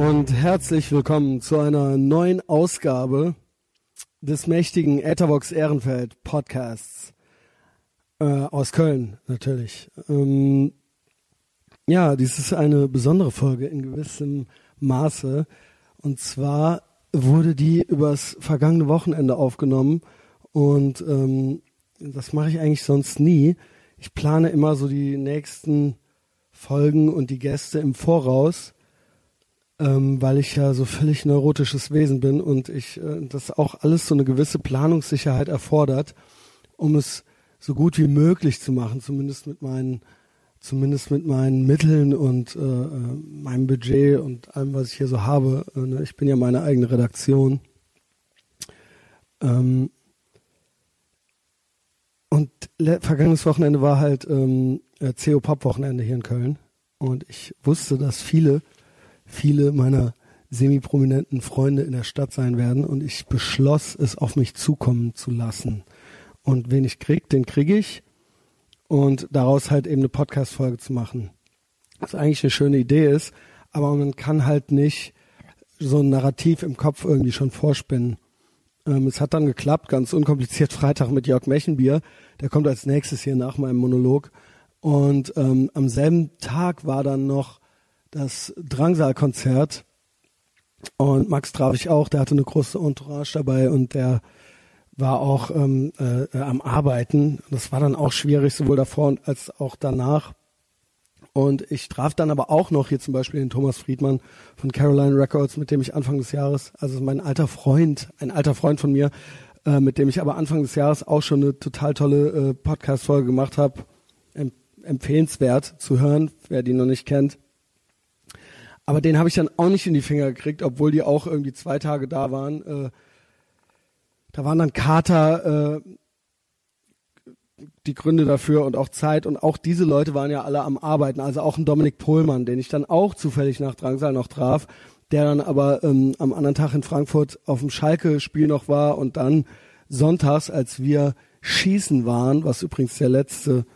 und herzlich willkommen zu einer neuen Ausgabe des mächtigen Ethervox Ehrenfeld Podcasts aus Köln natürlich. Ja, dies ist eine besondere Folge in gewissem Maße, und zwar wurde die übers vergangene Wochenende aufgenommen und das mache ich eigentlich sonst nie. Ich plane immer so die nächsten Folgen und die Gäste im Voraus, weil ich ja so völlig neurotisches Wesen bin und ich das auch alles so eine gewisse Planungssicherheit erfordert, um es so gut wie möglich zu machen, zumindest mit meinen Mitteln und meinem Budget und allem, was ich hier so habe. Ich bin ja meine eigene Redaktion. Und vergangenes Wochenende war halt CO-Pop-Wochenende hier in Köln. Und ich wusste, dass viele meiner semi-prominenten Freunde in der Stadt sein werden. Und ich beschloss, es auf mich zukommen zu lassen. Und wen ich kriege, den kriege ich. Und daraus halt eben eine Podcast-Folge zu machen. Was eigentlich eine schöne Idee ist, aber man kann halt nicht so ein Narrativ im Kopf irgendwie schon vorspinnen. Es hat dann geklappt, ganz unkompliziert, Freitag mit Jörg Mechenbier. Der kommt als nächstes hier nach meinem Monolog. Und am selben Tag war dann noch das Drangsal-Konzert. Und Max traf ich auch, der hatte eine große Entourage dabei und der war auch am Arbeiten. Das war dann auch schwierig, sowohl davor als auch danach. Und ich traf dann aber auch noch hier zum Beispiel den Thomas Friedmann von Caroline Records, mit dem ich Anfang des Jahres, also ein alter Freund von mir, mit dem ich aber Anfang des Jahres auch schon eine total tolle Podcast-Folge gemacht habe. Empfehlenswert zu hören, wer die noch nicht kennt. Aber den habe ich dann auch nicht in die Finger gekriegt, obwohl die auch irgendwie 2 Tage da waren. Da waren dann Kater, die Gründe dafür und auch Zeit. Und auch diese Leute waren ja alle am Arbeiten. Also auch ein Dominik Pohlmann, den ich dann auch zufällig nach Drangsal noch traf, der dann aber am anderen Tag in Frankfurt auf dem Schalke-Spiel noch war. Und dann sonntags, als wir schießen waren, was übrigens der letzte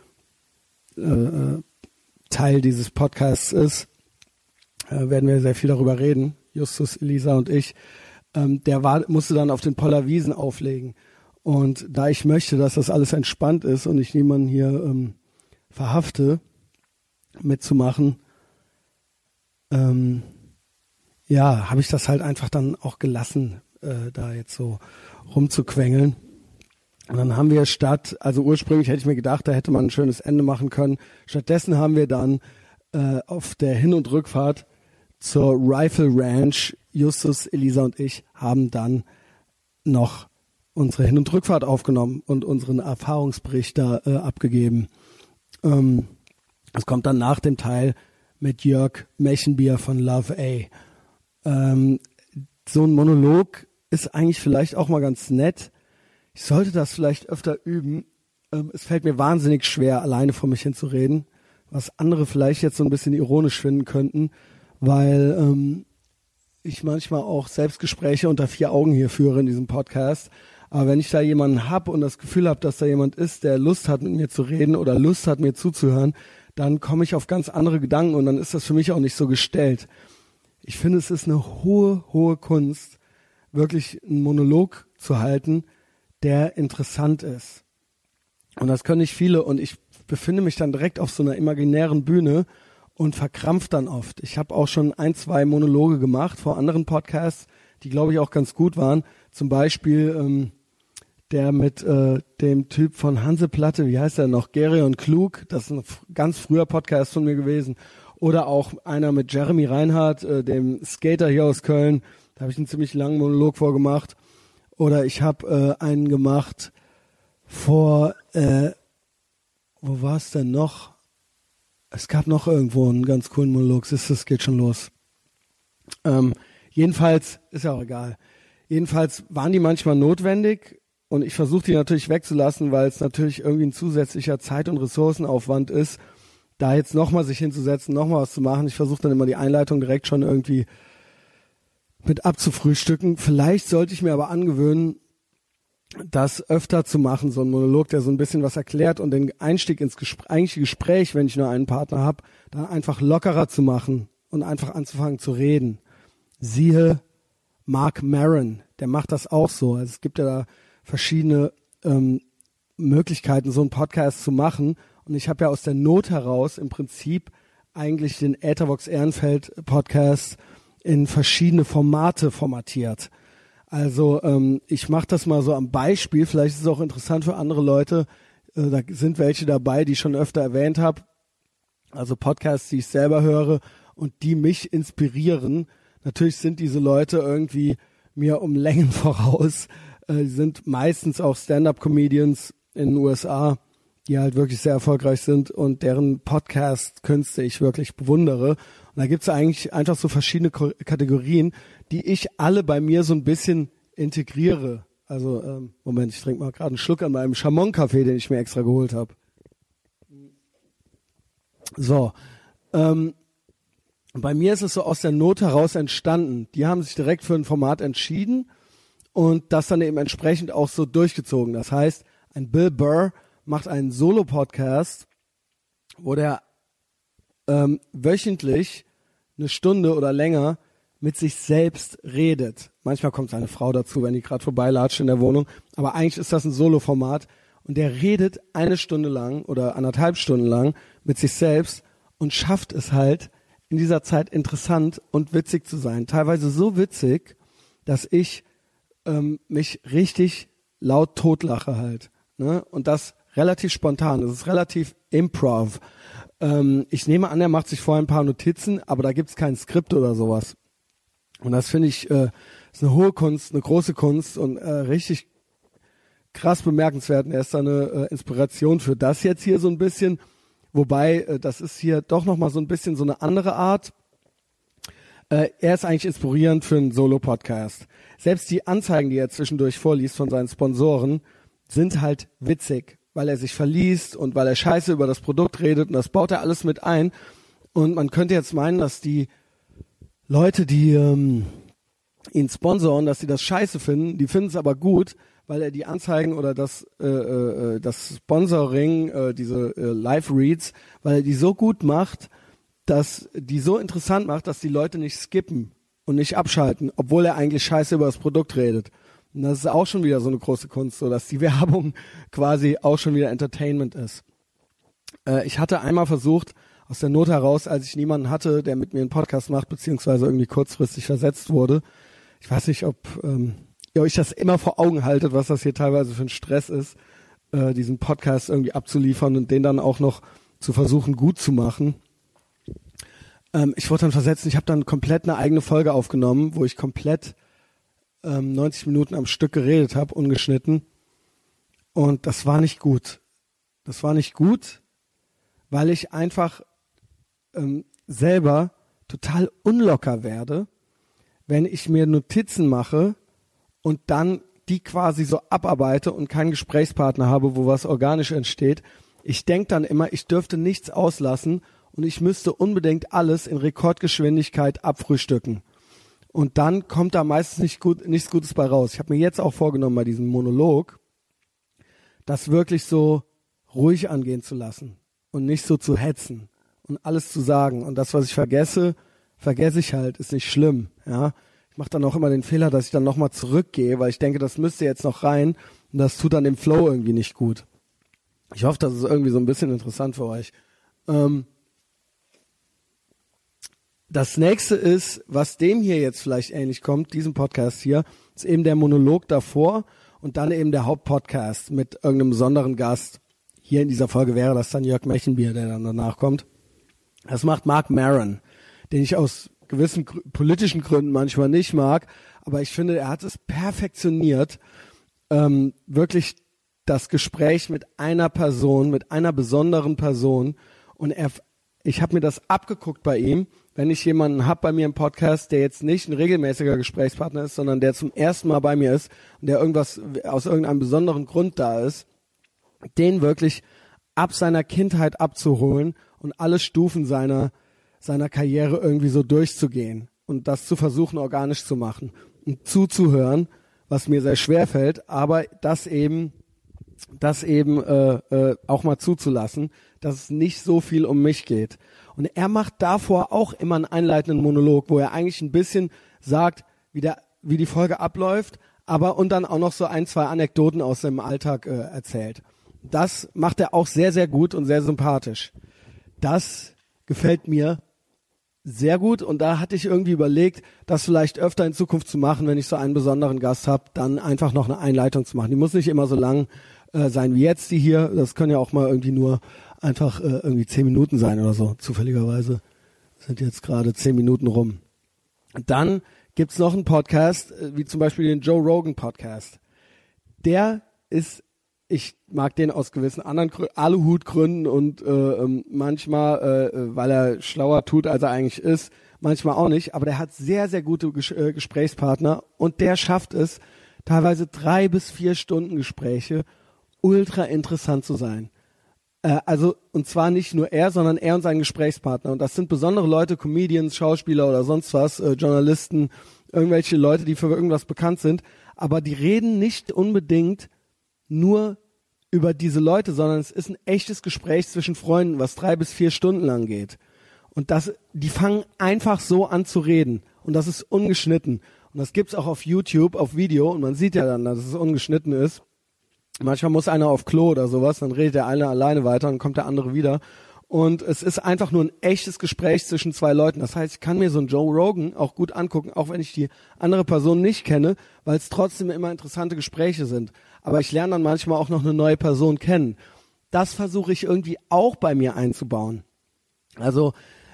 Teil dieses Podcasts ist, werden wir sehr viel darüber reden, Justus, Elisa und ich. Musste dann auf den Poller Wiesen auflegen. Und da ich möchte, dass das alles entspannt ist und ich niemanden hier verhafte, mitzumachen, habe ich das halt einfach dann auch gelassen, da jetzt so rumzuquengeln. Und dann haben wir also ursprünglich hätte ich mir gedacht, da hätte man ein schönes Ende machen können. Stattdessen haben wir dann auf der Hin- und Rückfahrt zur Rifle Ranch, Justus, Elisa und ich haben dann noch unsere Hin- und Rückfahrt aufgenommen und unseren Erfahrungsbericht da abgegeben. Das kommt dann nach dem Teil mit Jörg Mechenbier von Love A. So ein Monolog ist eigentlich vielleicht auch mal ganz nett. Ich sollte das vielleicht öfter üben. Es fällt mir wahnsinnig schwer, alleine vor mich hinzureden, was andere vielleicht jetzt so ein bisschen ironisch finden könnten, weil ich manchmal auch Selbstgespräche unter 4 Augen hier führe in diesem Podcast. Aber wenn ich da jemanden habe und das Gefühl habe, dass da jemand ist, der Lust hat, mit mir zu reden oder Lust hat, mir zuzuhören, dann komme ich auf ganz andere Gedanken und dann ist das für mich auch nicht so gestellt. Ich finde, es ist eine hohe Kunst, wirklich einen Monolog zu halten, der interessant ist. Und das können nicht viele und ich befinde mich dann direkt auf so einer imaginären Bühne und verkrampft dann oft. Ich habe auch schon 1, 2 Monologe gemacht vor anderen Podcasts, die glaube ich auch ganz gut waren. Zum Beispiel der mit dem Typ von Hanseplatte, wie heißt der noch? Gerion Klug, das ist ein ganz früher Podcast von mir gewesen. Oder auch einer mit Jeremy Reinhardt, dem Skater hier aus Köln. Da habe ich einen ziemlich langen Monolog vorgemacht. Oder ich habe einen gemacht vor, wo war es denn noch? Es gab noch irgendwo einen ganz coolen Monolog. Es geht schon los. Jedenfalls, ist ja auch egal. Jedenfalls waren die manchmal notwendig und ich versuche die natürlich wegzulassen, weil es natürlich irgendwie ein zusätzlicher Zeit- und Ressourcenaufwand ist, da jetzt nochmal sich hinzusetzen, nochmal was zu machen. Ich versuche dann immer die Einleitung direkt schon irgendwie mit abzufrühstücken. Vielleicht sollte ich mir aber angewöhnen, das öfter zu machen, so ein Monolog, der so ein bisschen was erklärt und den Einstieg ins eigentliche Gespräch, wenn ich nur einen Partner habe, dann einfach lockerer zu machen und einfach anzufangen zu reden. Siehe Mark Maron, der macht das auch so. Also es gibt ja da verschiedene Möglichkeiten, so einen Podcast zu machen. Und ich habe ja aus der Not heraus im Prinzip eigentlich den Äthervox Ehrenfeld Podcast in verschiedene Formate formatiert. Also ich mache das mal so am Beispiel, vielleicht ist es auch interessant für andere Leute, da sind welche dabei, die ich schon öfter erwähnt habe, also Podcasts, die ich selber höre und die mich inspirieren. Natürlich sind diese Leute irgendwie mir um Längen voraus, die sind meistens auch Stand-up-Comedians in den USA, die halt wirklich sehr erfolgreich sind und deren Podcast-Künste ich wirklich bewundere. Und da gibt's eigentlich einfach so verschiedene Kategorien, die ich alle bei mir so ein bisschen integriere. Also, Moment, ich trinke mal gerade einen Schluck an meinem Chamon-Kaffee, den ich mir extra geholt habe. So, bei mir ist es so aus der Not heraus entstanden. Die haben sich direkt für ein Format entschieden und das dann eben entsprechend auch so durchgezogen. Das heißt, ein Bill Burr macht einen Solo-Podcast, wo der wöchentlich eine Stunde oder länger mit sich selbst redet. Manchmal kommt seine Frau dazu, wenn die gerade vorbeilatscht in der Wohnung. Aber eigentlich ist das ein Solo-Format. Und der redet 1 Stunde lang oder 1,5 Stunden lang mit sich selbst und schafft es halt, in dieser Zeit interessant und witzig zu sein. Teilweise so witzig, dass ich mich richtig laut totlache halt. Ne? Und das relativ spontan. Das ist relativ Improv. Ich nehme an, er macht sich vorher ein paar Notizen, aber da gibt's kein Skript oder sowas. Und das finde ich ist eine hohe Kunst, eine große Kunst und richtig krass bemerkenswert. Und er ist da eine Inspiration für das jetzt hier so ein bisschen. Wobei, das ist hier doch nochmal so ein bisschen so eine andere Art. Er ist eigentlich inspirierend für einen Solo-Podcast. Selbst die Anzeigen, die er zwischendurch vorliest von seinen Sponsoren, sind halt witzig, weil er sich verliest und weil er Scheiße über das Produkt redet und das baut er alles mit ein. Und man könnte jetzt meinen, dass die Leute, die ihn sponsoren, dass sie das Scheiße finden, die finden es aber gut, weil er die Anzeigen oder das Sponsoring, diese Live-Reads, weil er die so gut macht, dass die so interessant macht, dass die Leute nicht skippen und nicht abschalten, obwohl er eigentlich Scheiße über das Produkt redet. Und das ist auch schon wieder so eine große Kunst, so dass die Werbung quasi auch schon wieder Entertainment ist. Ich hatte einmal versucht, aus der Not heraus, als ich niemanden hatte, der mit mir einen Podcast macht, beziehungsweise irgendwie kurzfristig versetzt wurde. Ich weiß nicht, ob ihr euch das immer vor Augen haltet, was das hier teilweise für ein Stress ist, diesen Podcast irgendwie abzuliefern und den dann auch noch zu versuchen, gut zu machen. Ich wurde dann versetzt und ich habe dann komplett eine eigene Folge aufgenommen, wo ich komplett 90 Minuten am Stück geredet habe, ungeschnitten. Und das war nicht gut. Das war nicht gut, weil ich einfach selber total unlocker werde, wenn ich mir Notizen mache und dann die quasi so abarbeite und keinen Gesprächspartner habe, wo was organisch entsteht. Ich denke dann immer, ich dürfte nichts auslassen und ich müsste unbedingt alles in Rekordgeschwindigkeit abfrühstücken. Und dann kommt da meistens nichts Gutes bei raus. Ich habe mir jetzt auch vorgenommen bei diesem Monolog, das wirklich so ruhig angehen zu lassen und nicht so zu hetzen und alles zu sagen. Und das, was ich vergesse ich halt, ist nicht schlimm. Ja, ich mache dann auch immer den Fehler, dass ich dann nochmal zurückgehe, weil ich denke, das müsste jetzt noch rein und das tut dann dem Flow irgendwie nicht gut. Ich hoffe, das ist irgendwie so ein bisschen interessant für euch. Das nächste ist, was dem hier jetzt vielleicht ähnlich kommt, diesem Podcast hier, ist eben der Monolog davor und dann eben der Hauptpodcast mit irgendeinem besonderen Gast. Hier in dieser Folge wäre das dann Jörg Mechenbier, der dann danach kommt. Das macht Mark Maron, den ich aus gewissen politischen Gründen manchmal nicht mag, aber ich finde, er hat es perfektioniert, wirklich das Gespräch mit einer Person, mit einer besonderen Person und ich habe mir das abgeguckt bei ihm, wenn ich jemanden habe bei mir im Podcast, der jetzt nicht ein regelmäßiger Gesprächspartner ist, sondern der zum ersten Mal bei mir ist und der irgendwas aus irgendeinem besonderen Grund da ist, den wirklich ab seiner Kindheit abzuholen und alle Stufen seiner Karriere irgendwie so durchzugehen und das zu versuchen, organisch zu machen und zuzuhören, was mir sehr schwer fällt, aber das eben auch mal zuzulassen, dass es nicht so viel um mich geht. Und er macht davor auch immer einen einleitenden Monolog, wo er eigentlich ein bisschen sagt, wie die Folge abläuft, aber und dann auch noch so 1, 2 Anekdoten aus seinem Alltag erzählt. Das macht er auch sehr, sehr gut und sehr sympathisch. Das gefällt mir sehr gut und da hatte ich irgendwie überlegt, das vielleicht öfter in Zukunft zu machen, wenn ich so einen besonderen Gast habe, dann einfach noch eine Einleitung zu machen. Die muss nicht immer so lang sein wie jetzt die hier. Das können ja auch mal irgendwie nur einfach irgendwie 10 Minuten sein oder so. Zufälligerweise sind jetzt gerade 10 Minuten rum. Dann gibt's noch einen Podcast, wie zum Beispiel den Joe Rogan Podcast. Der ist, ich mag den aus gewissen anderen Aluhutgründen und manchmal, weil er schlauer tut, als er eigentlich ist, manchmal auch nicht. Aber der hat sehr, sehr gute Gesprächspartner und der schafft es, teilweise 3 bis 4 Stunden Gespräche ultra interessant zu sein. Also, und zwar nicht nur er, sondern er und sein Gesprächspartner. Und das sind besondere Leute, Comedians, Schauspieler oder sonst was, Journalisten, irgendwelche Leute, die für irgendwas bekannt sind. Aber die reden nicht unbedingt nur über diese Leute, sondern es ist ein echtes Gespräch zwischen Freunden, was 3 bis 4 Stunden lang geht. Und die fangen einfach so an zu reden. Und das ist ungeschnitten. Und das gibt's auch auf YouTube, auf Video. Und man sieht ja dann, dass es ungeschnitten ist. Manchmal muss einer auf Klo oder sowas, dann redet der eine alleine weiter und kommt der andere wieder. Und es ist einfach nur ein echtes Gespräch zwischen 2 Leuten. Das heißt, ich kann mir so einen Joe Rogan auch gut angucken, auch wenn ich die andere Person nicht kenne, weil es trotzdem immer interessante Gespräche sind. Aber ich lerne dann manchmal auch noch eine neue Person kennen. Das versuche ich irgendwie auch bei mir einzubauen. Also,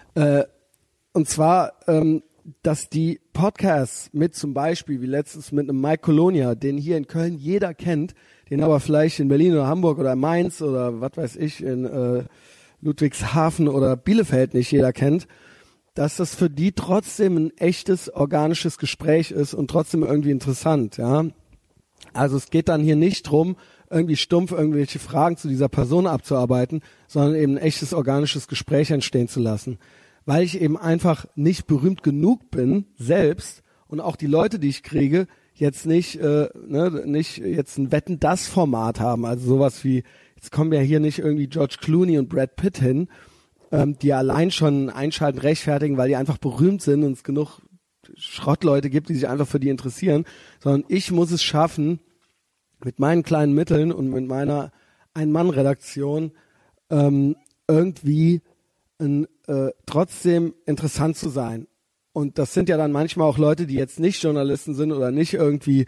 und zwar, dass die Podcasts mit zum Beispiel, wie letztens mit einem Mike Colonia, den hier in Köln jeder kennt, den aber vielleicht in Berlin oder Hamburg oder Mainz oder was weiß ich, in Ludwigshafen oder Bielefeld nicht jeder kennt, dass das für die trotzdem ein echtes, organisches Gespräch ist und trotzdem irgendwie interessant, ja. Also es geht dann hier nicht drum, irgendwie stumpf irgendwelche Fragen zu dieser Person abzuarbeiten, sondern eben ein echtes, organisches Gespräch entstehen zu lassen. Weil ich eben einfach nicht berühmt genug bin, selbst, und auch die Leute, die ich kriege, jetzt nicht jetzt ein Wetten-das-Format haben, also sowas wie, jetzt kommen ja hier nicht irgendwie George Clooney und Brad Pitt hin, die allein schon Einschalten rechtfertigen, weil die einfach berühmt sind und es genug Schrottleute gibt, die sich einfach für die interessieren, sondern ich muss es schaffen, mit meinen kleinen Mitteln und mit meiner Ein-Mann-Redaktion irgendwie trotzdem interessant zu sein. Und das sind ja dann manchmal auch Leute, die jetzt nicht Journalisten sind oder nicht irgendwie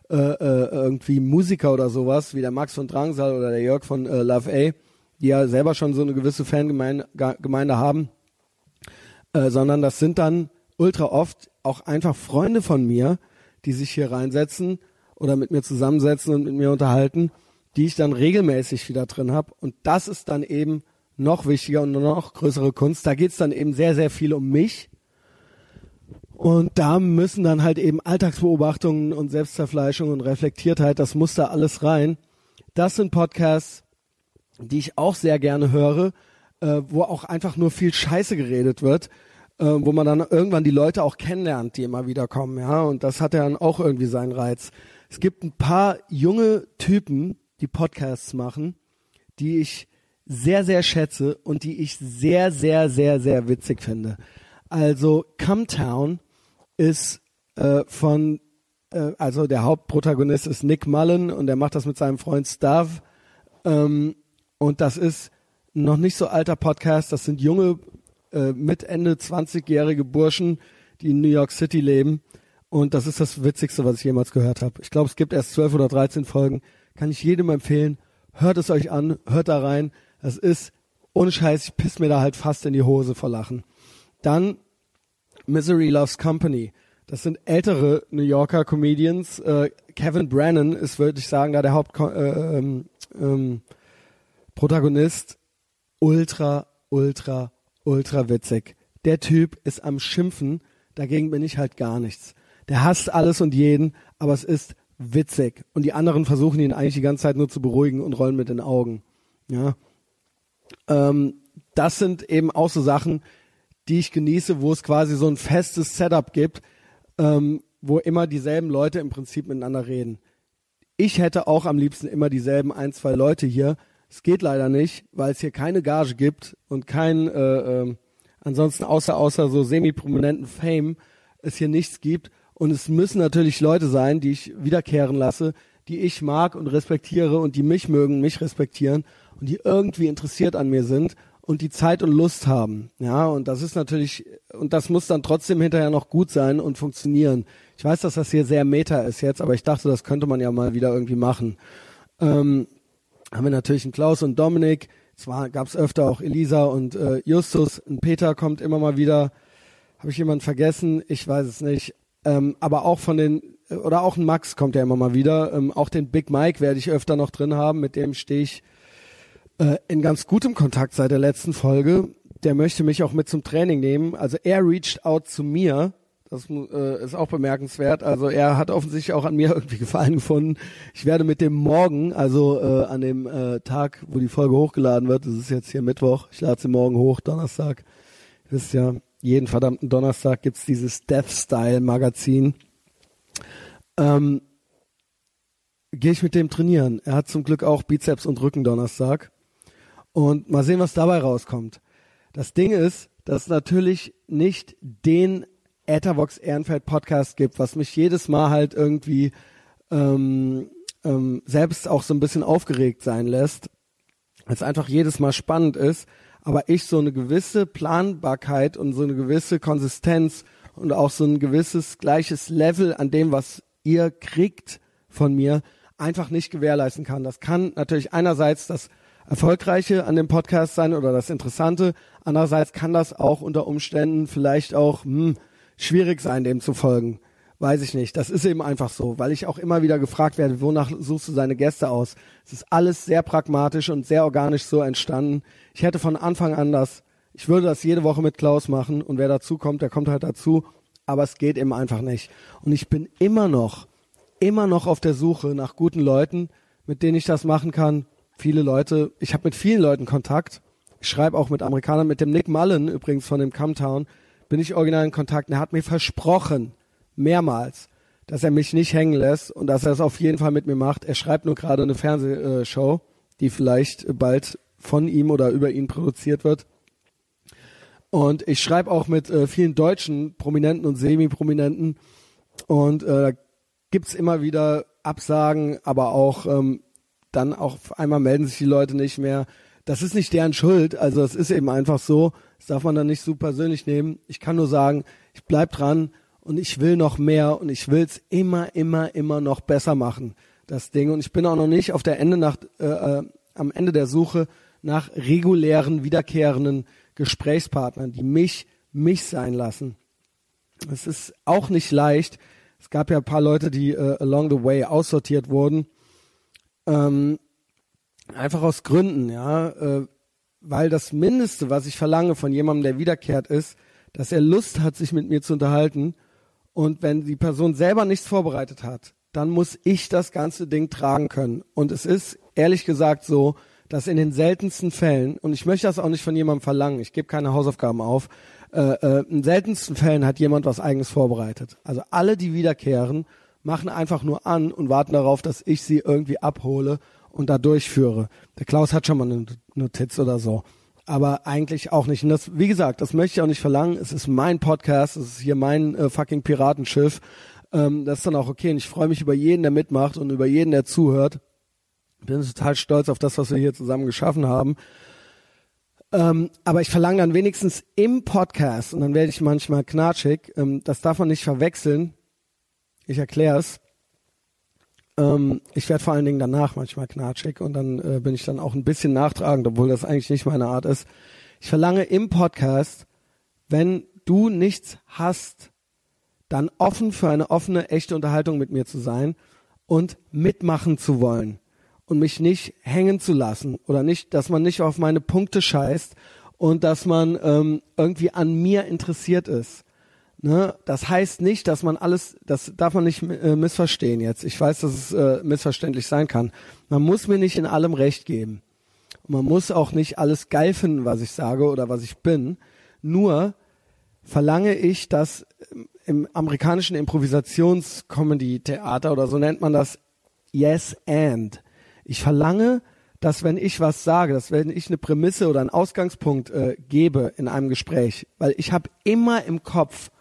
Musiker oder sowas, wie der Max von Drangsal oder der Jörg von Love A, die ja selber schon so eine gewisse Fangemeinde haben, sondern das sind dann ultra oft auch einfach Freunde von mir, die sich hier reinsetzen oder mit mir zusammensetzen und mit mir unterhalten, die ich dann regelmäßig wieder drin habe. Und das ist dann eben noch wichtiger und noch größere Kunst. Da geht's dann eben sehr, sehr viel um mich. Und da müssen dann halt eben Alltagsbeobachtungen und Selbstzerfleischung und Reflektiertheit, das muss da alles rein. Das sind Podcasts, die ich auch sehr gerne höre, wo auch einfach nur viel Scheiße geredet wird, wo man dann irgendwann die Leute auch kennenlernt, die immer wieder kommen, ja. Und das hat ja dann auch irgendwie seinen Reiz. Es gibt ein paar junge Typen, die Podcasts machen, die ich sehr, sehr schätze und die ich sehr, sehr, sehr, sehr witzig finde. Also Cumtown ist also der Hauptprotagonist ist Nick Mullen und er macht das mit seinem Freund Stav. Und das ist noch nicht so alter Podcast, das sind junge, mit Ende 20-jährige Burschen, die in New York City leben. Und das ist das Witzigste, was ich jemals gehört habe. Ich glaube, es gibt erst 12 oder 13 Folgen. Kann ich jedem empfehlen. Hört es euch an, hört da rein. Das ist ohne Scheiß, ich piss mir da halt fast in die Hose vor Lachen. Dann Misery Loves Company. Das sind ältere New Yorker Comedians. Kevin Brennan ist, würde ich sagen, da der Hauptprotagonist. Ultra witzig. Der Typ ist am Schimpfen, dagegen bin ich halt gar nichts. Der hasst alles und jeden, aber es ist witzig. Und die anderen versuchen ihn eigentlich die ganze Zeit nur zu beruhigen und rollen mit den Augen. Ja. Das sind eben auch so Sachen, die ich genieße, wo es quasi so ein festes Setup gibt, wo immer dieselben Leute im Prinzip miteinander reden. Ich hätte auch am liebsten immer dieselben 1, 2 Leute hier. Es geht leider nicht, weil es hier keine Gage gibt und kein ansonsten außer so semi-prominenten Fame es hier nichts gibt. Und es müssen natürlich Leute sein, die ich wiederkehren lasse, die ich mag und respektiere und die mich mögen, mich respektieren und die irgendwie interessiert an mir sind und die Zeit und Lust haben. Ja, und das ist natürlich, und das muss dann trotzdem hinterher noch gut sein und funktionieren. Ich weiß, dass das hier sehr meta ist jetzt, aber ich dachte, das könnte man ja mal wieder irgendwie machen. Haben wir natürlich einen Klaus und Dominik, zwar gab es öfter auch Elisa und Justus, ein Peter kommt immer mal wieder. Habe ich jemanden vergessen? Ich weiß es nicht. Aber auch von den, oder auch ein Max kommt ja immer mal wieder. Auch den Big Mike werde ich öfter noch drin haben, mit dem stehe ich in ganz gutem Kontakt seit der letzten Folge. Der möchte mich auch mit zum Training nehmen. Also er reached out zu mir. Das ist auch bemerkenswert. Also er hat offensichtlich auch an mir irgendwie Gefallen gefunden. Ich werde mit dem morgen, also an dem Tag, wo die Folge hochgeladen wird, das ist jetzt hier Mittwoch, ich lade sie morgen hoch, Donnerstag. Das ist ja, jeden verdammten Donnerstag gibt's dieses Death-Style-Magazin. Gehe ich mit dem trainieren. Er hat zum Glück auch Bizeps und Rücken Donnerstag. Und mal sehen, was dabei rauskommt. Das Ding ist, dass es natürlich nicht den Ethervox Ehrenfeld Podcast gibt, was mich jedes Mal halt irgendwie selbst auch so ein bisschen aufgeregt sein lässt, weil es einfach jedes Mal spannend ist, aber ich so eine gewisse Planbarkeit und so eine gewisse Konsistenz und auch so ein gewisses gleiches Level an dem, was ihr kriegt von mir, einfach nicht gewährleisten kann. Das kann natürlich einerseits das Erfolgreiche an dem Podcast sein oder das Interessante, andererseits kann das auch unter Umständen vielleicht auch schwierig sein, dem zu folgen. Weiß ich nicht. Das ist eben einfach so, weil ich auch immer wieder gefragt werde, wonach suchst du seine Gäste aus? Es ist alles sehr pragmatisch und sehr organisch so entstanden. Ich hätte von Anfang an ich würde das jede Woche mit Klaus machen und wer dazu kommt, der kommt halt dazu, aber es geht eben einfach nicht. Und ich bin immer noch auf der Suche nach guten Leuten, mit denen ich das machen kann. Viele Leute, ich habe mit vielen Leuten Kontakt. Ich schreibe auch mit Amerikanern, mit dem Nick Mullen übrigens von dem Camtown, bin ich original in Kontakt. Und er hat mir versprochen, mehrmals, dass er mich nicht hängen lässt und dass er es auf jeden Fall mit mir macht. Er schreibt nur gerade eine Fernsehshow, die vielleicht bald von ihm oder über ihn produziert wird. Und ich schreibe auch mit vielen deutschen Prominenten und Semi-Prominenten und da gibt's immer wieder Absagen, aber auch dann auch auf einmal melden sich die Leute nicht mehr. Das ist nicht deren Schuld, also es ist eben einfach so, das darf man dann nicht so persönlich nehmen. Ich kann nur sagen, ich bleib dran und ich will noch mehr und ich will's immer noch besser machen, das Ding. Und ich bin auch noch nicht auf der am Ende der Suche nach regulären, wiederkehrenden Gesprächspartnern, die mich sein lassen. Es ist auch nicht leicht. Es gab ja ein paar Leute, die along the way aussortiert wurden. Einfach aus Gründen, ja, weil das Mindeste, was ich verlange von jemandem, der wiederkehrt, ist, dass er Lust hat, sich mit mir zu unterhalten. Und wenn die Person selber nichts vorbereitet hat, dann muss ich das ganze Ding tragen können. Und es ist ehrlich gesagt so, dass in den seltensten Fällen, und ich möchte das auch nicht von jemandem verlangen, ich gebe keine Hausaufgaben auf, in seltensten Fällen hat jemand was Eigenes vorbereitet. Also alle, die wiederkehren, machen einfach nur an und warten darauf, dass ich sie irgendwie abhole und da durchführe. Der Klaus hat schon mal eine Notiz oder so, aber eigentlich auch nicht. Und das, wie gesagt, das möchte ich auch nicht verlangen. Es ist mein Podcast, es ist hier mein fucking Piratenschiff. Das ist dann auch okay und ich freue mich über jeden, der mitmacht und über jeden, der zuhört. Bin total stolz auf das, was wir hier zusammen geschaffen haben. Aber ich verlange dann wenigstens im Podcast, und dann werde ich manchmal knatschig, das darf man nicht verwechseln. Ich erkläre es. Ich werde vor allen Dingen danach manchmal knatschig und dann bin ich dann auch ein bisschen nachtragend, obwohl das eigentlich nicht meine Art ist. Ich verlange im Podcast, wenn du nichts hast, dann offen für eine offene, echte Unterhaltung mit mir zu sein und mitmachen zu wollen. Und mich nicht hängen zu lassen oder nicht, dass man nicht auf meine Punkte scheißt und dass man irgendwie an mir interessiert ist. Ne? Das heißt nicht, dass man alles, das darf man nicht missverstehen jetzt. Ich weiß, dass es missverständlich sein kann. Man muss mir nicht in allem Recht geben. Und man muss auch nicht alles geil finden, was ich sage oder was ich bin. Nur verlange ich, dass im amerikanischen Improvisations-Comedy-Theater oder so nennt man das Yes and. Ich verlange, dass wenn ich was sage, dass wenn ich eine Prämisse oder einen Ausgangspunkt gebe in einem Gespräch, weil ich habe immer im Kopf,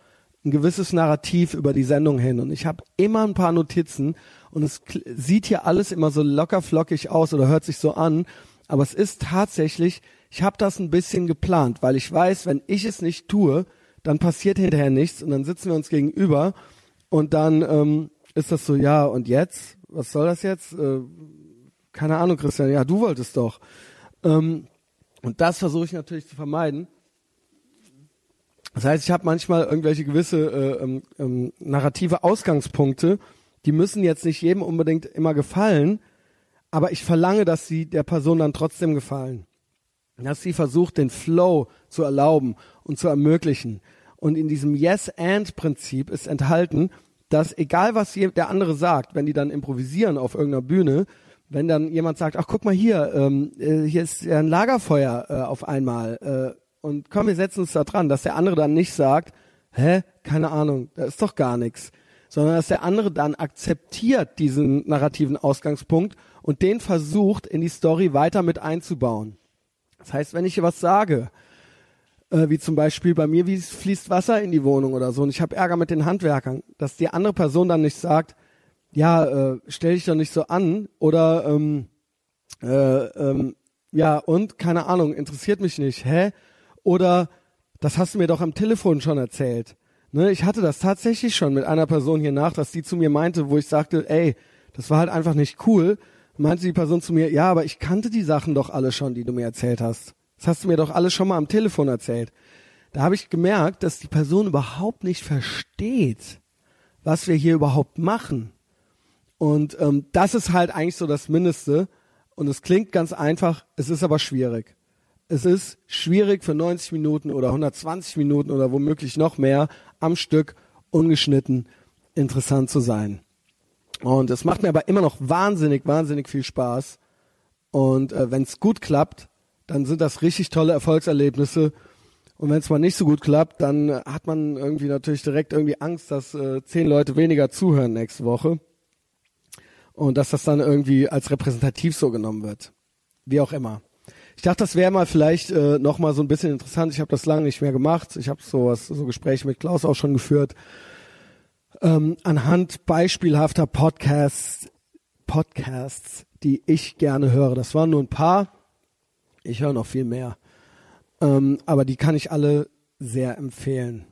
ein gewisses Narrativ über die Sendung hin und ich habe immer ein paar Notizen und es sieht hier alles immer so locker flockig aus oder hört sich so an, aber es ist tatsächlich, ich habe das ein bisschen geplant, weil ich weiß, wenn ich es nicht tue, dann passiert hinterher nichts und dann sitzen wir uns gegenüber und dann ist das so, ja und jetzt? Was soll das jetzt? Keine Ahnung, Christian, ja, du wolltest doch. Und das versuche ich natürlich zu vermeiden. Das heißt, ich habe manchmal irgendwelche gewisse narrative Ausgangspunkte, die müssen jetzt nicht jedem unbedingt immer gefallen, aber ich verlange, dass sie der Person dann trotzdem gefallen. Dass sie versucht, den Flow zu erlauben und zu ermöglichen. Und in diesem Yes-and-Prinzip ist enthalten, dass egal was der andere sagt, wenn die dann improvisieren auf irgendeiner Bühne, wenn dann jemand sagt, ach guck mal hier, hier ist ja ein Lagerfeuer auf einmal und komm, wir setzen uns da dran, dass der andere dann nicht sagt, keine Ahnung, da ist doch gar nichts, sondern dass der andere dann akzeptiert diesen narrativen Ausgangspunkt und den versucht in die Story weiter mit einzubauen. Das heißt, wenn ich hier was sage, wie zum Beispiel bei mir, wie fließt Wasser in die Wohnung oder so und ich habe Ärger mit den Handwerkern, dass die andere Person dann nicht sagt, ja, stell dich doch nicht so an oder ja und, keine Ahnung, interessiert mich nicht, oder das hast du mir doch am Telefon schon erzählt. Ne, ich hatte das tatsächlich schon mit einer Person hier nach, dass die zu mir meinte, wo ich sagte, ey, das war halt einfach nicht cool. Meinte die Person zu mir, ja, aber ich kannte die Sachen doch alle schon, die du mir erzählt hast. Das hast du mir doch alles schon mal am Telefon erzählt. Da habe ich gemerkt, dass die Person überhaupt nicht versteht, was wir hier überhaupt machen. Und das ist halt eigentlich so das Mindeste. Und es klingt ganz einfach, es ist aber schwierig. Es ist schwierig für 90 Minuten oder 120 Minuten oder womöglich noch mehr am Stück ungeschnitten interessant zu sein. Und es macht mir aber immer noch wahnsinnig viel Spaß. Und wenn es gut klappt, dann sind das richtig tolle Erfolgserlebnisse. Und wenn es mal nicht so gut klappt, dann hat man irgendwie natürlich direkt irgendwie Angst, dass 10 Leute weniger zuhören nächste Woche. Und dass das dann irgendwie als repräsentativ so genommen wird. Wie auch immer. Ich dachte, das wäre mal vielleicht noch mal so ein bisschen interessant. Ich habe das lange nicht mehr gemacht. Ich habe so Gespräche mit Klaus auch schon geführt. Anhand beispielhafter Podcasts, die ich gerne höre. Das waren nur ein paar. Ich höre noch viel mehr. Aber die kann ich alle sehr empfehlen.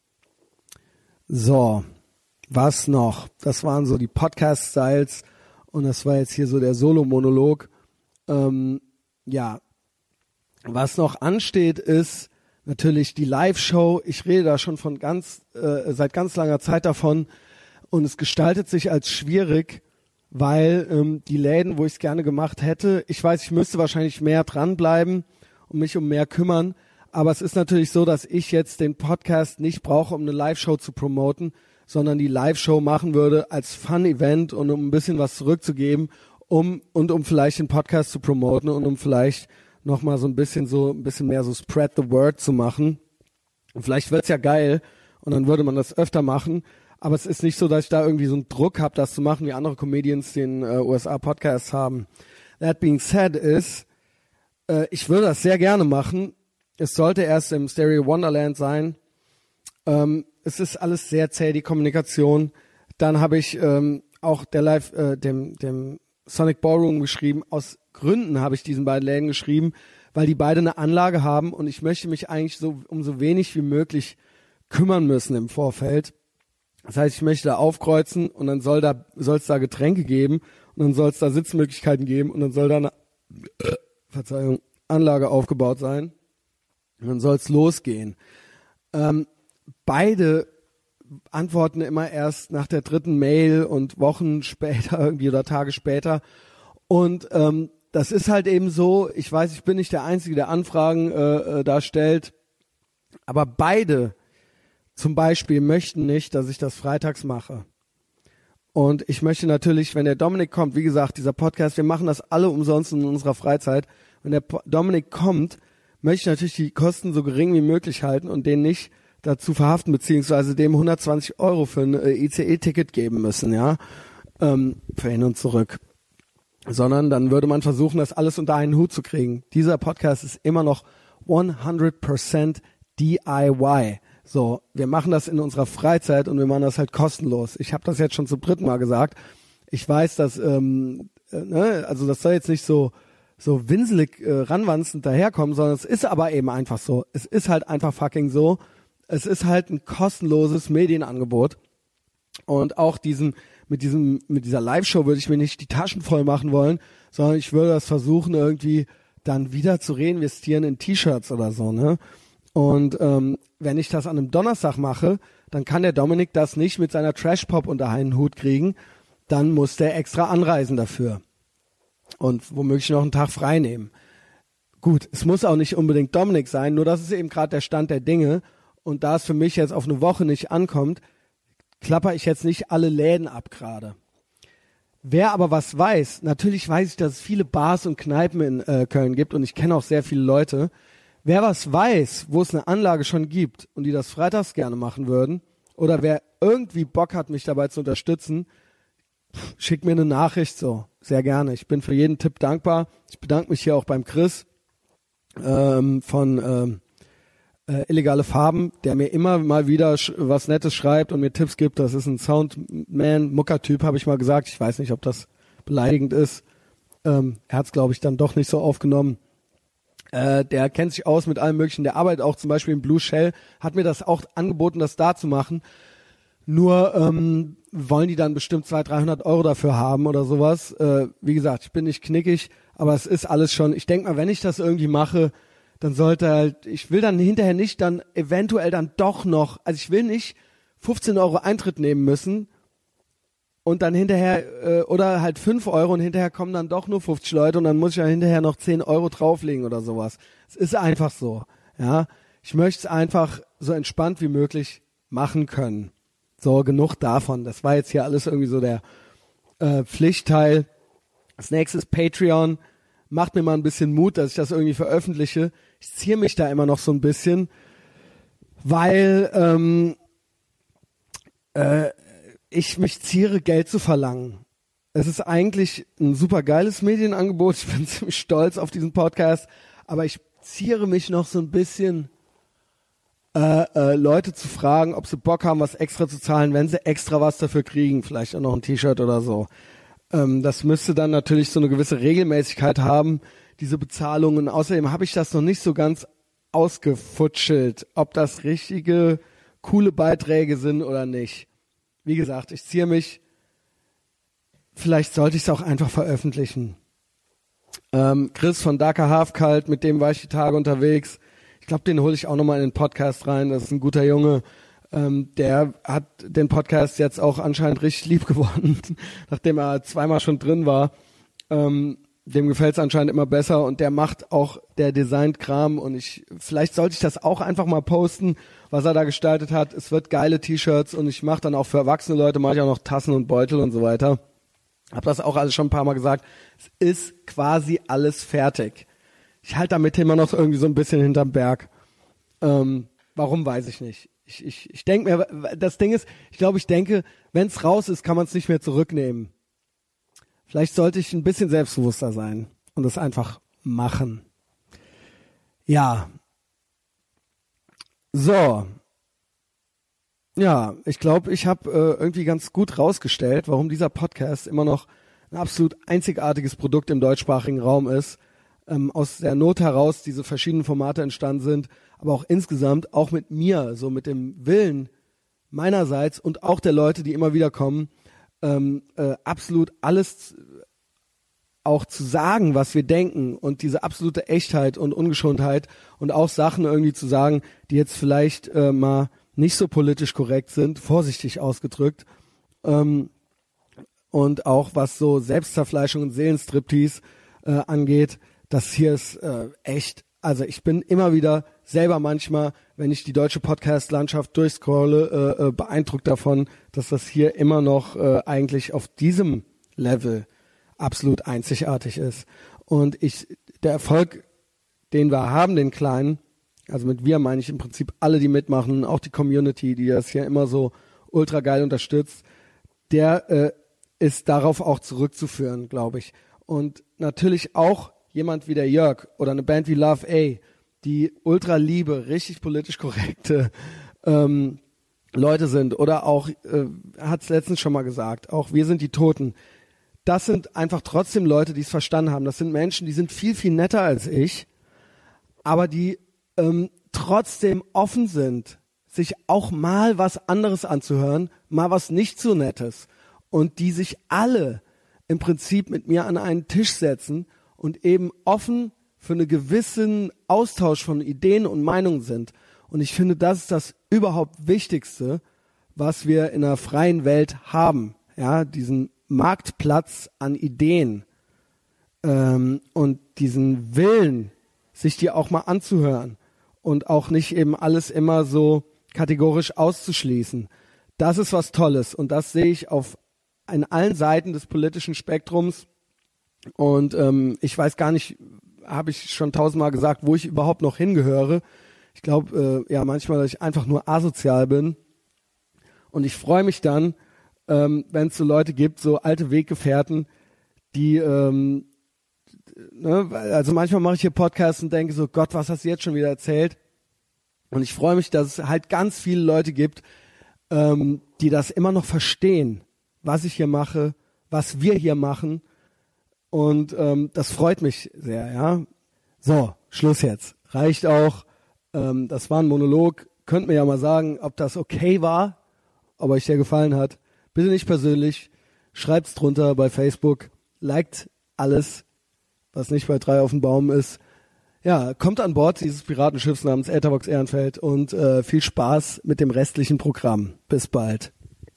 So, was noch? Das waren so die Podcast-Styles und das war jetzt hier so der Solo-Monolog. Ja, was noch ansteht, ist natürlich die Live-Show. Ich rede da schon von seit ganz langer Zeit davon und es gestaltet sich als schwierig, weil die Läden, wo ich es gerne gemacht hätte, ich weiß, ich müsste wahrscheinlich mehr dranbleiben und mich um mehr kümmern, aber es ist natürlich so, dass ich jetzt den Podcast nicht brauche, um eine Live-Show zu promoten, sondern die Live-Show machen würde als Fun-Event und um ein bisschen was zurückzugeben, um vielleicht den Podcast zu promoten und um vielleicht nochmal so ein bisschen mehr so Spread the Word zu machen. Und vielleicht wird's ja geil und dann würde man das öfter machen. Aber es ist nicht so, dass ich da irgendwie so einen Druck habe, das zu machen, wie andere Comedians den USA-Podcasts haben. That being said ich würde das sehr gerne machen. Es sollte erst im Stereo Wonderland sein. Es ist alles sehr zäh, die Kommunikation. Dann habe ich auch dem Sonic Ballroom geschrieben. Aus Gründen habe ich diesen beiden Läden geschrieben, weil die beide eine Anlage haben und ich möchte mich eigentlich um so wenig wie möglich kümmern müssen im Vorfeld. Das heißt, ich möchte da aufkreuzen und dann soll es da Getränke geben und dann soll es da Sitzmöglichkeiten geben und dann soll da eine Anlage aufgebaut sein und dann soll es losgehen. Beide antworten immer erst nach der 3. Mail und Wochen später irgendwie oder Tage später. Und das ist halt eben so, ich weiß, ich bin nicht der Einzige, der Anfragen da stellt, aber beide zum Beispiel möchten nicht, dass ich das freitags mache. Und ich möchte natürlich, wenn der Dominik kommt, wie gesagt, dieser Podcast, wir machen das alle umsonst in unserer Freizeit. Wenn der Dominik kommt, möchte ich natürlich die Kosten so gering wie möglich halten und den nicht dazu verhaften, beziehungsweise dem 120 € für ein ICE-Ticket geben müssen, ja, für hin und zurück. Sondern dann würde man versuchen, das alles unter einen Hut zu kriegen. Dieser Podcast ist immer noch 100% DIY. So, wir machen das in unserer Freizeit und wir machen das halt kostenlos. Ich habe das jetzt schon zum 3. Mal gesagt. Ich weiß, dass, also das soll jetzt nicht so winselig ranwanzend daherkommen, sondern es ist aber eben einfach so. Es ist halt einfach fucking so. Es ist halt ein kostenloses Medienangebot. Und auch mit dieser Live-Show würde ich mir nicht die Taschen voll machen wollen, sondern ich würde das versuchen, irgendwie dann wieder zu reinvestieren in T-Shirts oder so, ne? Und wenn ich das an einem Donnerstag mache, dann kann der Dominik das nicht mit seiner Trash-Pop unter einen Hut kriegen. Dann muss der extra anreisen dafür. Und womöglich noch einen Tag frei nehmen. Gut, es muss auch nicht unbedingt Dominik sein, nur das ist eben gerade der Stand der Dinge. Und da es für mich jetzt auf eine Woche nicht ankommt, klapper ich jetzt nicht alle Läden ab gerade. Wer aber was weiß, natürlich weiß ich, dass es viele Bars und Kneipen in Köln gibt und ich kenne auch sehr viele Leute. Wer was weiß, wo es eine Anlage schon gibt und die das freitags gerne machen würden, oder wer irgendwie Bock hat, mich dabei zu unterstützen, schickt mir eine Nachricht so. Sehr gerne. Ich bin für jeden Tipp dankbar. Ich bedanke mich hier auch beim Chris von Illegale Farben, der mir immer mal wieder was Nettes schreibt und mir Tipps gibt. Das ist ein Soundman, Mucker-Typ, habe ich mal gesagt. Ich weiß nicht, ob das beleidigend ist. Er hat es, glaube ich, dann doch nicht so aufgenommen. Der kennt sich aus mit allem Möglichen. Der arbeitet auch zum Beispiel im Blue Shell, hat mir das auch angeboten, das da zu machen. Nur wollen die dann bestimmt 200-300 Euro dafür haben oder sowas. Wie gesagt, ich bin nicht knickig, aber es ist alles schon. Ich denke mal, wenn ich das irgendwie mache, dann sollte halt, ich will dann hinterher nicht dann eventuell dann doch noch, also ich will nicht 15 Euro Eintritt nehmen müssen und dann hinterher, oder halt 5 Euro und hinterher kommen dann doch nur 50 Leute und dann muss ich ja hinterher noch 10 Euro drauflegen oder sowas. Es ist einfach so, ja. Ich möchte es einfach so entspannt wie möglich machen können. So, genug davon. Das war jetzt hier alles irgendwie so der Pflichtteil. Das nächste ist Patreon. Macht mir mal ein bisschen Mut, dass ich das irgendwie veröffentliche. Ich ziehe mich da immer noch so ein bisschen, weil ich mich ziere, Geld zu verlangen. Es ist eigentlich ein super geiles Medienangebot. Ich bin ziemlich stolz auf diesen Podcast, aber ich ziere mich noch so ein bisschen, Leute zu fragen, ob sie Bock haben, was extra zu zahlen, wenn sie extra was dafür kriegen, vielleicht auch noch ein T-Shirt oder so. Das müsste dann natürlich so eine gewisse Regelmäßigkeit haben, diese Bezahlungen. Außerdem habe ich das noch nicht so ganz ausgefutschelt, ob das richtige, coole Beiträge sind oder nicht. Wie gesagt, ich ziehe mich. Vielleicht sollte ich es auch einfach veröffentlichen. Chris von Darker Half-Cult, mit dem war ich die Tage unterwegs. Ich glaube, den hole ich auch nochmal in den Podcast rein. Das ist ein guter Junge. Der hat den Podcast jetzt auch anscheinend richtig lieb gewonnen, nachdem er 2-mal schon drin war. Dem gefällt es anscheinend immer besser und der macht auch, der designt Kram und vielleicht sollte ich das auch einfach mal posten, was er da gestaltet hat. Es wird geile T-Shirts und ich mache dann auch für erwachsene Leute, mache ich auch noch Tassen und Beutel und so weiter. Hab das auch alles schon ein paar Mal gesagt. Es ist quasi alles fertig. Ich halte damit immer noch irgendwie so ein bisschen hinterm Berg. Warum, weiß ich nicht. Ich denke mir, das Ding ist, ich denke, wenn es raus ist, kann man es nicht mehr zurücknehmen. Vielleicht sollte ich ein bisschen selbstbewusster sein und es einfach machen. Ja. So. Ja, ich glaube, ich habe irgendwie ganz gut rausgestellt, warum dieser Podcast immer noch ein absolut einzigartiges Produkt im deutschsprachigen Raum ist. Aus der Not heraus diese verschiedenen Formate entstanden sind, aber auch insgesamt, auch mit mir, so mit dem Willen meinerseits und auch der Leute, die immer wieder kommen, absolut alles auch zu sagen, was wir denken und diese absolute Echtheit und Ungeschondheit und auch Sachen irgendwie zu sagen, die jetzt vielleicht mal nicht so politisch korrekt sind, vorsichtig ausgedrückt, und auch was so Selbstzerfleischung und Seelenstriptease angeht. Das hier ist echt, also ich bin immer wieder selber manchmal, wenn ich die deutsche Podcast-Landschaft durchscrolle, beeindruckt davon, dass das hier immer noch eigentlich auf diesem Level absolut einzigartig ist. Und der Erfolg, den wir haben, den kleinen, also mit wir meine ich im Prinzip alle, die mitmachen, auch die Community, die das hier immer so ultra geil unterstützt, der ist darauf auch zurückzuführen, glaube ich. Und natürlich auch jemand wie der Jörg oder eine Band wie Love A, die ultra liebe, richtig politisch korrekte Leute sind oder auch, hat es letztens schon mal gesagt, auch wir sind die Toten. Das sind einfach trotzdem Leute, die es verstanden haben. Das sind Menschen, die sind viel, viel netter als ich, aber die trotzdem offen sind, sich auch mal was anderes anzuhören, mal was nicht so Nettes und die sich alle im Prinzip mit mir an einen Tisch setzen und eben offen für einen gewissen Austausch von Ideen und Meinungen sind. Und ich finde, das ist das überhaupt Wichtigste, was wir in einer freien Welt haben. Ja, diesen Marktplatz an Ideen und diesen Willen, sich die auch mal anzuhören und auch nicht eben alles immer so kategorisch auszuschließen. Das ist was Tolles und das sehe ich an allen Seiten des politischen Spektrums und ich weiß gar nicht, habe ich schon 1000-mal gesagt, wo ich überhaupt noch hingehöre. Ich glaube, manchmal, dass ich einfach nur asozial bin und ich freue mich dann, wenn es so Leute gibt, so alte Weggefährten, die also manchmal mache ich hier Podcasts und denke so, Gott, was hast du jetzt schon wieder erzählt? Und ich freue mich, dass es halt ganz viele Leute gibt, die das immer noch verstehen, was ich hier mache, was wir hier machen. Und das freut mich sehr, ja. So, Schluss jetzt. Reicht auch. Das war ein Monolog. Könnt mir ja mal sagen, ob das okay war, ob euch der gefallen hat. Bitte nicht persönlich. Schreibt's drunter bei Facebook. Liked alles, was nicht bei 3 auf dem Baum ist. Ja, kommt an Bord dieses Piratenschiffs namens Etherbox Ehrenfeld und viel Spaß mit dem restlichen Programm. Bis bald.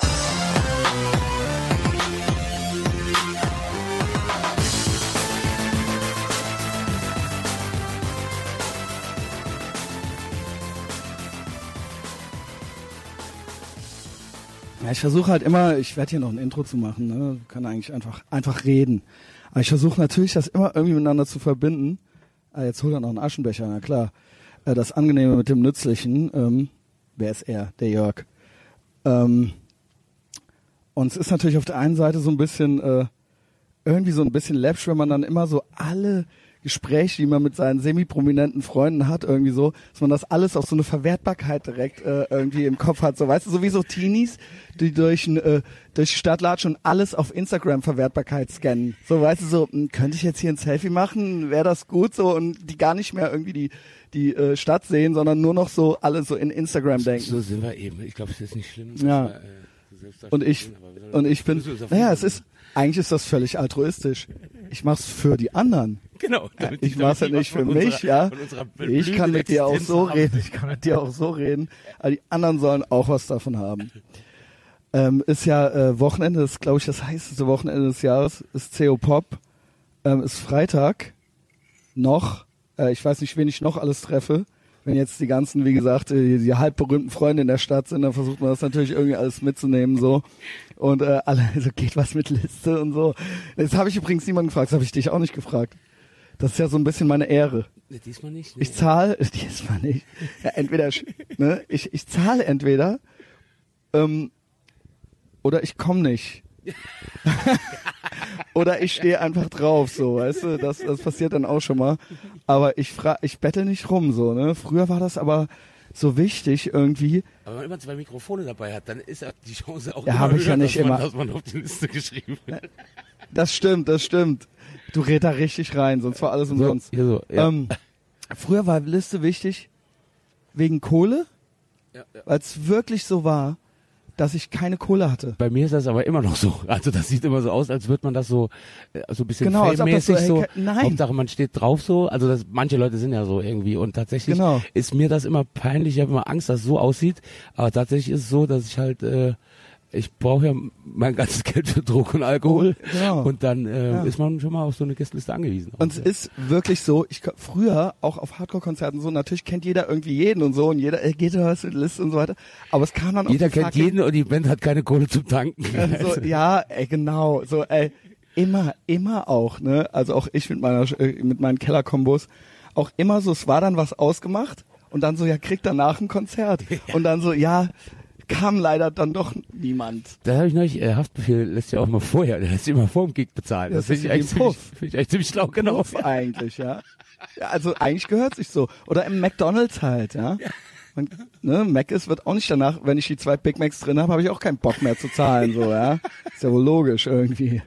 Ja, ich versuche halt immer, ich werde hier noch ein Intro zu machen, ne? Kann eigentlich einfach reden. Aber ich versuche natürlich, das immer irgendwie miteinander zu verbinden. Jetzt holt er noch einen Aschenbecher, na klar. Das Angenehme mit dem Nützlichen. Wer ist er? Der Jörg. Und es ist natürlich auf der einen Seite so ein bisschen, irgendwie so ein bisschen läppsch, wenn man dann immer so alle Gespräche, die man mit seinen semi-prominenten Freunden hat, irgendwie so, dass man das alles auf so eine Verwertbarkeit direkt irgendwie im Kopf hat. So, weißt du, so wie so Teenies, die durch die Stadt latschen und alles auf Instagram Verwertbarkeit scannen. So, weißt du, so, könnte ich jetzt hier ein Selfie machen? Wäre das gut so? Und die gar nicht mehr irgendwie die Stadt sehen, sondern nur noch so alle so in Instagram denken. So sind wir eben. Ich glaube, es ist nicht schlimm. Ja. Und ich bin, eigentlich ist das völlig altruistisch. Ich mach's für die anderen. Genau. Ich mach's ja nicht für mich, ja. Ich kann mit dir auch so reden. Aber die anderen sollen auch was davon haben. Ist ja Wochenende, das ist, glaube ich, das heißeste Wochenende des Jahres, ist CO Pop. Ist Freitag noch. Ich weiß nicht, wen ich noch alles treffe. Wenn jetzt die ganzen, wie gesagt, die halb berühmten Freunde in der Stadt sind, dann versucht man das natürlich irgendwie alles mitzunehmen, so. Und alle, so geht was mit Liste und so. Jetzt habe ich übrigens niemanden gefragt, das habe ich dich auch nicht gefragt. Das ist ja so ein bisschen meine Ehre. Diesmal nicht. Ich zahle, diesmal nicht. Ja, entweder, ne, ich zahle entweder, oder ich komme nicht. Oder ich stehe einfach drauf, so, weißt du, das passiert dann auch schon mal. Aber ich bettel nicht rum, so, ne. Früher war das aber so wichtig irgendwie. Aber wenn man immer 2 Mikrofone dabei hat, dann ist die Chance auch ja, immer höher, ja dass man auf die Liste geschrieben wird. Das stimmt. Du rätst da richtig rein, sonst war alles umsonst. So, ja. Früher war Liste wichtig wegen Kohle, weil es wirklich so war, dass ich keine Kohle hatte. Bei mir ist das aber immer noch so. Also das sieht immer so aus, als würde man das so ein bisschen genau, fame-mäßig so. Nein. Hauptsache man steht drauf so. Also manche Leute sind ja so irgendwie und tatsächlich ist mir das immer peinlich. Ich habe immer Angst, dass es so aussieht. Aber tatsächlich ist es so, dass ich halt ich brauche ja mein ganzes Geld für Drogen und Alkohol und dann ist man schon mal auf so eine Gästeliste angewiesen. Und es ist wirklich so, früher auch auf Hardcore-Konzerten so, natürlich kennt jeder irgendwie jeden und so und jeder geht da was mit Liste und so weiter, aber es kam dann auch jeder kennt jeden und die Band hat keine Kohle zum Tanken. So, ja, genau, so immer auch, ne? Also auch ich mit meinen Keller-Kombos auch immer so, es war dann was ausgemacht und dann so, ja, kriegt danach ein Konzert und dann so, ja, kam leider dann doch niemand. Da habe ich neulich, Haftbefehl lässt ja auch mal vorher, der lässt immer vor dem Gig bezahlen. Das finde ich eigentlich ziemlich schlau, genau. Puff eigentlich, ja. Ja, also eigentlich gehört sich so. Oder im McDonald's halt, ja. Mc's wird auch nicht danach, wenn ich die 2 Big Macs drin habe ich auch keinen Bock mehr zu zahlen, so, ja. Ist ja wohl logisch irgendwie.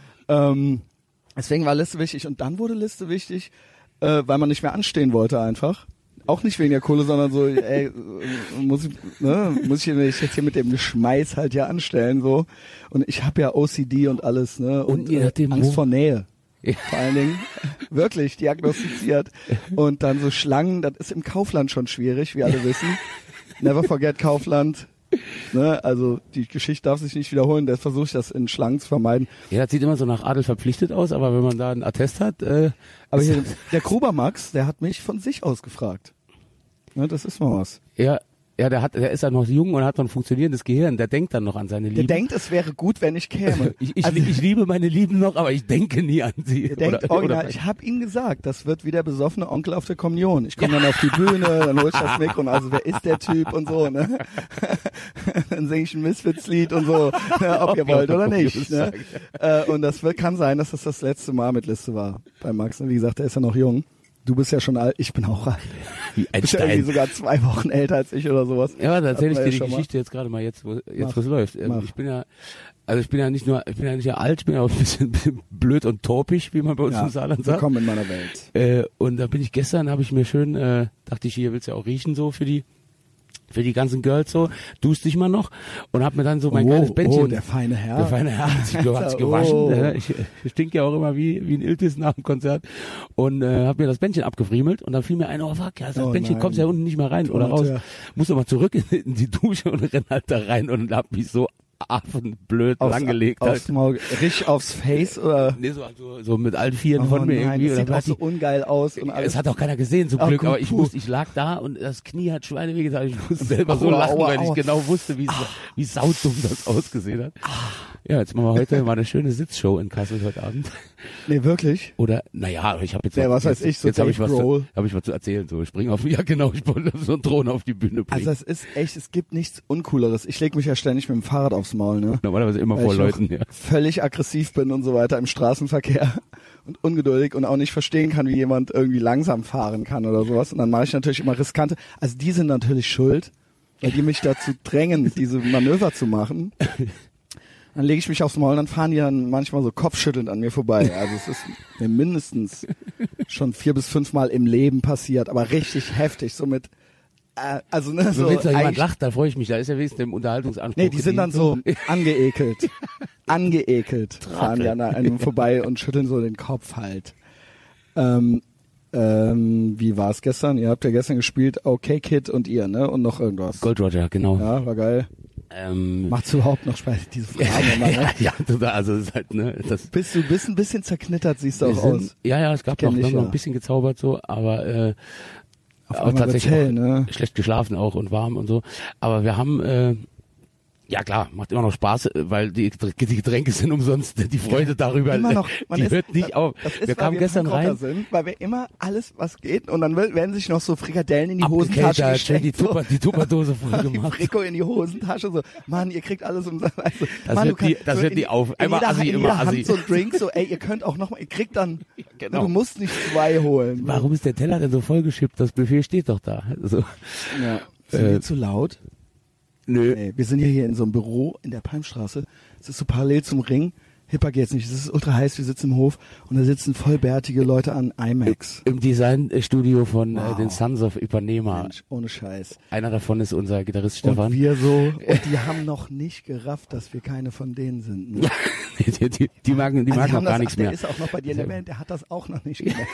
Deswegen war Liste wichtig und dann wurde Liste wichtig, weil man nicht mehr anstehen wollte einfach. Auch nicht wegen der Kohle, sondern so, ey, muss ich mich jetzt hier mit dem Geschmeiß halt ja anstellen, so. Und ich habe ja OCD und alles, ne? Und Angst vor Nähe. Ja. Vor allen Dingen, wirklich diagnostiziert. Und dann so Schlangen, das ist im Kaufland schon schwierig, wie alle wissen. Never forget Kaufland. Ne, also die Geschichte darf sich nicht wiederholen, deshalb versuche ich das in Schlangen zu vermeiden. Ja, das sieht immer so nach Adel verpflichtet aus, aber wenn man da einen Attest hat... aber hier, der Gruber Max, der hat mich von sich aus gefragt. Ne, das ist mal was. Ja, der ist ja noch jung und hat noch ein funktionierendes Gehirn. Der denkt dann noch an seine Lieben. Der denkt, es wäre gut, wenn ich käme. Ich liebe meine Lieben noch, aber ich denke nie an sie. Der denkt original, ich habe ihm gesagt, das wird wie der besoffene Onkel auf der Kommunion. Ich komme dann auf die Bühne, dann hol ich das Mikro und also wer ist der Typ und so, ne? Dann singe ich ein Misfits-Lied und so, ne, ob ihr wollt oder nicht. Ne? Und kann sein, dass das letzte Mal mit Liste war bei Max. Und wie gesagt, der ist ja noch jung. Du bist ja schon alt, ich bin auch alt. Wie du bist ja irgendwie sogar 2 Wochen älter als ich oder sowas. Ja, da erzähle ich dir die Geschichte jetzt gerade mal, jetzt wo es läuft. Ich bin ja nicht nur alt, ich bin ja auch ein bisschen blöd und torpig, wie man bei uns im Saarland sagt. Willkommen in meiner Welt. Und da bin ich gestern, habe ich mir schön, dachte ich, hier willst du ja auch riechen so für die ganzen Girls so, dusch dich mal noch und hab mir dann so mein kleines Bändchen. Oh, der feine Herr. Der feine Herr hat sich gewaschen. Ich stink ja auch immer wie ein Iltis nach dem Konzert und hab mir das Bändchen abgefriemelt und dann fiel mir ein, oh fuck, ja, das Bändchen kommt ja unten nicht mehr rein oder raus. Muss aber zurück in die Dusche und renn halt da rein und hab mich so affenblöd langgelegt. Richtig aufs Face oder? Nee, so mit allen Vieren von mir irgendwie. Das sieht auch so ungeil aus. Und alles. Es hat auch keiner gesehen zum Glück, aber ich lag da und das Knie hat Schweineweh getan. Ich musste selber so lachen, weil ich genau wusste, wie saudumm das ausgesehen hat. Ja, jetzt machen wir heute mal eine schöne Sitzshow in Kassel heute Abend. Nee, wirklich? Oder, naja, ich habe jetzt jetzt habe ich was zu erzählen. So, ich springe auf, ja genau, ich wollte so einen Thron auf die Bühne bringen. Also es ist echt, es gibt nichts Uncooleres. Ich leg mich ja ständig mit dem Fahrrad aufs Maul, ne? Normalerweise immer vor Leuten, ja. Völlig aggressiv bin und so weiter im Straßenverkehr und ungeduldig und auch nicht verstehen kann, wie jemand irgendwie langsam fahren kann oder sowas. Und dann mache ich natürlich immer riskante, also die sind natürlich schuld, weil die mich dazu drängen, diese Manöver zu machen. Dann lege ich mich aufs Maul und dann fahren die dann manchmal so kopfschüttelnd an mir vorbei. Also es ist mir mindestens schon 4 bis 5 Mal im Leben passiert, aber richtig heftig, so mit also ne, so wenn da jemand lacht, da freue ich mich, da ist ja wenigstens im Unterhaltungsanspruch. Nee, die sind dann so angeekelt fahren die an einem vorbei und schütteln so den Kopf halt. Wie war's gestern? Ihr habt ja gestern gespielt, Okay Kid und ihr, ne? Und noch irgendwas. Gold Roger, genau. Ja, war geil. Macht's überhaupt noch Spaß, diese Frage immer, ne? Ja, also es ist halt, ne? Bist ein bisschen zerknittert, siehst du auch aus. Ja, es gab noch ein bisschen gezaubert so, aber auch tatsächlich hell, ne? Schlecht geschlafen auch und warm und so. Aber wir haben ja klar, macht immer noch Spaß, weil die Getränke sind umsonst. Die Freude darüber, die hört nicht auf. Wir kamen gestern rein. Weil wir immer alles, was geht, und dann werden sich noch so Frikadellen in die Hosentasche gesteckt. Die Tupperdose voll gemacht. Frikko in die Hosentasche, so, Mann, ihr kriegt alles umsonst. Also, das wird die auf. Einmal Assi, immer Assi. Hand so ein Drink, so, ey, ihr könnt auch nochmal, ihr kriegt dann, du musst nicht 2 holen. Warum ist der Teller denn so vollgeschippt? Das Buffet steht doch da. Also, ja. Sind wir zu laut? Nö. Ey, wir sind hier in so einem Büro in der Palmstraße. Es ist so parallel zum Ring. Hipper geht's nicht. Es ist ultra heiß. Wir sitzen im Hof und da sitzen vollbärtige Leute an IMAX. Im Designstudio von den Sons of Ipanema. Mensch, ohne Scheiß. Einer davon ist unser Gitarrist Stefan. Und wir so. Und die haben noch nicht gerafft, dass wir keine von denen sind. Ne? die magen noch gar nichts mehr. Der ist auch noch bei dir in der Band. Der hat das auch noch nicht gemerkt.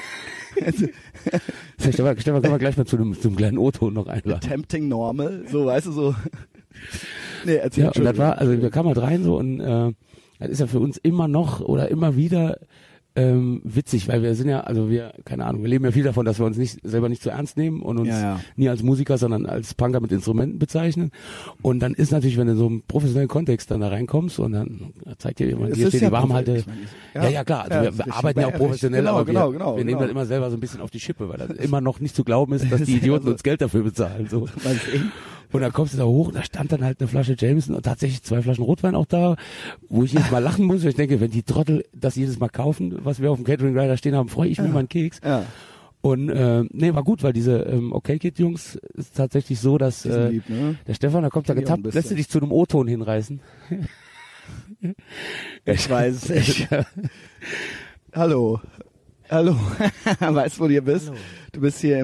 Stefan, können wir gleich mal zum kleinen O-Ton noch einladen. Tempting Normal. So, weißt du, so. Nee, erzähl ja, und das war, also wir kamen halt rein so und das ist ja für uns immer noch oder immer wieder witzig, weil wir sind ja, also keine Ahnung, wir leben ja viel davon, dass wir uns selber nicht zu ernst nehmen und uns nie als Musiker, sondern als Punker mit Instrumenten bezeichnen. Und dann ist natürlich, wenn du in so einem professionellen Kontext dann da reinkommst und dann zeigt dir jemand, hier steht die Warmhalte. Ja, klar, also wir arbeiten ja auch professionell, aber wir nehmen das immer selber so ein bisschen auf die Schippe, weil das immer noch nicht zu glauben ist, dass die Idioten uns Geld dafür bezahlen. So. Und dann kommst du da hoch, da stand dann halt eine Flasche Jameson und tatsächlich 2 Flaschen Rotwein auch da, wo ich jedes Mal lachen muss, weil ich denke, wenn die Trottel das jedes Mal kaufen, was wir auf dem Catering Rider stehen haben, freue ich mir mal einen Keks. Ja. Und nee, war gut, weil diese Okay Kid Jungs ist tatsächlich so, dass lieb, ne? der Stefan, da kommt da getappt, lässt du dich zu einem O-Ton hinreißen? Ich weiß es nicht. Hallo. Weißt du, wo du hier bist? Hallo. Du bist hier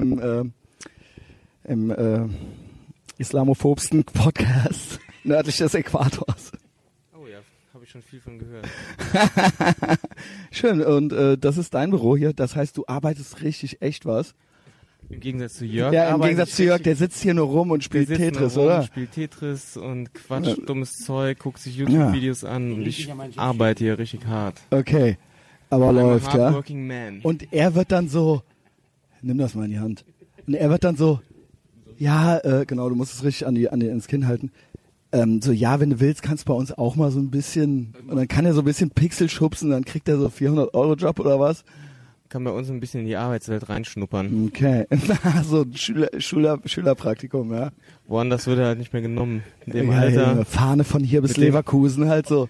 im islamophobsten Podcast nördlich des Äquators. Oh ja, habe ich schon viel von gehört. Schön, und das ist dein Büro hier. Das heißt, du arbeitest richtig echt was. Im Gegensatz zu Jörg. Ja, im Gegensatz zu Jörg, der sitzt hier nur rum und spielt Tetris, oder? Spielt Tetris und quatscht dummes Zeug, guckt sich YouTube-Videos an und ich arbeite hier richtig hart. Okay, aber läuft, ja. Hardworking man. Und er wird dann so, nimm das mal in die Hand. Und er wird dann so, ja, genau, du musst es richtig ins Kinn halten. So, ja, wenn du willst, kannst du bei uns auch mal so ein bisschen, und dann kann er so ein bisschen Pixel schubsen, dann kriegt er so 400-Euro-Job oder was. Kann bei uns ein bisschen in die Arbeitswelt reinschnuppern. Okay, so ein Schülerpraktikum, ja. Woanders wird er halt nicht mehr genommen. In dem Ja, Alter. eine Fahne von hier bis Leverkusen halt so.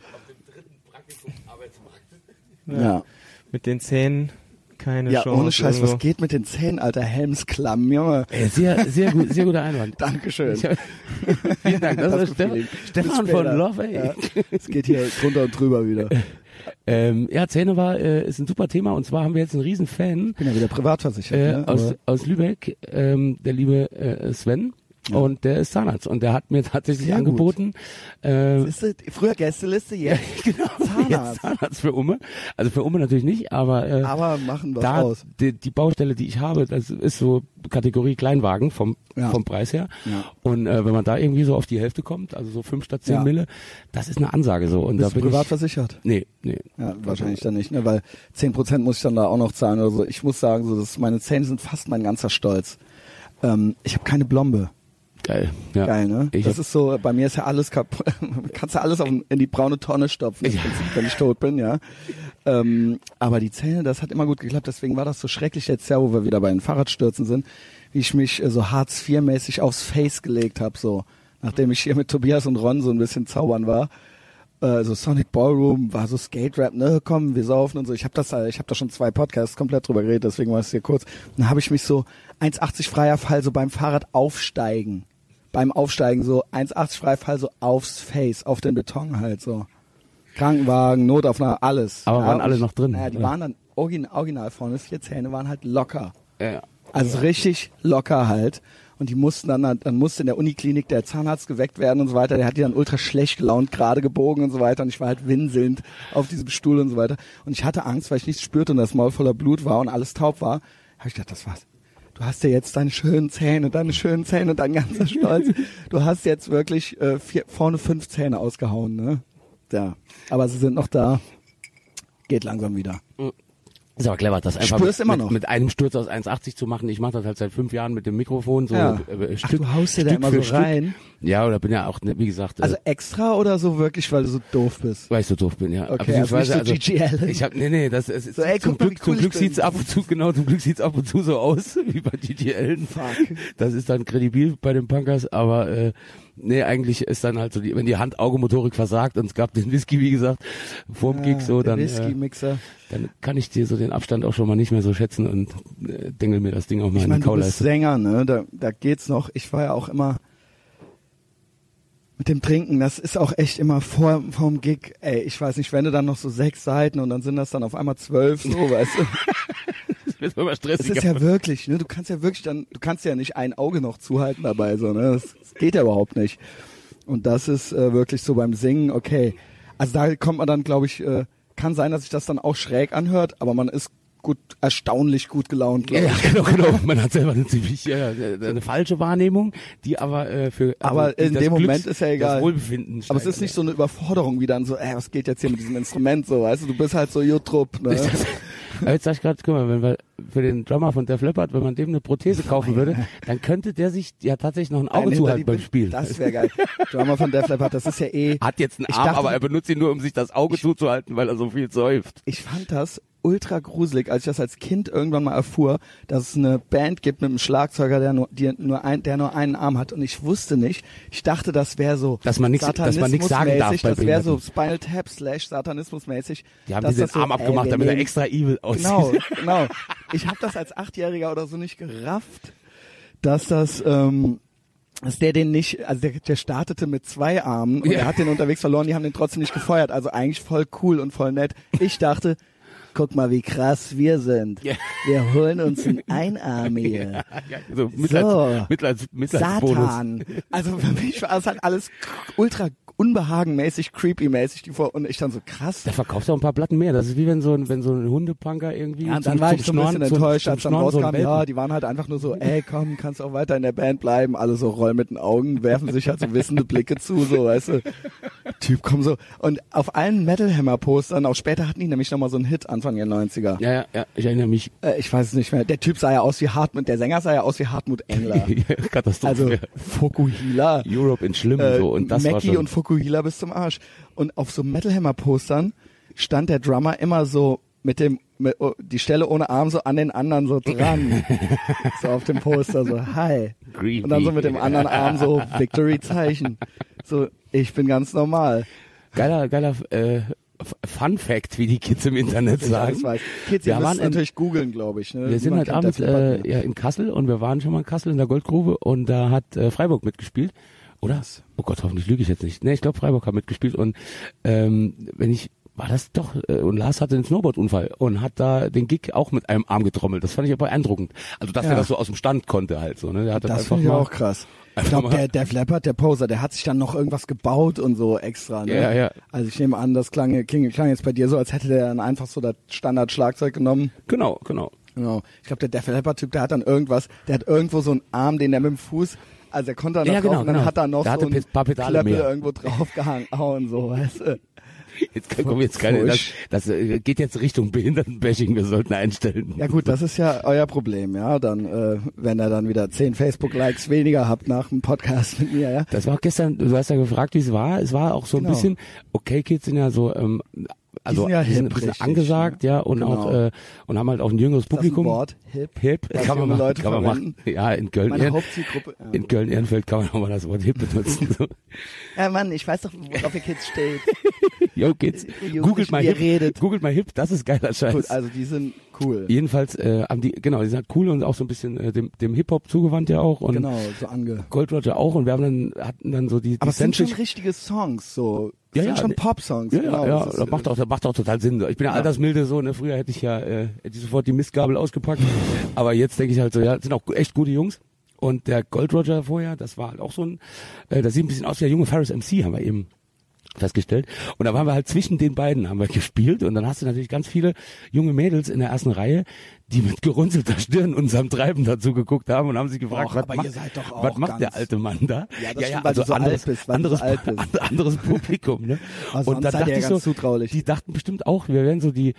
Ja. Mit den Zähnen keine Ja, Chance. ohne Scheiß, irgendwo. was geht mit den Zähnen, Alter? Helmsklamm, Junge. Sehr guter Einwand. Dankeschön. Vielen Dank. Das ist Stefan von Love, ey. Ja, es geht hier drunter und drüber wieder. Ja, Zähne ist ein super Thema, und zwar haben wir jetzt einen riesen Fan Ich bin ja wieder privatversichert. Ne? aus Lübeck, der liebe Sven. Ja. Und der ist Zahnarzt, und der hat mir tatsächlich Sehr angeboten. Früher Gästeliste, jetzt genau, jetzt Zahnarzt für Umme. Also für Umme natürlich nicht, aber machen was da aus. Die Baustelle, die ich habe, das ist so Kategorie Kleinwagen vom Preis her. Ja. Und wenn man da irgendwie so auf die Hälfte kommt, also so 5 statt 10 Mille, das ist eine Ansage so. Und Bist da du bin privat ich, versichert? Nee. Ja, wahrscheinlich dann nicht, ne? Weil 10% muss ich dann da auch noch zahlen oder so. Ich muss sagen, so, meine Zähne sind fast mein ganzer Stolz. Ich habe keine Blombe. Geil. Ja. Geil, ne? Das ist so, bei mir ist ja alles kaputt. Kannst du alles in die braune Tonne stopfen, im Prinzip, wenn ich tot bin, ja. Aber die Zähne, das hat immer gut geklappt, deswegen war das so schrecklich jetzt ja, wo wir wieder bei den Fahrradstürzen sind, wie ich mich so Hartz-IV-mäßig aufs Face gelegt habe, so. Nachdem ich hier mit Tobias und Ron so ein bisschen zaubern war. So Sonic Ballroom, war so Skate-Rap, ne, komm, wir saufen und so. Ich habe da schon 2 Podcasts komplett drüber geredet, deswegen war es hier kurz. Dann habe ich mich so 1,80 freier Fall so beim Fahrrad aufsteigen. Beim Aufsteigen so 1,80 freier Fall so aufs Face, auf den Beton halt so. Krankenwagen, Notaufnahme, alles. Aber waren alle noch drin? Naja, die waren dann original vorne, 4 Zähne waren halt locker. Ja. Also richtig locker halt. Und die mussten dann musste in der Uniklinik der Zahnarzt geweckt werden und so weiter. Der hat die dann ultra schlecht gelaunt gerade gebogen und so weiter. Und ich war halt winselnd auf diesem Stuhl und so weiter. Und ich hatte Angst, weil ich nichts spürte und das Maul voller Blut war und alles taub war. Habe ich gedacht, das war's. Du hast ja jetzt deine schönen Zähne und dein ganzer Stolz. Du hast jetzt wirklich vorne 5 Zähne ausgehauen, ne? Ja. Aber sie sind noch da. Geht langsam wieder. Ist aber clever, das einfach mit einem Sturz aus 1,80 zu machen. Ich mache das halt seit 5 Jahren mit dem Mikrofon so Stück. Du haust dir da immer so rein. Ja, oder bin ja auch, wie gesagt. Also extra oder so wirklich, weil du so doof bist? Weil ich so doof bin, ja. Okay, also nicht so GGL. Ich hab, das ist so, ey, zum Glück sieht's ab und zu so aus wie bei GGL. Fuck. Das ist dann kredibil bei den Punkers, aber eigentlich ist dann halt so, wenn die Hand-Auge-Motorik versagt und es gab den Whisky, wie gesagt, vorm Gig so, dann Whisky-Mixer. Dann kann ich dir so den Abstand auch schon mal nicht mehr so schätzen und dengel mir das Ding auf meine Kauleiste. Du bist Sänger, ne? Da geht's noch. Ich war ja auch immer mit dem Trinken, das ist auch echt immer vorm Gig, ey, ich weiß nicht, wenn du dann noch so 6 Seiten und dann sind das dann auf einmal 12, so, weißt du. Das wird immer stressiger. Es ist ja wirklich, ne, du kannst ja nicht ein Auge noch zuhalten dabei, so, ne, das geht ja überhaupt nicht. Und das ist wirklich so beim Singen, okay. Also da kommt man dann, glaube ich, kann sein, dass sich das dann auch schräg anhört, aber man ist erstaunlich gut gelaunt. Ja, genau. Man hat selber eine ziemlich eine falsche Wahrnehmung, die aber aber in dem Moment ist ja egal. Das Wohlbefinden steigt. Aber es ist nicht so eine Überforderung wie dann so, was geht jetzt hier mit diesem Instrument so, weißt du, du bist halt so Jutrup, ne? Jetzt sag ich gerade, guck mal, wenn wir für den Drummer von Def Leppard, wenn man dem eine Prothese kaufen würde, dann könnte der sich ja tatsächlich noch ein Auge zuhalten beim Spiel. Das wäre geil. Drummer von Def Leppard, das ist ja hat jetzt einen Arm, aber er benutzt ihn nur, um sich das Auge zuzuhalten, weil er so viel säuft. Ich fand das ultra gruselig, als ich das als Kind irgendwann mal erfuhr, dass es eine Band gibt mit einem Schlagzeuger, der nur einen Arm hat, und ich wusste nicht. Ich dachte, das wäre so dass man nichts sagen darf. Das wäre so Spinal Tap / Satanismus mäßig. Die haben diesen Arm abgemacht, damit er extra evil aussieht. Genau. ich habe das als 8-Jähriger oder so nicht gerafft, dass das, dass der den nicht, also der startete mit 2 Armen und er hat den unterwegs verloren, die haben den trotzdem nicht gefeuert, also eigentlich voll cool und voll nett. Ich dachte, guck mal, wie krass wir sind. Yeah. Wir holen uns einen Einarmiger. So, Mitleidsbonus. Satan. Also für mich war es halt alles ultra unbehagenmäßig, creepy-mäßig, und ich dann so krass. Da verkaufst du auch ein paar Platten mehr. Das ist wie wenn so ein Hundepunker irgendwie. Ja, und dann war ich so ein bisschen enttäuscht, als dann rauskam, ja, die waren halt einfach nur so, ey, komm, kannst auch weiter in der Band bleiben. Alle so rollen mit den Augen, werfen sich halt so wissende Blicke zu, so, weißt du. Typ, komm so. Und auf allen Metal Hammer Postern, auch später hatten die nämlich nochmal so einen Hit Anfang der 90er. Ja, ich erinnere mich. Ich weiß es nicht mehr. Der Typ sah ja aus wie der Sänger sah ja aus wie Hartmut Engler. Katastrophe. Also, Fukuhila. Europe in Schlimm, so, und das Mackie war schon. Und Fukuhila bis zum Arsch. Und auf so Metal Hammer Postern stand der Drummer immer so mit die Stelle ohne Arm so an den anderen so dran. So auf dem Poster so, hi. Creepy. Und dann so mit dem anderen Arm so Victory-Zeichen. So, ich bin ganz normal. Geiler Fun Fact, wie die Kids im Internet sagen. Ja, das weiß. Kids, ihr müsst natürlich googeln, glaube ich. Ne? Wir sind halt abends in Kassel und wir waren schon mal in Kassel in der Goldgrube und da hat Freiburg mitgespielt. Oder? Oh Gott, hoffentlich lüge ich jetzt nicht. Nee, ich glaube, Freiburg hat mitgespielt und war das doch, und Lars hatte einen Snowboard-Unfall und hat da den Gig auch mit einem Arm getrommelt. Das fand ich aber beeindruckend. Also, dass er das so aus dem Stand konnte halt so, ne? Der hat das finde ich auch krass. Ich glaube, der Def Leppard, der Poser, der hat sich dann noch irgendwas gebaut und so extra, ne? Ja. Also ich nehme an, das klang jetzt bei dir so, als hätte der dann einfach so das Standard-Schlagzeug genommen. Genau. Ich glaube, der Def Leppard-Typ, der hat dann der hat irgendwo so einen Arm, den der mit dem Fuß, also er konnte da noch drauf und dann hat er noch so ein paar Klöppel irgendwo draufgehauen, so, weißt du. Das geht jetzt Richtung Behindertenbashing, wir sollten einstellen. Ja gut, das ist ja euer Problem, ja. Dann, wenn ihr dann wieder 10 Facebook-Likes weniger habt nach dem Podcast mit mir, ja. Das war auch gestern, du hast ja gefragt, wie es war. Es war auch so ein bisschen, okay, Kids sind ja so, also die sind ein bisschen angesagt, ja, und auch und haben halt auch ein jüngeres Publikum. Das Wort, hip kann man machen. Ja, in Köln. Meine Hauptzielgruppe. Ja. In Köln-Ehrenfeld kann man auch mal das Wort hip benutzen. So. Ja, Mann, ich weiß doch, worauf ihr Kids steht. Yo, Kids, googelt mal hip, das ist geiler Scheiß. Gut, also die sind cool. Jedenfalls haben die sind halt cool und auch so ein bisschen dem Hip-Hop zugewandt ja auch. Und genau, so Gold Roger auch und wir hatten dann so die... Aber es sind schon richtige Songs, so. Das sind schon Pop-Songs. Ja, das macht auch total Sinn. Ich bin ja altersmilde so, ne, früher hätte ich sofort die Mistgabel ausgepackt. Aber jetzt denke ich halt so, ja, sind auch echt gute Jungs. Und der Gold Roger vorher, das war halt auch so das sieht ein bisschen aus wie der junge Ferris MC, haben wir eben festgestellt. Und da waren wir halt zwischen den beiden, haben wir gespielt und dann hast du natürlich ganz viele junge Mädels in der ersten Reihe, die mit gerunzelter Stirn unserem Treiben dazu geguckt haben und haben sich gefragt, was macht der alte Mann da? Ja, also so anderes Publikum, ne? Also und dann dachte ich so, zutraulich. Die dachten bestimmt auch, wir wären so die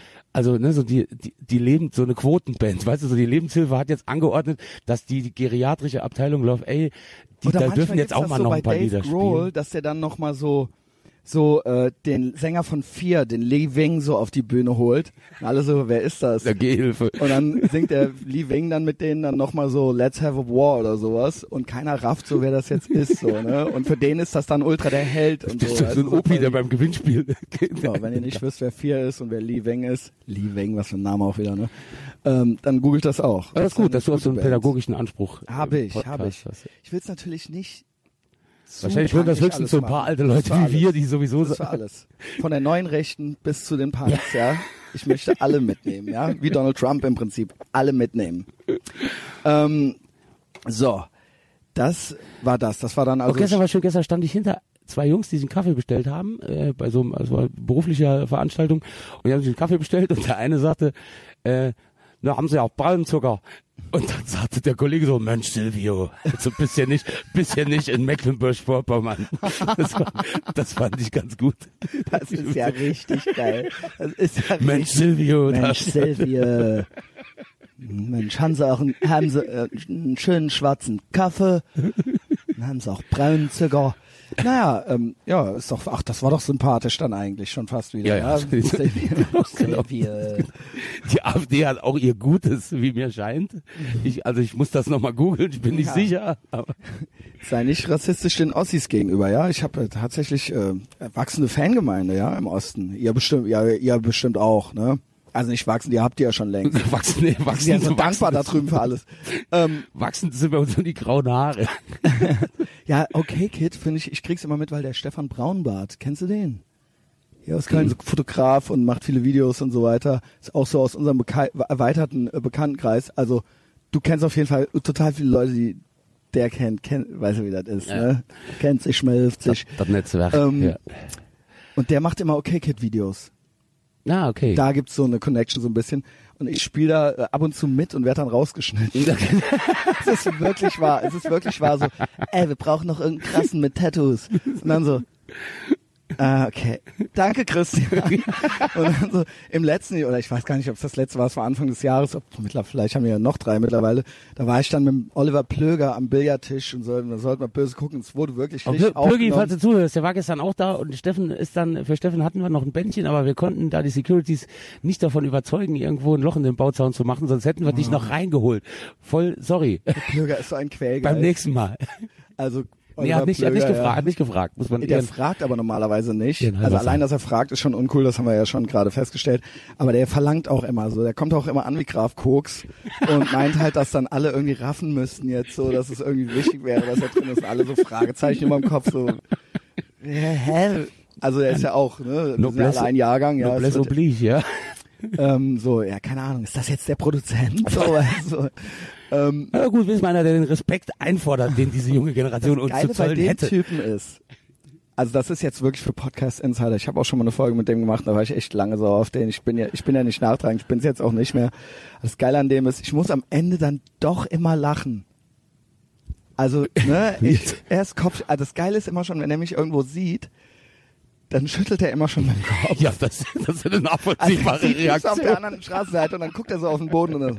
so eine Quotenband, weißt du, so die Lebenshilfe hat jetzt angeordnet, dass die geriatrische Abteilung Love A, da dürfen jetzt auch mal noch ein paar Lieder spielen. Dass der dann noch mal so den Sänger von 4, den Lee Wing, so auf die Bühne holt. Und alle so, wer ist das? Der Gehhilfe. Und dann singt der Lee Wing dann mit denen dann nochmal so Let's Have a War oder sowas. Und keiner rafft so, wer das jetzt ist, so, ne? Und für den ist das dann ultra der Held und so. Das ist so ein Opi, der beim Gewinnspiel. Genau, wenn ihr nicht wisst, wer 4 ist und wer Lee Wing ist. Lee Wing, was für ein Name auch wieder, ne? Dann googelt das auch. Das ist gut, dass du auch so einen pädagogischen Anspruch. Habe ich. Ich will es natürlich nicht. Wahrscheinlich würden das höchstens so ein paar alte Leute wie wir, die sowieso... Das war alles. Von der neuen Rechten bis zu den Punks, ja. Ich möchte alle mitnehmen, ja. Wie Donald Trump im Prinzip. Alle mitnehmen. So. Das war das. Das war dann also... Gestern war schön, gestern stand ich hinter 2 Jungs, die sich einen Kaffee bestellt haben, bei so einer beruflicher Veranstaltung. Und die haben sich einen Kaffee bestellt und der eine sagte, da haben sie auch Braunzucker. Und dann sagte der Kollege so, Mensch Silvio, so bisschen nicht in Mecklenburg-Vorpommern. Das fand ich ganz gut. Das ist ja richtig geil. Das ist ja Mensch Silvio. Mensch Silvio. Mensch, haben sie einen schönen schwarzen Kaffee. Dann haben sie auch Braunzucker. Naja, ist doch, das war doch sympathisch dann eigentlich schon fast wieder. Ja. Genau. Die AfD hat auch ihr Gutes, wie mir scheint. Ich muss das nochmal googeln, ich bin nicht sicher. Aber sei nicht rassistisch den Ossis gegenüber, ja. Ich habe tatsächlich wachsende Fangemeinde, ja, im Osten. Ihr bestimmt auch, ne? Also nicht wachsen, die habt ihr ja schon längst. wachsen ja so dankbar da drüben für alles. Wachsen sind bei uns nur die grauen Haare. Ja, okay, Kid, finde ich krieg's immer mit, weil der Stefan Braunbart, kennst du den? Hier aus Köln, so Fotograf und macht viele Videos und so weiter. Ist auch so aus unserem erweiterten Bekanntenkreis. Also du kennst auf jeden Fall total viele Leute, die der kennt, weißt du, wie das ist, ja. Ne? Kennt sich, schmelzt sich. Das Netzwerk, ja. Und der macht immer Okay-Kid-Videos. Ah, okay. Da gibt's so eine Connection so ein bisschen. Und ich spiele da ab und zu mit und werde dann rausgeschnitten. Es ist wirklich wahr. So, wir brauchen noch irgendeinen Krassen mit Tattoos. Und dann so, okay. Danke, Christian. Und dann so im letzten, oder ich weiß gar nicht, ob es das letzte war, es war Anfang des Jahres, vielleicht haben wir ja noch 3 mittlerweile, da war ich dann mit Oliver Plöger am Billardtisch und da sollten wir böse gucken, es wurde wirklich richtig aufgenommen. Plögi, falls du zuhörst, der war gestern auch da und für Steffen hatten wir noch ein Bändchen, aber wir konnten da die Securities nicht davon überzeugen, irgendwo ein Loch in den Bauzaun zu machen, sonst hätten wir dich noch reingeholt. Voll sorry. Der Plöger ist so ein Quälgeist. Beim nächsten Mal. Also Nee, er hat nicht gefragt. Muss man der fragt aber normalerweise nicht. Also allein, dass er fragt, ist schon uncool, das haben wir ja schon gerade festgestellt. Aber der verlangt auch immer so. Der kommt auch immer an wie Graf Koks und meint halt, dass dann alle irgendwie raffen müssten jetzt so, dass es irgendwie wichtig wäre, dass er drin ist. Und alle so Fragezeichen über dem Kopf so. Hä? Also er ist ja auch, ne? Wir sind ja alle ein Jahrgang. Ja, Noblesse oblige, ja. So, ja, keine Ahnung, ist das jetzt der Produzent? So, also, na gut, wir sind einer, der den Respekt einfordert, den diese junge Generation uns zu zollen hätte. Das Geile bei dem Typen ist, also das ist jetzt wirklich für Podcast Insider. Ich habe auch schon mal eine Folge mit dem gemacht, da war ich echt lange sauer auf den. Ich bin ja nicht nachtragend, ich bin es jetzt auch nicht mehr. Das Geile an dem ist, ich muss am Ende dann doch immer lachen. Also, ne, das Geile ist immer schon, wenn er mich irgendwo sieht, dann schüttelt er immer schon meinen Kopf. Ja, das ist eine nachvollziehbare Reaktion. Auf der anderen Straßenseite und dann guckt er so auf den Boden und dann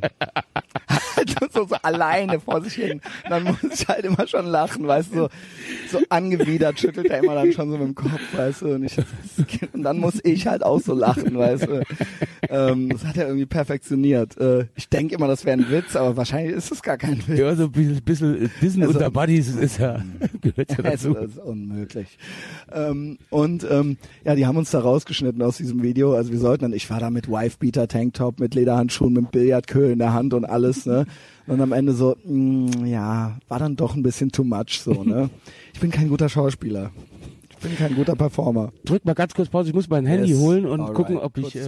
so alleine vor sich hin. Und dann muss ich halt immer schon lachen, weißt du, so angewidert schüttelt er immer dann schon so mit dem Kopf, weißt du, und dann muss ich halt auch so lachen, weißt du. Das hat er irgendwie perfektioniert. Ich denke immer, das wäre ein Witz, aber wahrscheinlich ist es gar kein Witz. Ja, so ein bisschen Disney unter Buddies ist ja, gehört ja dazu. Das ist unmöglich. Ja, die haben uns da rausgeschnitten aus diesem Video. Also wir sollten dann, ich war da mit Wifebeater, Tanktop, mit Lederhandschuhen, mit Billardköhl in der Hand und alles, ne. Und am Ende so, ja, war dann doch ein bisschen too much, so, ne. Ich bin kein guter Schauspieler. Ich bin kein guter Performer. Drück mal ganz kurz Pause, ich muss mein Handy holen und gucken, ob ich...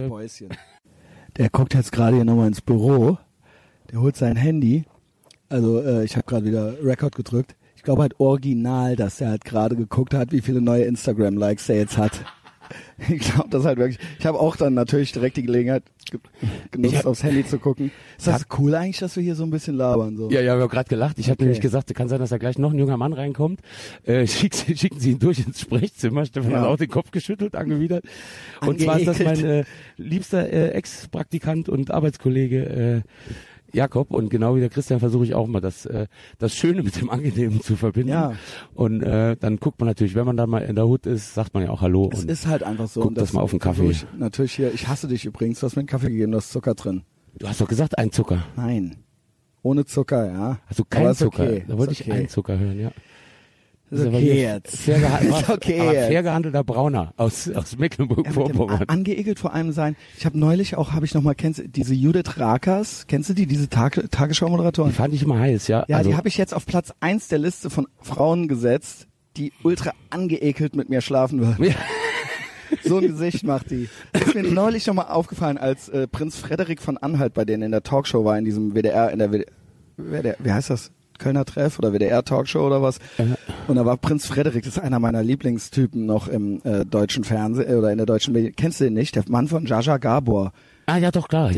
Der guckt jetzt gerade hier nochmal ins Büro. Der holt sein Handy. Also ich habe gerade wieder Record gedrückt. Ich glaube halt original, dass er halt gerade geguckt hat, wie viele neue Instagram-Likes er jetzt hat. Ich glaube das halt wirklich. Ich habe auch dann natürlich direkt die Gelegenheit genutzt, aufs Handy zu gucken. Ist das cool eigentlich, dass wir hier so ein bisschen labern? So? Ja, wir haben gerade gelacht. Ich habe nämlich gesagt, kann sein, dass da gleich noch ein junger Mann reinkommt. Schicken Sie ihn durch ins Sprechzimmer. Stefan hat auch den Kopf geschüttelt, angewidert. Und zwar ist das mein liebster Ex-Praktikant und Arbeitskollege Jakob, und genau wie der Christian versuche ich auch mal das Schöne mit dem Angenehmen zu verbinden. Ja. Und dann guckt man natürlich, wenn man da mal in der Hut ist, sagt man ja auch Hallo. Es und ist halt einfach so. Guckt das mal auf den Kaffee. Natürlich hier, ich hasse dich übrigens, du hast mir einen Kaffee gegeben, da ist Zucker drin. Du hast doch gesagt, ein Zucker. Nein. Ohne Zucker, ja. Also kein Zucker. Okay. Da wollte ich einen Zucker hören, ja. Das ist okay jetzt. Fair gehandelter Brauner aus Mecklenburg-Vorpommern. Angeekelt vor allem sein. Ich habe neulich auch, kennst du diese Judith Rakers? Kennst du die, diese Tagesschau-Moderatorin? Die fand ich immer heiß, ja. Ja, also, die habe ich jetzt auf Platz 1 der Liste von Frauen gesetzt, die ultra angeekelt mit mir schlafen würden. Ja. So ein Gesicht macht die. Das ist mir neulich schon mal aufgefallen, als Prinz Frederik von Anhalt bei denen in der Talkshow war, in diesem WDR, wie heißt das? Kölner Treff oder WDR-Talkshow oder was. Und da war Prinz Frederik, das ist einer meiner Lieblingstypen noch im deutschen Fernsehen oder in der deutschen Medien. Kennst du den nicht? Der Mann von Jaja Gabor. Ah, ja, doch, klar.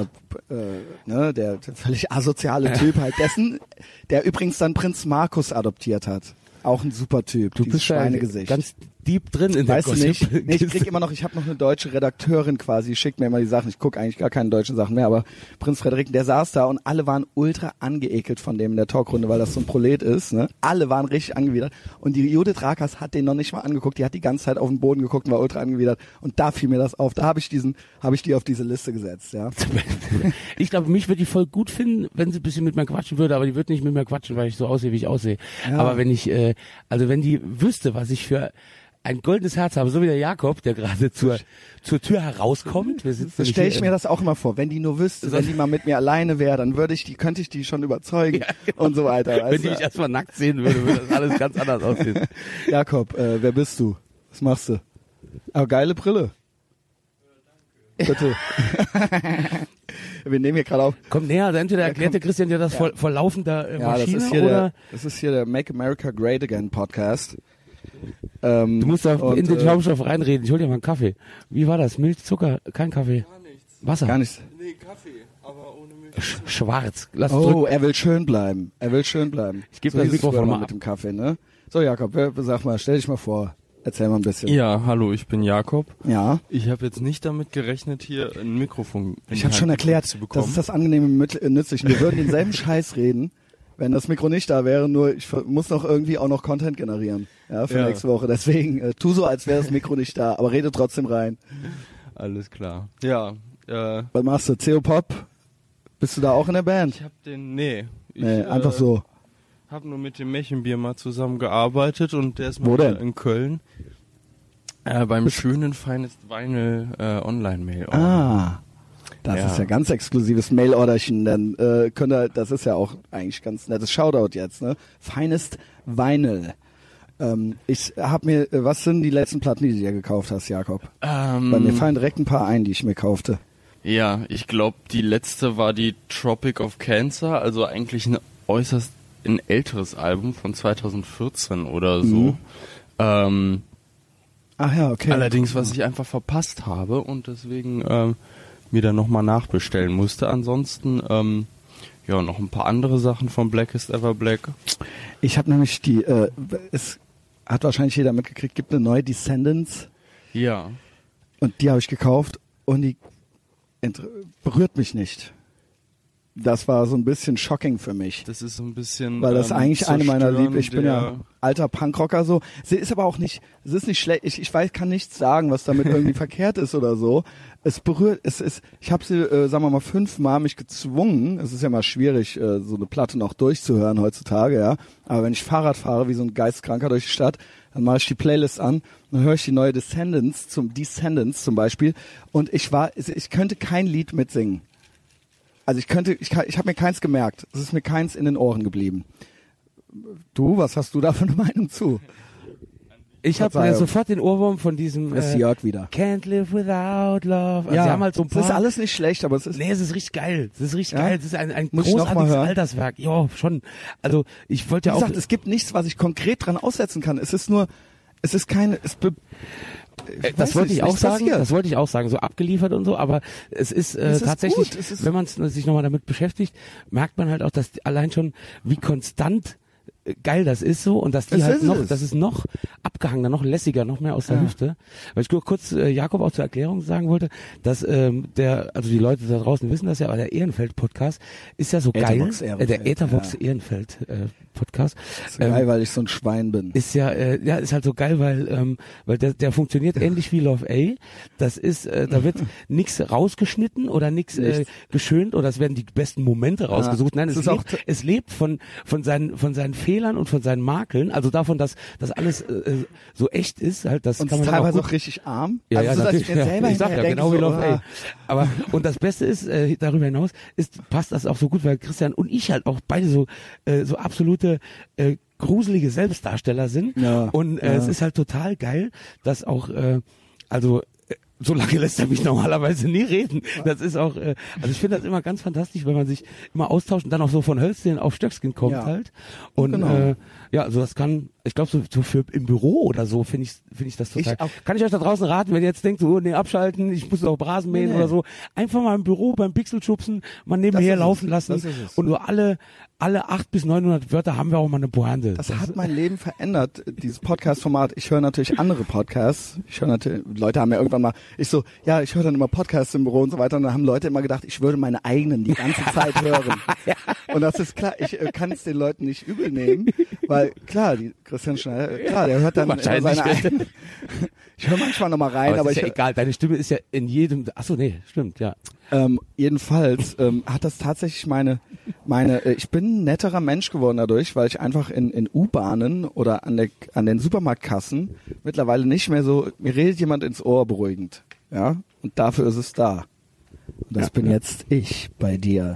Der völlig asoziale Typ halt der übrigens dann Prinz Markus adoptiert hat. Auch ein super Typ. Du bist Schweinegesicht. Ganz deep drin in der Gossip. Nee, ich habe noch eine deutsche Redakteurin quasi, schickt mir immer die Sachen. Ich gucke eigentlich gar keine deutschen Sachen mehr, aber Prinz Frederik, der saß da und alle waren ultra angeekelt von dem in der Talkrunde, weil das so ein Prolet ist, ne? Alle waren richtig angewidert. Und die Judith Rakers hat den noch nicht mal angeguckt, die hat die ganze Zeit auf den Boden geguckt und war ultra angewidert. Und da fiel mir das auf. Da habe ich die auf diese Liste gesetzt, ja. Ich glaube, mich würde die voll gut finden, wenn sie ein bisschen mit mir quatschen würde, aber die wird nicht mit mir quatschen, weil ich so aussehe, wie ich aussehe. Ja. Aber wenn ich, wenn die wüsste, was ich für ein goldenes Herz habe, so wie der Jakob, der gerade zur Tür herauskommt. Wir sitzen stelle ich mir das auch immer vor. Wenn die nur wüsste, wenn die mal mit mir alleine wäre, dann könnte ich die schon überzeugen und so weiter. Wenn die mich erstmal nackt sehen würde das alles ganz anders aussehen. Jakob, wer bist du? Was machst du? Aber geile Brille. Bitte. Wir nehmen hier gerade auf. Komm näher, also entweder erklärt der Christian dir das vor laufender Maschine das ist hier der Make America Great Again Podcast. Du musst da in den Schaumstoff reinreden. Ich hol dir mal einen Kaffee. Wie war das? Milch, Zucker, kein Kaffee? Gar nichts. Wasser? Gar nichts. Nee, Kaffee, aber ohne Milch. Schwarz. Er will schön bleiben. Ich gebe das Mikrofon mal mit dem Kaffee, ne? So, Jakob, sag mal, stell dich mal vor. Erzähl mal ein bisschen. Ja, hallo, ich bin Jakob. Ja. Ich habe jetzt nicht damit gerechnet, hier ein Mikrofon Ich habe schon erklärt, das ist das angenehme Nützliche. Wir würden denselben Scheiß reden, wenn das Mikro nicht da wäre, nur ich muss noch irgendwie auch noch Content generieren, für nächste Woche. Deswegen tu so, als wäre das Mikro nicht da, aber rede trotzdem rein. Alles klar. Ja. Was machst du? CO-Pop? Bist du da auch in der Band? Ich habe nee, einfach so. Habe nur mit dem Mechenbier mal zusammengearbeitet und der ist Wo mal denn? in Köln. Beim schönen Finest Vinyl Online-Mail. Das ist ja ganz exklusives Mail-Orderchen, dann das ist ja auch eigentlich ganz nettes Shoutout jetzt, ne? Finest Vinyl. Ich habe mir, was sind die letzten Platten, die du dir gekauft hast, Jakob? Bei mir fallen direkt ein paar ein, die ich mir kaufte. Ja, ich glaube, die letzte war die Tropic of Cancer, also eigentlich ein älteres Album von 2014 oder so. Ach ja, okay. Allerdings, was ich einfach verpasst habe und deswegen mir dann nochmal nachbestellen musste. Ansonsten, noch ein paar andere Sachen von Blackest Ever Black. Ich habe nämlich es hat wahrscheinlich jeder mitgekriegt, gibt eine neue Descendants. Ja. Und die habe ich gekauft und die berührt mich nicht. Das war so ein bisschen shocking für mich. Das ist so ein bisschen, weil das eigentlich eine meiner ich bin ja alter Punkrocker so. Sie ist aber auch nicht, es ist nicht schlecht, ich kann nichts sagen, was damit irgendwie verkehrt ist oder so. Ich habe sie, sagen wir mal, 5-mal mich gezwungen, es ist ja mal schwierig, so eine Platte noch durchzuhören heutzutage, ja. Aber wenn ich Fahrrad fahre, wie so ein Geistkranker durch die Stadt, dann mache ich die Playlist an, dann höre ich die neue Descendants zum Beispiel und ich könnte kein Lied mitsingen. Also ich habe mir keins gemerkt. Es ist mir keins in den Ohren geblieben. Du, was hast du da für eine Meinung zu? Ich habe sofort den Ohrwurm von diesem wieder. Can't live without love. Also ja, sie haben halt so ein paar, das ist alles nicht schlecht, aber es ist... Nee, es ist richtig geil. Es ist geil. Es ist ein Muss großartiges Alterswerk. Ja, schon. Also ich wollte ja auch... Wie gesagt, es gibt nichts, was ich konkret dran aussetzen kann. Das wollte ich auch sagen, so abgeliefert und so, aber es ist tatsächlich, wenn man sich nochmal damit beschäftigt, merkt man halt auch, dass allein schon wie konstant geil das ist so und dass die das ist noch abgehangener, noch lässiger, noch mehr aus der Hüfte. Weil ich kurz Jakob auch zur Erklärung sagen wollte, dass also die Leute da draußen wissen das ja, aber der Ehrenfeld-Podcast ist ja so geil. Der Äthervox Ehrenfeld Podcast. Ist so geil, weil ich so ein Schwein bin. Ist ist halt so geil, weil der funktioniert ähnlich wie Love A. Das ist, da wird nichts rausgeschnitten oder nichts geschönt oder es werden die besten Momente rausgesucht. Nein, es lebt von seinen Fehlern und von seinen Makeln, also davon, dass das alles so echt ist, halt, das und kann man teilweise auch richtig arm. Ja, also ja, so, natürlich. Ich sag ja, genau wie Love A. Aber und das Beste ist, darüber hinaus passt das auch so gut, weil Christian und ich halt auch beide so absolute gruselige Selbstdarsteller sind. Ja, und es ist halt total geil, dass auch so lange lässt er mich normalerweise nie reden. Das ist auch, also ich finde das immer ganz fantastisch, wenn man sich immer austauscht und dann auch so von Hölzchen auf Stöckskin kommt halt. Und genau. Also das kann, ich glaube so für im Büro oder so finde ich das total. Kann ich euch da draußen raten, wenn ihr jetzt denkt, abschalten, ich muss auch Rasen mähen oder so, einfach mal im Büro beim Pixel schubsen, mal nebenher laufen lassen und nur alle 800 bis 900 Wörter haben wir auch mal eine Pointe. Das hat mein Leben verändert, dieses Podcast-Format. Ich höre natürlich andere Podcasts. Leute haben ja irgendwann mal, ich höre dann immer Podcasts im Büro und so weiter und dann haben Leute immer gedacht, ich würde meine eigenen die ganze Zeit hören. Und das ist klar, ich kann es den Leuten nicht übel nehmen, weil klar, Christian Schneider, der hört dann seine eigenen. Ich höre manchmal nochmal rein, aber ist ja egal, deine Stimme ist ja in jedem, achso, nee, stimmt, ja. Jedenfalls hat das tatsächlich ich bin ein netterer Mensch geworden dadurch, weil ich einfach in U-Bahnen oder an den Supermarktkassen mittlerweile nicht mehr so, mir redet jemand ins Ohr beruhigend, ja, und dafür ist es da. Und das bin jetzt ich bei dir.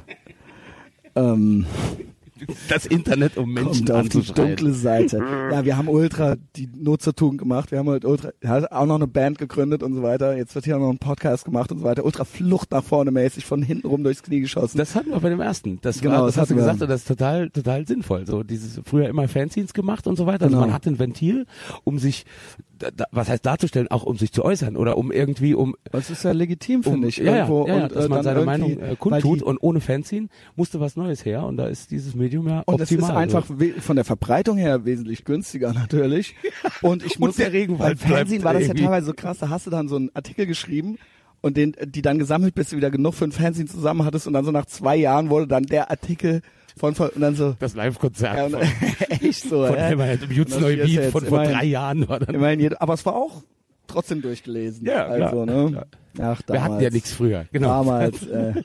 Das Internet, um Menschen kommt auf die anzuschreien. dunkle Seite. Ja, wir haben ultra die Not zur Tugend gemacht. Wir haben halt hat auch noch eine Band gegründet und so weiter. Jetzt wird hier noch ein Podcast gemacht und so weiter. Ultra Flucht nach vorne mäßig, von hinten rum durchs Knie geschossen. Das hatten wir bei dem ersten. Das Genau, hast du gesagt und das ist total sinnvoll. So dieses früher immer Fanzines gemacht und so weiter. Also Genau. man hat ein Ventil, um sich was heißt darzustellen, auch um sich zu äußern oder um irgendwie Das ist ja legitim, finde ich. Ja, irgendwo. ja, Und, dass man dann seine irgendwie, Meinung kundtut und ohne Fanzine musste was Neues her und da ist dieses Medium ja und optimal. es ist einfach von der Verbreitung her wesentlich günstiger natürlich. Und ich muss der Regenwald beim Fernsehen war das ja irgendwie. teilweise so krass, da hast du dann so einen Artikel geschrieben und die dann gesammelt, bis du wieder genug für ein Fernsehen zusammen hattest und dann so nach 2 Jahren wurde dann der Artikel und dann so das Live-Konzert ja, echt so, von Helmer im Jutz-Neuwied von vor 3 Jahren war dann. Immerhin aber es war auch trotzdem durchgelesen. Ja, also, klar, ne? klar. Ach, damals, Wir hatten ja nichts früher, genau. Damals,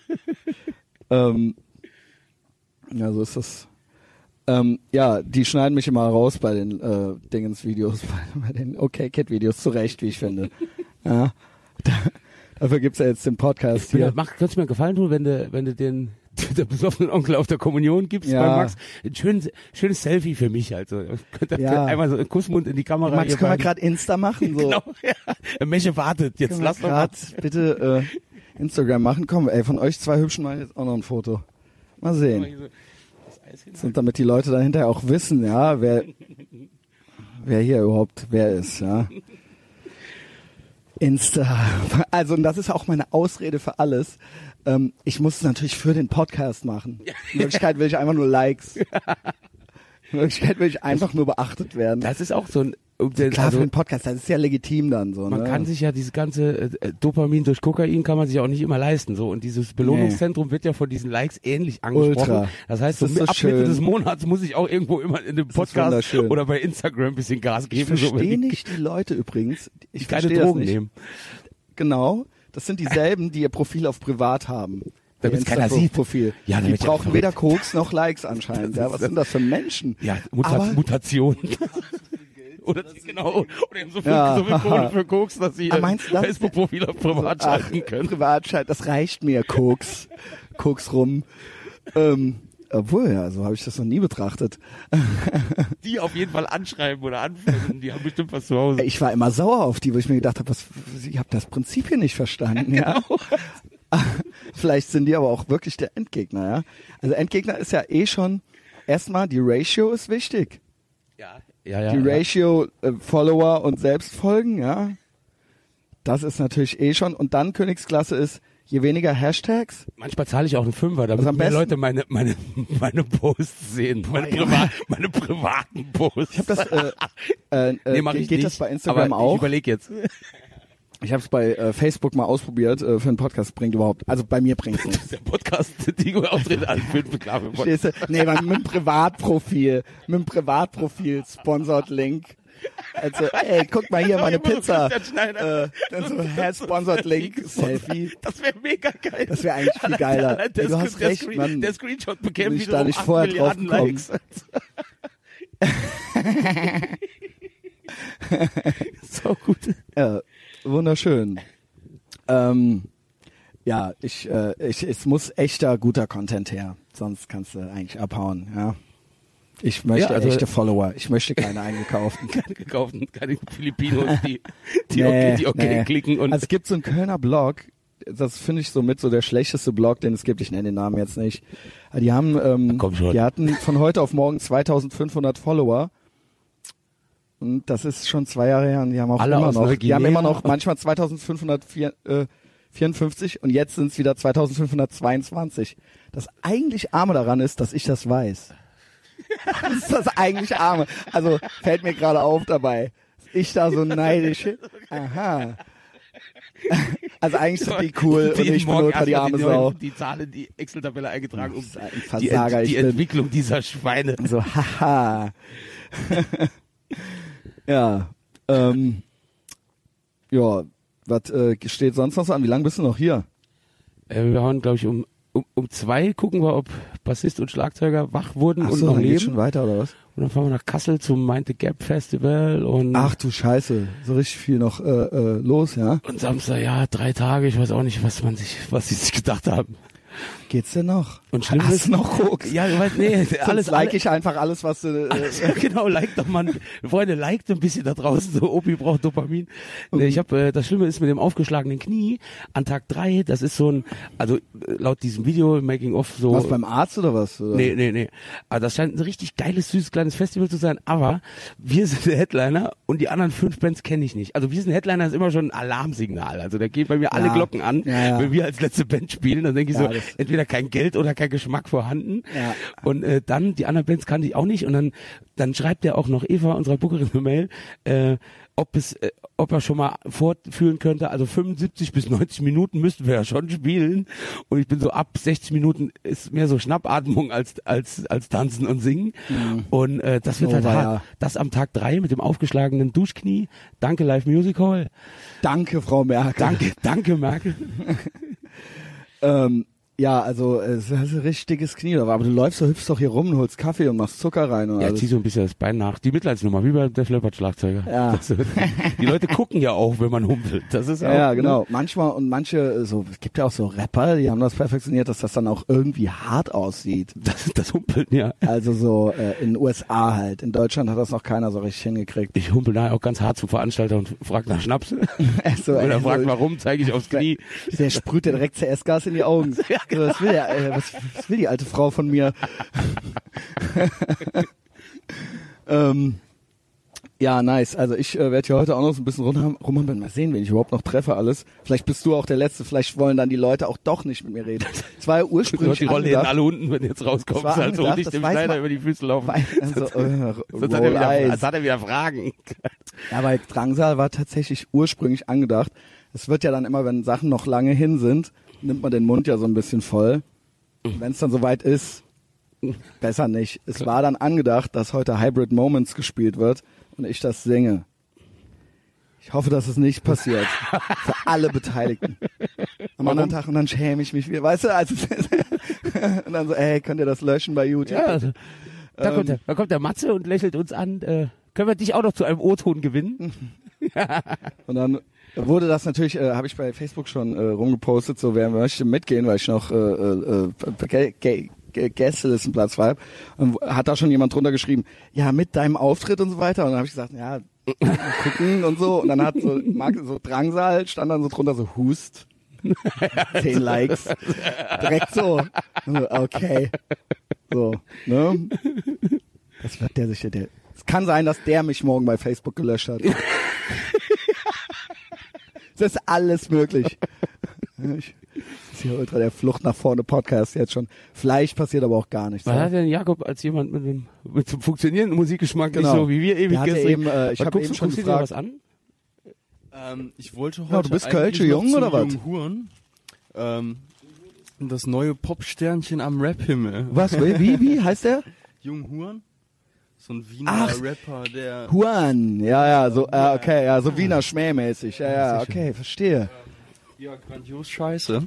ja, so ist das. Ja, die schneiden mich immer raus bei den Dingens-Videos, bei den OK-Kid-Videos, zurecht, wie ich finde. Ja, dafür gibt's ja jetzt den Podcast hier. Kannst du mir einen Gefallen tun, wenn du den der besoffenen Onkel auf der Kommunion gibst Ja. bei Max? Ein schönes Selfie für mich, also. Ja. Einmal so einen Kussmund in die Kamera. Max, können wir gerade Insta machen? So. Genau, ja. Mesche wartet, jetzt Können lass wir doch mal. grad bitte Instagram machen. Komm, ey, von euch 2 Hübschen mache ich jetzt auch noch ein Foto. Mal sehen. Und damit die Leute dann hinterher auch wissen, ja, wer hier überhaupt wer ist, ja. Insta. Also, und das ist auch meine Ausrede für alles. Ich muss es natürlich für den Podcast machen. In Wirklichkeit will ich einfach nur Likes. In Wirklichkeit will ich einfach nur beachtet werden. Das ist auch so ein, Klar, für den Podcast, das ist ja legitim dann so. Man ne? kann sich ja dieses ganze Dopamin durch Kokain kann man sich auch nicht immer leisten, so. Und dieses Belohnungszentrum wird ja von diesen Likes ähnlich angesprochen. Ultra. Das heißt, Das ist so ab Mitte schön. des Monats muss ich auch irgendwo immer in dem Podcast wunderschön. oder bei Instagram ein bisschen Gas Ich geben. verstehe nicht die Leute übrigens. Ich keine verstehe das Drogen nicht. nehmen. Genau. Das sind dieselben, die ihr Profil auf privat haben. Damit es keiner sieht. Profil. Ja, die damit brauchen ja weder Koks noch Likes anscheinend. Ja, was sind das für Menschen? Ja, Aber- Mutation. Oder genau. Oder eben so viel, Ja. so viel Kohle für Koks, dass sie ihr meinst du, das- Facebook-Profil auf privat schalten können. Privatschalt, das reicht mir, Koks. Koks rum. Obwohl, ja, so habe ich das noch nie betrachtet. Die auf jeden Fall anschreiben oder anfangen. Die haben bestimmt was zu Hause. Ich war immer sauer auf die, wo ich mir gedacht habe, ich habe das Prinzip hier nicht verstanden. Ja. Vielleicht sind die aber auch wirklich der Endgegner. Ja. Also Endgegner ist ja eh schon, erstmal die Ratio ist wichtig. Ja, Die Ratio Follower und Selbstfolgen, ja. Das ist natürlich eh schon. Und dann Königsklasse ist, je weniger Hashtags. Manchmal zahle ich auch einen Fünfer, damit Also am mehr besten- Leute meine Posts sehen. Meine privaten Posts. Ich habe das, mach ich geht nicht, das bei Instagram aber auch? Ich überlege jetzt. Ich habe es bei Facebook mal ausprobiert, für einen Podcast bringt überhaupt, also bei mir bringt's nichts. Der Podcast, die Auftritte an Filmbeklave. Verstehst du? Nee, mit dem Privatprofil, Sponsored Link. Also, ey, guck mal hier meine Pizza. Dann so, Sponsored Link, Selfie. Das wäre mega geil. Das wäre eigentlich viel geiler. Allein Ey, du hast recht, Mann. Der Screenshot bekäme Bin ich wieder da um nicht 8 vorher Milliarden drauf Likes. So gut. Ja, wunderschön. Ja, es muss echter, guter Content her. Sonst kannst du eigentlich abhauen, ja. Ich möchte echte Follower. Ich möchte keine eingekauften. Keine gekauften, keine Filipinos, die Nee. klicken und Also es gibt so einen Kölner Blog, das finde ich somit so der schlechteste Blog, den es gibt. Ich nenne den Namen jetzt nicht. Aber die haben, Komm schon. die hatten von heute auf morgen 2500 Follower. Und das ist schon 2 Jahre her und die haben auch Alle immer aus noch, die haben Neuguinea? immer noch manchmal 2554 und jetzt sind es wieder 2522. Das eigentlich Arme daran ist, dass ich das weiß. Das ist das eigentlich Arme. Also fällt mir gerade auf dabei. Ich da so neidisch. Aha. Also eigentlich sind die cool und jeden ich bin Morgen ultra die erstmal arme Sau. Die Zahlen in die Excel-Tabelle eingetragen, um Ein Versager, die ich bin. Entwicklung dieser Schweine. So, haha. Ja. Ja, was steht sonst noch so an? Wie lange bist du noch hier? Wir hauen, glaube ich, um 2 gucken wir, ob Bassist und Schlagzeuger wach wurden und so, noch dann leben. geht's schon weiter, oder was? Und dann fahren wir nach Kassel zum Mind the Gap Festival und Ach du Scheiße, so richtig viel noch los, ja? und Samstag, ja, 3 Tage, ich weiß auch nicht, was sie sich gedacht haben. Geht's denn noch? Und schlimm Hast ist du noch Koks? Ja, nee, alles like ich einfach alles, was du... ja, genau, liked doch mal, Freunde, liked ein bisschen da draußen, so Opi braucht Dopamin. Nee, ich habe, das Schlimme ist mit dem aufgeschlagenen Knie an Tag 3, das ist so ein, also laut diesem Video, Making of so... Was, beim Arzt oder was? Oder? Nee. Aber das scheint ein richtig geiles, süßes, kleines Festival zu sein, aber wir sind der Headliner und die anderen 5 Bands kenne ich nicht. Also wir sind Headliner, ist immer schon ein Alarmsignal, also da gehen bei mir alle Glocken an, wenn wir als letzte Band spielen, dann denke ich so, entweder kein Geld oder kein Geschmack vorhanden. Ja. Und dann, die anderen Bands kannte ich auch nicht. Und dann schreibt er auch noch Eva, unserer Bookerin, eine Mail, ob er schon mal fortführen könnte. Also 75 bis 90 Minuten müssten wir ja schon spielen. Und ich bin so ab 60 Minuten ist mehr so Schnappatmung als Tanzen und Singen. Mhm. Und das wird halt hart. Ja. Das am Tag 3 mit dem aufgeschlagenen Duschknie. Danke Live Music Hall. Danke, Frau Merkel. Danke Merkel. Ja, also es ist ein richtiges Knie, aber du läufst so, hüpfst doch hier rum und holst Kaffee und machst Zucker rein. Und ja, alles. zieh so ein bisschen das Bein nach. Die Mitleidsnummer, wie bei Def Leppard Schlagzeuger. Ja. Die Leute gucken ja auch, wenn man humpelt. Das ist auch, ja, genau. Manchmal und manche, so, es gibt ja auch so Rapper, die haben das perfektioniert, dass das dann auch irgendwie hart aussieht. Das Humpeln, ja. Also so in den USA halt. In Deutschland hat das noch keiner so richtig hingekriegt. Ich humpel nachher auch ganz hart zum Veranstalter und frag nach Schnaps. Oder frag warum, zeige ich aufs Knie. Der sprüht dir direkt CS-Gas in die Augen. Ja, genau. Was will der? Was will die alte Frau von mir? Ja, nice. Also ich werde hier heute auch noch so ein bisschen rumhampeln. Mal sehen, wenn ich überhaupt noch treffe alles. Vielleicht bist du auch der Letzte. Vielleicht wollen dann die Leute auch doch nicht mit mir reden. Es war ja ursprünglich die Rolle angedacht. Alle unten, wenn jetzt rauskommt, also nicht dem Schneider über die Füße laufen. Also, sonst hat er wieder Fragen. Ja, weil Drangsal war tatsächlich ursprünglich angedacht. Es wird ja dann immer, wenn Sachen noch lange hin sind, nimmt man den Mund ja so ein bisschen voll. Wenn es dann soweit ist, besser nicht. Es war dann angedacht, dass heute Hybrid Moments gespielt wird und ich das singe. Ich hoffe, dass es nicht passiert. Für alle Beteiligten. Am anderen Tag und dann schäme ich mich wieder. Weißt du, also und dann so, ey, könnt ihr das löschen bei YouTube? Ja, also, da kommt der Matze und lächelt uns an. Können wir dich auch noch zu einem O-Ton gewinnen? Und dann wurde das natürlich, habe ich bei Facebook schon rumgepostet, so wer möchte mitgehen, weil ich noch Gästelistenplatz war. Und hat da schon jemand drunter geschrieben, ja, mit deinem Auftritt und so weiter. Und dann habe ich gesagt, ja, mal gucken und so. Und dann hat so Drangsal, stand dann so drunter so Hust. 10 Likes. Direkt so. Okay. So, ne? Das wird es kann sein, dass der mich morgen bei Facebook gelöscht hat. Das ist alles möglich. Das ist hier ultra der Flucht nach vorne Podcast jetzt schon. Vielleicht passiert aber auch gar nichts. Was hat denn Jakob als jemand mit einem funktionierenden Musikgeschmack nicht so wie wir ewig gestern? Ich habe eben schon gefragt. Was an? Ich wollte heute du bist Kölsche Jung oder was? Huren. Das neue Popsternchen am Rap-Himmel. Was? Wie heißt der? Jung Huren. So ein Wiener Rapper, der... Huan, ja, so, okay, ja, so Wiener Schmähmäßig, ja, okay, verstehe. Ja, grandios scheiße.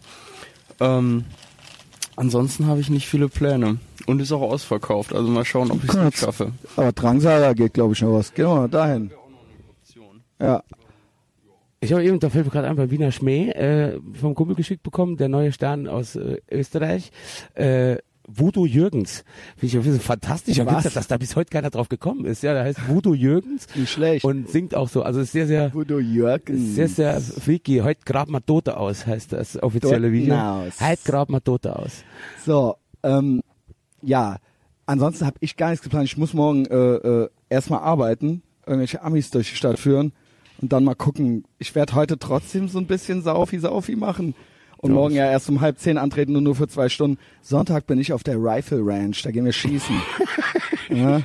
Ansonsten habe ich nicht viele Pläne. Und ist auch ausverkauft, also mal schauen, ob ich es schaffe. Aber Drangsal geht, glaube ich, noch was. Gehen wir mal dahin. Ja. Ich habe eben, da fällt mir gerade ein, bei Wiener Schmäh vom Kumpel geschickt bekommen, der neue Stern aus Österreich, Voodoo Jürgens. Finde ich ein bisschen fantastischer Witz, dass da bis heute keiner drauf gekommen ist. Ja, der heißt Voodoo Jürgens. Nicht schlecht. Und singt auch so. Also ist sehr, sehr... Voodoo Jürgens. Sehr, sehr freaky. Heute grabt man Tote aus, heißt das offizielle Video. Heute grabt man Tote aus. So, ja. Ansonsten habe ich gar nichts geplant. Ich muss morgen erstmal arbeiten, irgendwelche Amis durch die Stadt führen und dann mal gucken. Ich werde heute trotzdem so ein bisschen Saufi machen. Und morgen ja erst um 9:30 antreten und nur für 2 Stunden. Sonntag bin ich auf der Rifle Ranch, da gehen wir schießen. Ja.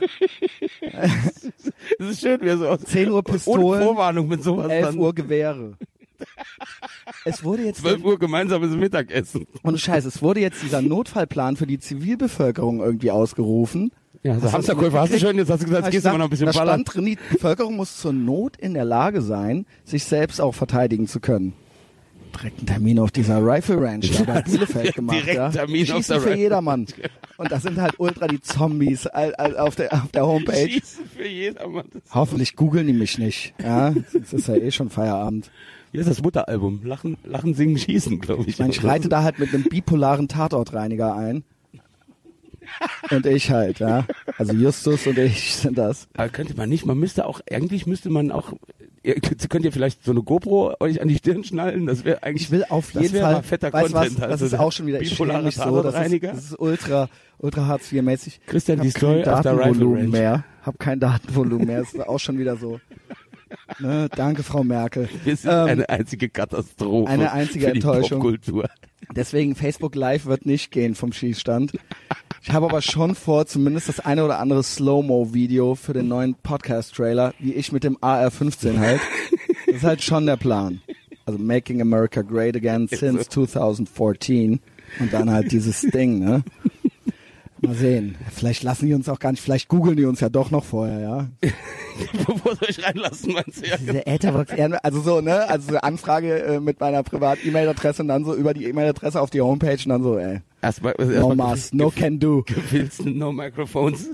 Das ist schön, wie so 10 Uhr Pistolen, ohne Vorwarnung mit sowas 11 Uhr Gewehre. Es wurde jetzt 12 Uhr gemeinsames Mittagessen. Und Scheiße, es wurde jetzt dieser Notfallplan für die Zivilbevölkerung irgendwie ausgerufen. Ja, so Hamsterkäufer hast du schon, jetzt hast du gesagt, jetzt gehst du mal noch ein bisschen da ballern. stand drin, die Bevölkerung muss zur Not in der Lage sein, sich selbst auch verteidigen zu können. Direkt einen Termin auf dieser Rifle Ranch da bei Bielefeld gemacht. Direkt ja. Termin Schießen auf der für Rifle jedermann. Und das sind halt ultra die Zombies auf der Homepage. Schießen für jedermann. Hoffentlich googeln die mich nicht. Ja, es ist ja eh schon Feierabend. Hier ist das Mutteralbum. Lachen, Singen, Schießen, glaube ich. Ich reite da halt mit einem bipolaren Tatortreiniger ein. Und ich halt, ja. Also Justus und ich sind das. Aber könnte man nicht, eigentlich müsste man auch, könnt ihr vielleicht so eine GoPro euch an die Stirn schnallen? Das wäre eigentlich, Ich will auf jeden Fall, mal fetter weißt du was, Content. das ist auch schon wieder, ich schäme mich so, das ist ultra Hartz IV-mäßig. Christian, die Story auf der Rifle Ranch. Hab kein Datenvolumen mehr, das ist auch schon wieder so. Ne, danke, Frau Merkel. Wir sind eine einzige Katastrophe. Eine einzige für die Enttäuschung. Popkultur. Deswegen Facebook Live wird nicht gehen vom Schießstand. Ich habe aber schon vor, zumindest das eine oder andere Slow-Mo-Video für den neuen Podcast-Trailer, wie ich mit dem AR-15 halt. Das ist halt schon der Plan. Also Making America Great Again since 2014. Und dann halt dieses Ding, ne? Mal sehen. Vielleicht lassen die uns auch gar nicht, vielleicht googeln die uns ja doch noch vorher, ja. Bevor sie euch reinlassen, meinst du ja. Diese Etherbox, also so, ne? Also so Anfrage mit meiner Privat-E-Mail-Adresse und dann so über die E-Mail-Adresse auf die Homepage und dann so, ey. No must, no can do. Gefilzen, no microphones.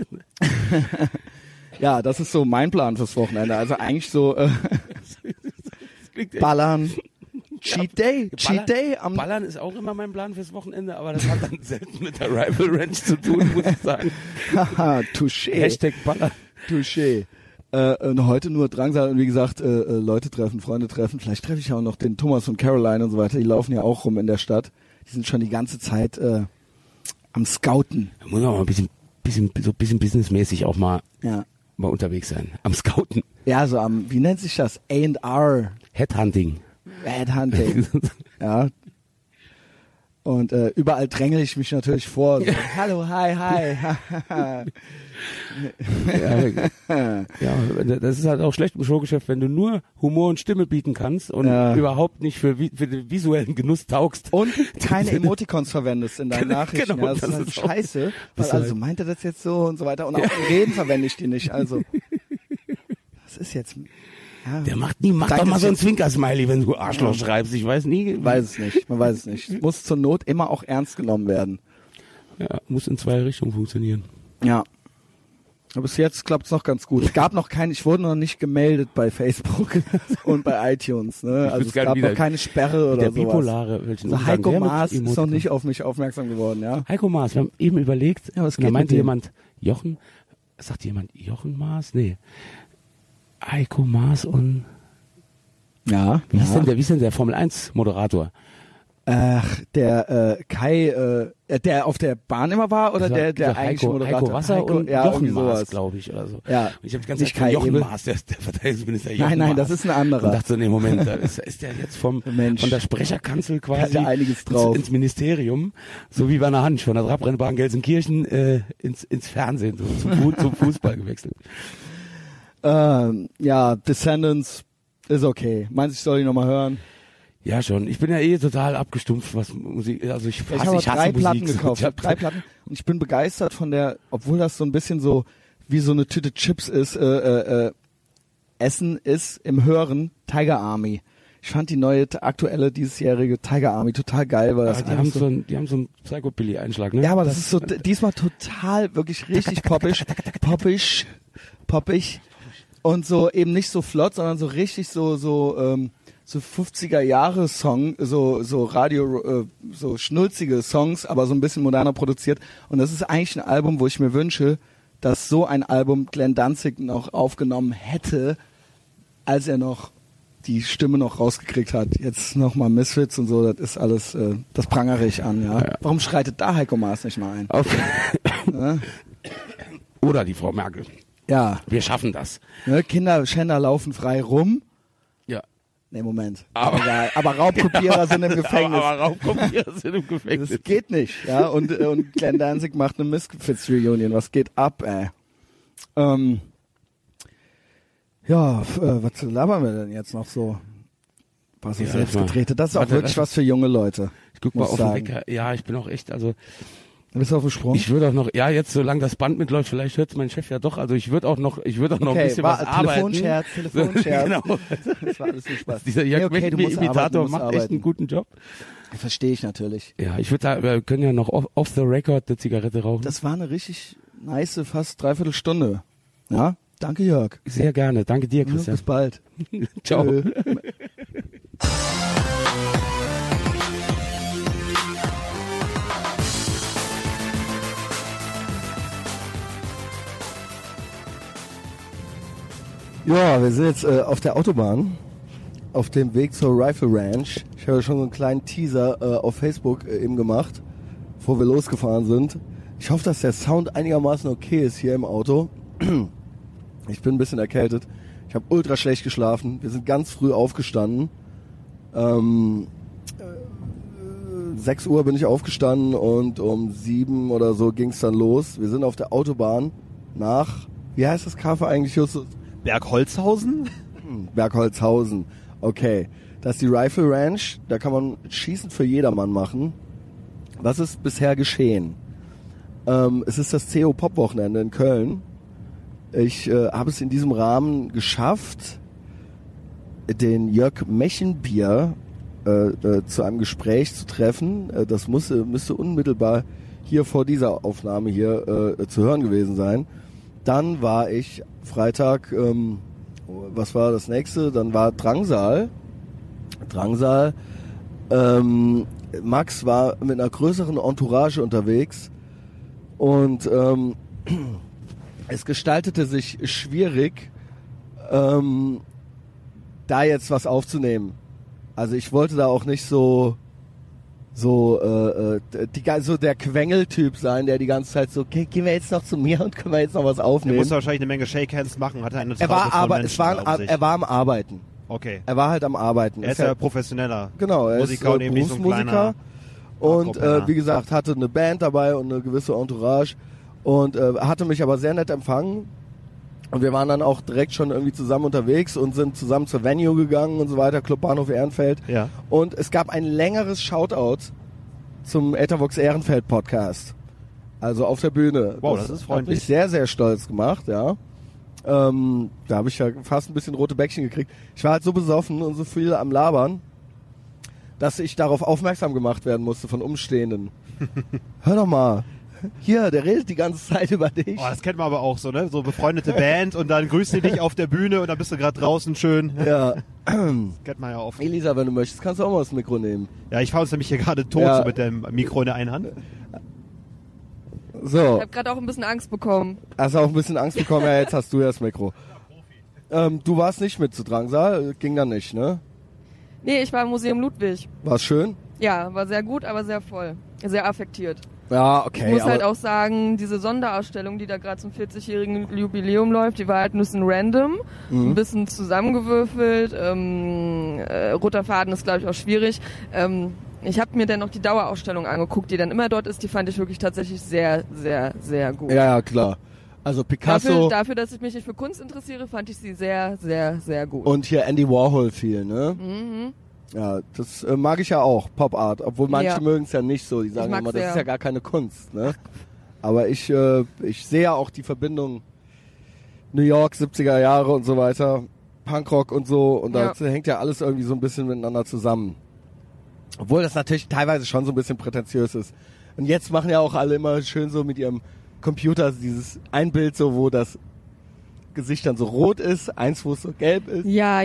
Ja, das ist so mein Plan fürs Wochenende. Also eigentlich so ballern. Cheat Day. Ballern ist auch immer mein Plan fürs Wochenende, aber das hat dann selten mit der Rifle Ranch zu tun, muss ich sagen. Haha, touché. Hashtag Ballern. Touché. Und heute nur Drangsal und wie gesagt, Leute treffen, Freunde treffen. Vielleicht treffe ich auch noch den Thomas und Caroline und so weiter. Die laufen ja auch rum in der Stadt. Die sind schon die ganze Zeit am Scouten. Da muss man auch ein bisschen businessmäßig auch mal unterwegs sein. Am Scouten. Ja, so wie nennt sich das? A&R. Headhunting. Ja. Und überall drängel ich mich natürlich vor. So, hallo, hi. Ja, das ist halt auch schlecht im Showgeschäft, wenn du nur Humor und Stimme bieten kannst und überhaupt nicht für den visuellen Genuss taugst. Und keine Emoticons verwendest in deinen Nachrichten. Genau, ja, das ist halt scheiße. Weil also meint er das jetzt so und so weiter. Und auch im Reden verwende ich die nicht. Also, das ist jetzt... Ja. Mach doch mal so ein Zwinker-Smiley, wenn du Arschloch schreibst. Ich weiß nie. Man weiß es nicht. Es muss zur Not immer auch ernst genommen werden. Ja, muss in zwei Richtungen funktionieren. Ja. Aber bis jetzt klappt es noch ganz gut. Es gab noch ich wurde noch nicht gemeldet bei Facebook und bei iTunes. Ne? Also es gab noch keine Sperre oder der sowas. Bipolare. Also Heiko Maas ist noch nicht auf mich aufmerksam geworden. Ja. Heiko Maas, wir haben eben überlegt, was da meinte jemand, sagt jemand Jochen Maas? Nee. Heiko Maas und wie ist denn der Formel 1 Moderator? Ach, der Kai, der auf der Bahn immer war oder der eigentlich Moderator? Heiko Wasser und Jochen Maas, glaube ich, oder so. Ja. Und ich habe die ganze Zeit Jochen Maas, der Verteidigungsminister Jochen Nein, Maas. das ist ein anderer. Und dachte so, nee, Moment, da ist der jetzt von der Sprecherkanzel quasi ins Ministerium, so wie Werner Hansch von der Trabrennbahn Gelsenkirchen ins Fernsehen, so zum Fußball gewechselt. Descendants ist okay. Meinst du, ich soll die nochmal hören? Ja, schon. Ich bin ja total abgestumpft, was Musik, also ich habe hasse 3 Musik. Platten gekauft. Ich habe 3 Platten und ich bin begeistert von obwohl das so ein bisschen so wie so eine Tüte Chips ist, Essen ist im Hören Tiger Army. Ich fand die neue, aktuelle, diesjährige Tiger Army total geil, weil das die haben so einen Psychobilly-Einschlag, ne? Ja, aber das ist so diesmal total wirklich richtig poppig und so eben nicht so flott, sondern so richtig so 50er Jahre Song, so Radio, so schnulzige Songs, aber so ein bisschen moderner produziert. Und das ist eigentlich ein Album, wo ich mir wünsche, dass so ein Album Glenn Danzig noch aufgenommen hätte, als er noch die Stimme noch rausgekriegt hat. Jetzt nochmal Misfits und so, das ist alles, das prangere ich an, ja. Warum schreitet da Heiko Maas nicht mal ein? Okay. Ja? Oder die Frau Merkel. Ja. Wir schaffen das. Ne, Kinderschänder laufen frei rum. Ja. Nee, Moment. Aber Raubkopierer sind im Gefängnis. Aber Raubkopierer sind im Gefängnis. Das geht nicht, ja. Und Glenn Danzig macht eine Misfits Reunion. Was geht ab, ey? Was labern wir denn jetzt noch so? Was ist selbst gedrehte? Das ist auch wirklich was für junge Leute. Ich guck mal auf den Wecker. Ja, ich bin auch echt, also Bist du auf dem Sprung? Ich würde auch noch, ja, jetzt solange das Band mitläuft, vielleicht hört mein Chef ja doch, also ich würde auch noch ein bisschen was arbeiten. Telefonscherz. Genau. Das war alles viel Spaß. Dieser Jörg Imitator macht echt einen guten Job. Verstehe ich natürlich. Ja, ich würde sagen, wir können ja noch off the record eine Zigarette rauchen. Das war eine richtig nice, fast 3/4 Stunde. Ja, danke Jörg. Sehr gerne, danke dir, Christian. Ja, bis bald. Ciao. Ja, wir sind jetzt auf der Autobahn, auf dem Weg zur Rifle Ranch. Ich habe schon so einen kleinen Teaser auf Facebook eben gemacht, bevor wir losgefahren sind. Ich hoffe, dass der Sound einigermaßen okay ist hier im Auto. Ich bin ein bisschen erkältet. Ich habe ultra schlecht geschlafen. Wir sind ganz früh aufgestanden. 6 Uhr bin ich aufgestanden und um 7 oder so ging es dann los. Wir sind auf der Autobahn nach, wie heißt das Kaffee eigentlich, Justus? Bergholzhausen? Bergholzhausen, okay. Das ist die Rifle Ranch, da kann man Schießen für jedermann machen. Was ist bisher geschehen? Es ist das CO-Pop-Wochenende in Köln. Ich habe es in diesem Rahmen geschafft, den Jörg Mechenbier zu einem Gespräch zu treffen. Das müsste unmittelbar hier vor dieser Aufnahme hier zu hören gewesen sein. Dann war ich Freitag, was war das nächste? Dann war Drangsal. Max war mit einer größeren Entourage unterwegs und es gestaltete sich schwierig, da jetzt was aufzunehmen. Also ich wollte da auch nicht so der Quengeltyp sein, der die ganze Zeit so, gehen wir jetzt noch zu mir und können wir jetzt noch was aufnehmen. Er musste wahrscheinlich eine Menge Shakehands machen, hatte eine Er war am Arbeiten. Okay. Er war halt am Arbeiten. Er ist ja professioneller genau, er Musiker ist und eben nicht so ein Berufsmusiker. Und wie gesagt, hatte eine Band dabei und eine gewisse Entourage und hatte mich aber sehr nett empfangen. Und wir waren dann auch direkt schon irgendwie zusammen unterwegs und sind zusammen zur Venue gegangen und so weiter, Club Bahnhof Ehrenfeld. Ja. Und es gab ein längeres Shoutout zum Ethervox Ehrenfeld Podcast. Also auf der Bühne. Wow, das ist freundlich. Hat mich sehr, sehr stolz gemacht, ja. Da habe ich ja fast ein bisschen rote Bäckchen gekriegt. Ich war halt so besoffen und so viel am Labern, dass ich darauf aufmerksam gemacht werden musste von Umstehenden. Hör doch mal. Hier, der redet die ganze Zeit über dich. Oh, das kennt man aber auch so, ne? So befreundete Band und dann grüßt sie dich auf der Bühne und dann bist du gerade draußen schön. Ja. Das kennt man ja oft. Elisa, wenn du möchtest, kannst du auch mal das Mikro nehmen. Ja, ich fahre uns nämlich hier gerade tot so mit dem Mikro in der einen Hand. So. Ich habe gerade auch ein bisschen Angst bekommen. Hast du auch ein bisschen Angst bekommen? Ja, jetzt hast du ja das Mikro. Du warst nicht mit zu Drangsal, ging dann nicht, ne? Nee, ich war im Museum Ludwig. War's schön? Ja, war sehr gut, aber sehr voll. Sehr affektiert. Ja, okay. Ich muss halt auch sagen, diese Sonderausstellung, die da gerade zum 40-jährigen Jubiläum läuft, die war halt ein bisschen random, ein bisschen zusammengewürfelt. Roter Faden ist, glaube ich, auch schwierig. Ich habe mir dann noch die Dauerausstellung angeguckt, die dann immer dort ist. Die fand ich wirklich tatsächlich sehr, sehr, sehr gut. Ja, klar. Also Picasso. Dafür, dass ich mich nicht für Kunst interessiere, fand ich sie sehr, sehr, sehr gut. Und hier Andy Warhol viel, ne? Mhm. Ja, das mag ich ja auch, Pop Art. Obwohl manche mögen es ja nicht so. Die sagen immer, das ist ja gar keine Kunst, ne? Aber ich sehe ja auch die Verbindung New York, 70er Jahre und so weiter, Punkrock und so. Und da hängt ja alles irgendwie so ein bisschen miteinander zusammen. Obwohl das natürlich teilweise schon so ein bisschen prätentiös ist. Und jetzt machen ja auch alle immer schön so mit ihrem Computer dieses ein Bild so, wo das Gesicht dann so rot ist, eins, wo es so gelb ist. Ja.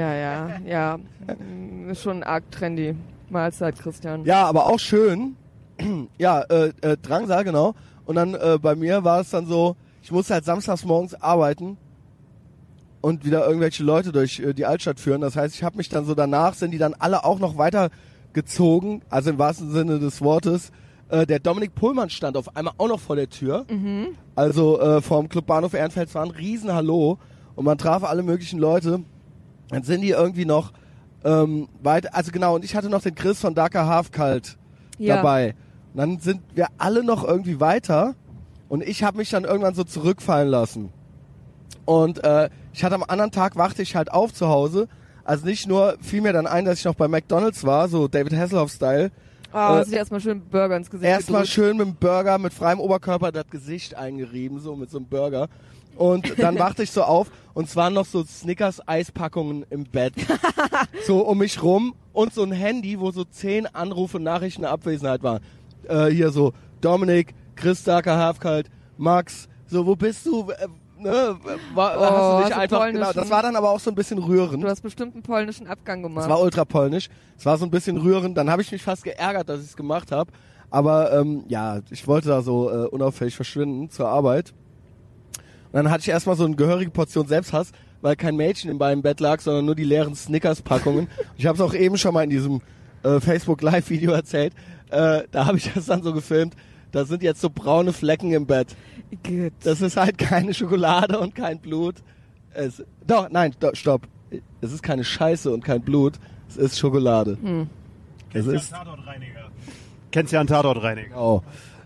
Ist schon arg trendy. Mahlzeit, Christian. Ja, aber auch schön. Ja, Drangsal, genau. Und dann bei mir war es dann so, ich musste halt samstags morgens arbeiten und wieder irgendwelche Leute durch die Altstadt führen. Das heißt, ich habe mich dann so danach, sind die dann alle auch noch weiter gezogen, also im wahrsten Sinne des Wortes. Der Dominik Pohlmann stand auf einmal auch noch vor der Tür. Mhm. Also vom Club Bahnhof Ehrenfeld war ein Riesen-Hallo und man traf alle möglichen Leute. Dann sind die irgendwie noch weiter, also genau, und ich hatte noch den Chris von Darker Half Cult dabei. Und dann sind wir alle noch irgendwie weiter und ich habe mich dann irgendwann so zurückfallen lassen. Und ich hatte am anderen Tag, wachte ich halt auf zu Hause. Also nicht nur fiel mir dann ein, dass ich noch bei McDonald's war, so David Hasselhoff-Style, Hast du dir erstmal schön Burger ins Gesicht Erstmal gedrückt. schön mit dem Burger, mit freiem Oberkörper das Gesicht eingerieben, so mit so einem Burger. Und dann wachte ich so auf und es waren noch so Snickers-Eispackungen im Bett. So um mich rum und so ein Handy, wo so 10 Anrufe und Nachrichten der Abwesenheit waren. Hier so, Dominik, Chris Darker Halfkalt, Max, so, wo bist du? Hast du dich einfach, genau, das war dann aber auch so ein bisschen rührend. Du hast bestimmt einen polnischen Abgang gemacht. Es war ultra polnisch. Es war so ein bisschen rührend. Dann habe ich mich fast geärgert, dass ich es gemacht habe. Aber ja, ich wollte da so unauffällig verschwinden zur Arbeit. Und dann hatte ich erstmal so eine gehörige Portion Selbsthass, weil kein Mädchen in meinem Bett lag, sondern nur die leeren Snickers-Packungen. Ich habe es auch eben schon mal in diesem Facebook-Live-Video erzählt. Da habe ich das dann so gefilmt. Da sind jetzt so braune Flecken im Bett. Gut. Das ist halt keine Schokolade und kein Blut. Stopp. Es ist keine Scheiße und kein Blut. Es ist Schokolade. Es ist Tatortreiniger. Kennst ja einen Tatortreiniger. Oh.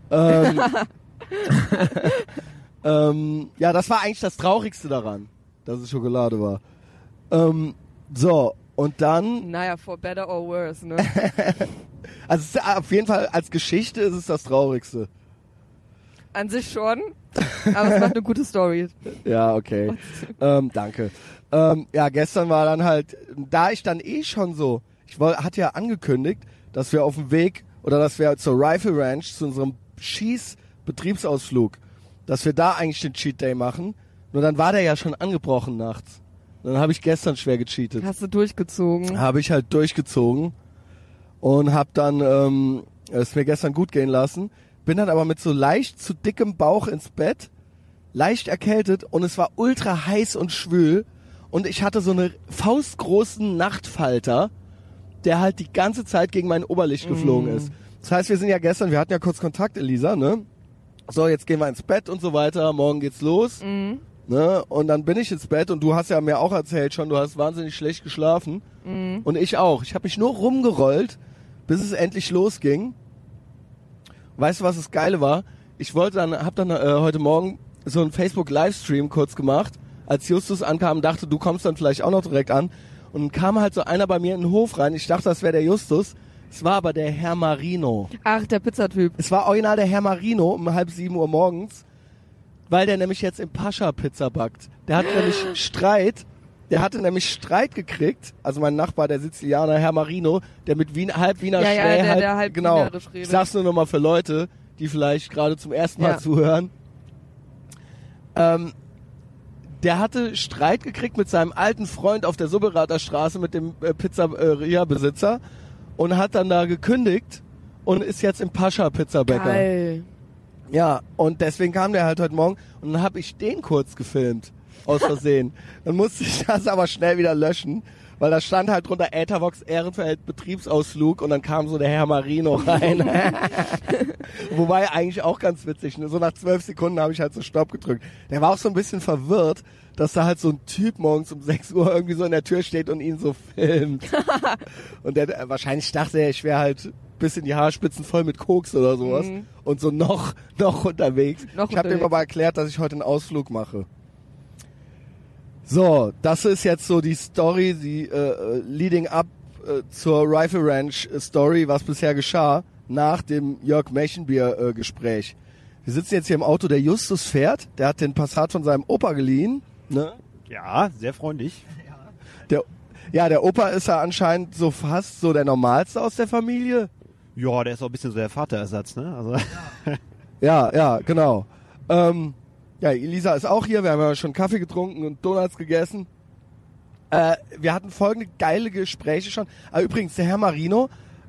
Ja, das war eigentlich das Traurigste daran, dass es Schokolade war. So, und dann... Naja, for better or worse, ne? Also auf jeden Fall als Geschichte ist es das Traurigste. An sich schon, aber es macht eine gute Story. Ja, okay. Danke. Ja, gestern war dann halt, da ich dann schon so, hatte ja angekündigt, dass wir auf dem Weg, oder dass wir zur Rifle Ranch, zu unserem Schießbetriebsausflug, dass wir da eigentlich den Cheat Day machen. Nur dann war der ja schon angebrochen nachts. Dann habe ich gestern schwer gecheatet. Hast du durchgezogen? Habe ich halt durchgezogen und habe dann es mir gestern gut gehen lassen. Bin dann aber mit so leicht zu dickem Bauch ins Bett, leicht erkältet und es war ultra heiß und schwül und ich hatte so eine faustgroßen Nachtfalter, der halt die ganze Zeit gegen mein Oberlicht geflogen ist. Das heißt, wir hatten ja kurz Kontakt, Elisa, ne? So, jetzt gehen wir ins Bett und so weiter, morgen geht's los. Ne? Und dann bin ich ins Bett und du hast ja mir auch erzählt schon, du hast wahnsinnig schlecht geschlafen. Und ich auch. Ich habe mich nur rumgerollt, bis es endlich losging. Weißt du, was das Geile war? Ich hab dann heute Morgen so einen Facebook-Livestream kurz gemacht, als Justus ankam und dachte, du kommst dann vielleicht auch noch direkt an. Und dann kam halt so einer bei mir in den Hof rein. Ich dachte, das wäre der Justus. Es war aber der Herr Marino. Ach, der Pizzatyp. Es war original der Herr Marino um 6:30 Uhr morgens, weil der nämlich jetzt im Pascha Pizza backt. Der hatte nämlich Streit gekriegt, also mein Nachbar, der Sizilianer, Herr Marino, der mit halb Wiener der halb genau. Wienerisch redet. Ich sag's nur nochmal für Leute, die vielleicht gerade zum ersten Mal zuhören. Der hatte Streit gekriegt mit seinem alten Freund auf der Subberater Straße mit dem Pizzeria-Besitzer und hat dann da gekündigt und ist jetzt im Pascha Pizzabäcker. Geil. Ja, und deswegen kam der halt heute Morgen und dann habe ich den kurz gefilmt, aus Versehen. Dann musste ich das aber schnell wieder löschen, weil da stand halt drunter Äthervox Ehrenfeld Betriebsausflug und dann kam so der Herr Marino rein. Wobei eigentlich auch ganz witzig, ne? So nach 12 Sekunden habe ich halt so Stopp gedrückt. Der war auch so ein bisschen verwirrt, dass da halt so ein Typ morgens um 6 Uhr irgendwie so in der Tür steht und ihn so filmt. Und der wahrscheinlich dachte er, ich wäre halt bis in die Haarspitzen voll mit Koks oder sowas und so noch unterwegs. Ich habe dem aber erklärt, dass ich heute einen Ausflug mache. So, das ist jetzt so die Story, die leading up zur Rifle Ranch Story, was bisher geschah nach dem Jörg Mechenbier Gespräch. Wir sitzen jetzt hier im Auto, der Justus fährt, der hat den Passat von seinem Opa geliehen. Ne? Ja, sehr freundlich. Der Opa ist ja anscheinend so fast so der Normalste aus der Familie. Ja, der ist auch ein bisschen so der Vaterersatz, ne? Also. Ja, genau. Ja, Elisa ist auch hier, wir haben ja schon Kaffee getrunken und Donuts gegessen. Wir hatten folgende geile Gespräche schon. Übrigens, der Herr Marino,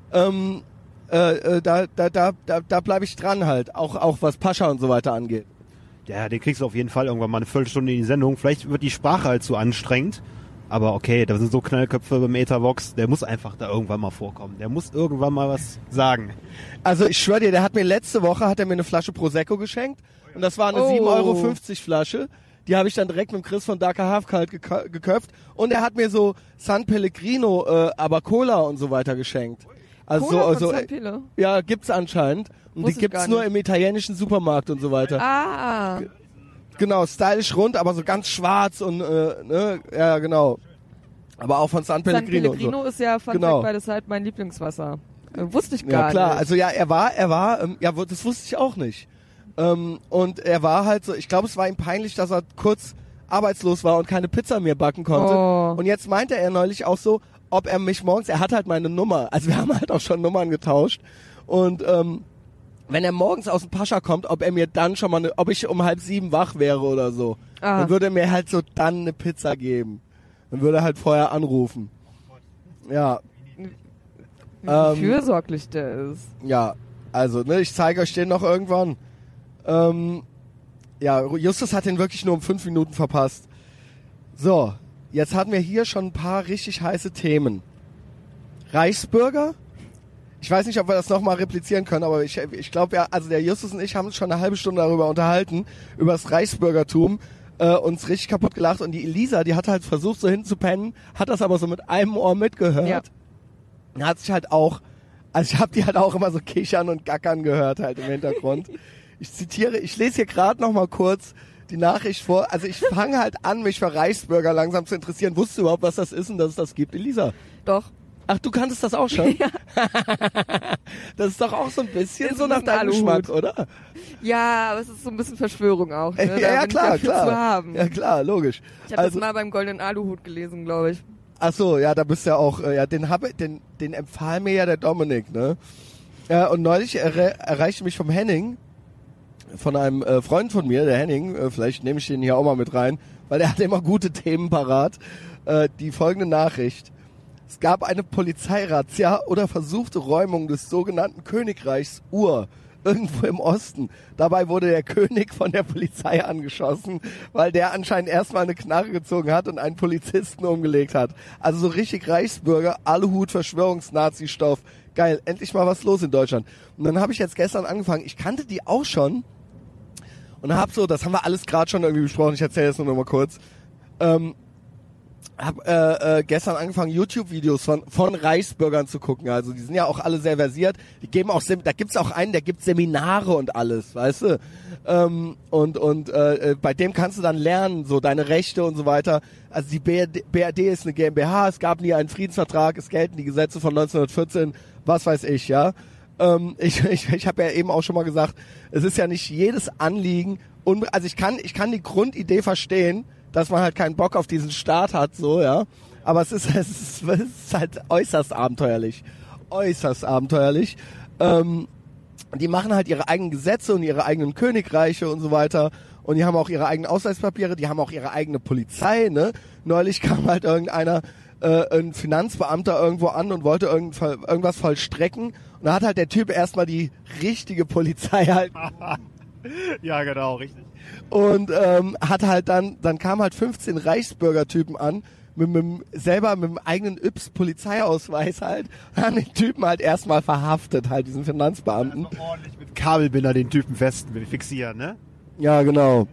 da bleibe ich dran halt, auch was Pascha und so weiter angeht. Ja, den kriegst du auf jeden Fall irgendwann mal eine Viertelstunde in die Sendung. Vielleicht wird die Sprache halt zu anstrengend. Aber okay, da sind so Knallköpfe beim Ethervox, der muss einfach da irgendwann mal vorkommen. Der muss irgendwann mal was sagen. Also ich schwöre dir, letzte Woche hat er mir eine Flasche Prosecco geschenkt. Und das war eine 7,50 € Flasche. Die habe ich dann direkt mit dem Chris von Darker Halfkalt geköpft. Und er hat mir so San Pellegrino, aber Cola und so weiter geschenkt. Also Cola von San Pele? Ja, gibt's anscheinend. Und die gibt's nur im italienischen Supermarkt und so weiter. Ah. Genau, stylisch rund, aber so ganz schwarz und ne, ja genau. Aber auch von San Pellegrino. San Pellegrino und so. Ist ja Fun Fact by the Side mein Lieblingswasser. Wusste ich gar nicht. Ja klar, also ja, er war, das wusste ich auch nicht. Und er war halt so, ich glaube, es war ihm peinlich, dass er kurz arbeitslos war und keine Pizza mehr backen konnte. Oh. Und jetzt meinte er neulich auch so, ob er mich morgens, er hat halt meine Nummer, also wir haben halt auch schon Nummern getauscht. Und wenn er morgens aus dem Pascha kommt, ob er mir dann schon mal, ob ich um 6:30 wach wäre oder so, dann würde er mir halt so dann eine Pizza geben. Dann würde er halt vorher anrufen. Ja. Wie fürsorglich der ist. Ja, also, ne, ich zeige euch den noch irgendwann. Ja, Justus hat den wirklich nur um 5 Minuten verpasst. So, jetzt hatten wir hier schon ein paar richtig heiße Themen. Reichsbürger? Ich weiß nicht, ob wir das nochmal replizieren können, aber ich glaube ja, also der Justus und ich haben uns schon eine halbe Stunde darüber unterhalten, über das Reichsbürgertum, uns richtig kaputt gelacht. Und die Elisa, die hat halt versucht, so hinzupennen, hat das aber so mit einem Ohr mitgehört. Ja. Hat sich halt auch, also ich habe die halt auch immer so kichern und gackern gehört halt im Hintergrund. Ich lese hier gerade noch mal kurz die Nachricht vor. Also ich fange halt an, mich für Reichsbürger langsam zu interessieren. Wusstest du überhaupt, was das ist und dass es das gibt, Elisa? Doch. Ach, du kanntest das auch schon? Ja. Das ist doch auch so ein bisschen so nach deinem Geschmack, oder? Ja, aber es ist so ein bisschen Verschwörung auch. Ne? Ja, klar. Zu haben. Ja, klar, logisch. Ich habe das mal beim Goldenen Aluhut gelesen, glaube ich. Ach so, ja, da bist du ja auch, ja, den empfahl mir ja der Dominik, ne? Und neulich erreichte mich vom Henning, von einem Freund von mir, der Henning, vielleicht nehme ich den hier auch mal mit rein, weil der hat immer gute Themen parat, die folgende Nachricht. Es gab eine Polizeirazzia oder versuchte Räumung des sogenannten Königreichs Ur irgendwo im Osten. Dabei wurde der König von der Polizei angeschossen, weil der anscheinend erstmal eine Knarre gezogen hat und einen Polizisten umgelegt hat. Also so richtig Reichsbürger, Aluhut, Verschwörungsnazi-Stoff. Geil, endlich mal was los in Deutschland. Und dann habe ich jetzt gestern angefangen, ich kannte die auch schon und hab so, das haben wir alles gerade schon irgendwie besprochen, ich erzähle jetzt nur noch mal kurz. Hab gestern angefangen, YouTube-Videos von Reichsbürgern zu gucken. Also die sind ja auch alle sehr versiert. Die geben auch, da gibt's auch einen, der gibt Seminare und alles, weißt du. Bei dem kannst du dann lernen, so deine Rechte und so weiter. Also die BRD ist eine GmbH, es gab nie einen Friedensvertrag, es gelten die Gesetze von 1914, was weiß ich, ja. Ich habe ja eben auch schon mal gesagt, es ist ja nicht jedes Anliegen, also ich kann die Grundidee verstehen, dass man halt keinen Bock auf diesen Staat hat, so, ja. Aber es ist halt äußerst abenteuerlich. Äußerst abenteuerlich. Die machen halt ihre eigenen Gesetze und ihre eigenen Königreiche und so weiter. Und die haben auch ihre eigenen Ausweispapiere, die haben auch ihre eigene Polizei, ne. Neulich kam halt ein Finanzbeamter irgendwo an und wollte irgendwas vollstrecken. Und da hat halt der Typ erstmal die richtige Polizei halt. Ja, genau, richtig. Und hat halt dann kamen halt 15 Reichsbürgertypen an, mit dem eigenen Polizeiausweis halt, und haben den Typen halt erstmal verhaftet, halt diesen Finanzbeamten. Also ordentlich mit Kabelbinder den Typen fixieren, ne? Ja, genau.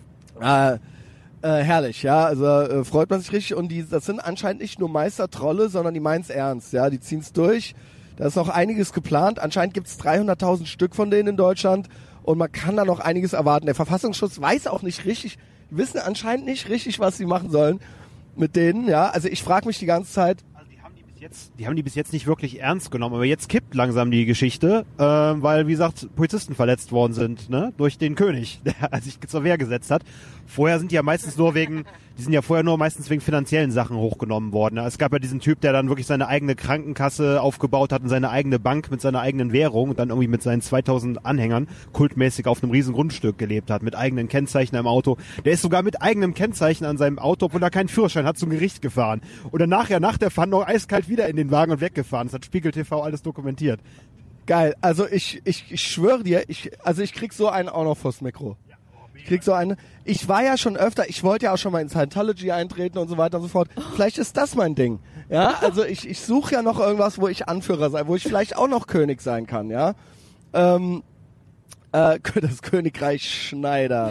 Herrlich, ja, also freut man sich richtig. Und das sind anscheinend nicht nur Meistertrolle, sondern die meinen's ernst, ja, die ziehen's durch. Da ist noch einiges geplant. Anscheinend gibt's 300.000 Stück von denen in Deutschland. Und man kann da noch einiges erwarten. Der Verfassungsschutz weiß auch nicht richtig, die wissen anscheinend nicht richtig, was sie machen sollen mit denen, ja. Also ich frage mich die ganze Zeit. Also die haben die bis jetzt nicht wirklich ernst genommen, aber jetzt kippt langsam die Geschichte, weil, wie gesagt, Polizisten verletzt worden sind, ne, durch den König, der sich zur Wehr gesetzt hat. Vorher sind die ja meistens meistens wegen finanziellen Sachen hochgenommen worden. Es gab ja diesen Typ, der dann wirklich seine eigene Krankenkasse aufgebaut hat und seine eigene Bank mit seiner eigenen Währung und dann irgendwie mit seinen 2000 Anhängern kultmäßig auf einem riesen Grundstück gelebt hat, mit eigenen Kennzeichen am Auto. Der ist sogar mit eigenem Kennzeichen an seinem Auto, obwohl er keinen Führerschein hat, zum Gericht gefahren. Und dann nachher, nach der Fahrt, noch eiskalt wieder in den Wagen und weggefahren. Das hat Spiegel TV alles dokumentiert. Geil, also ich schwöre dir, ich krieg so einen auch noch vors Mikro. Ich war ja schon öfter, ich wollte ja auch schon mal in Scientology eintreten und so weiter und so fort. Vielleicht ist das mein Ding. Ja, also ich suche ja noch irgendwas, wo ich Anführer sein, wo ich vielleicht auch noch König sein kann, ja. Das Königreich Schneider.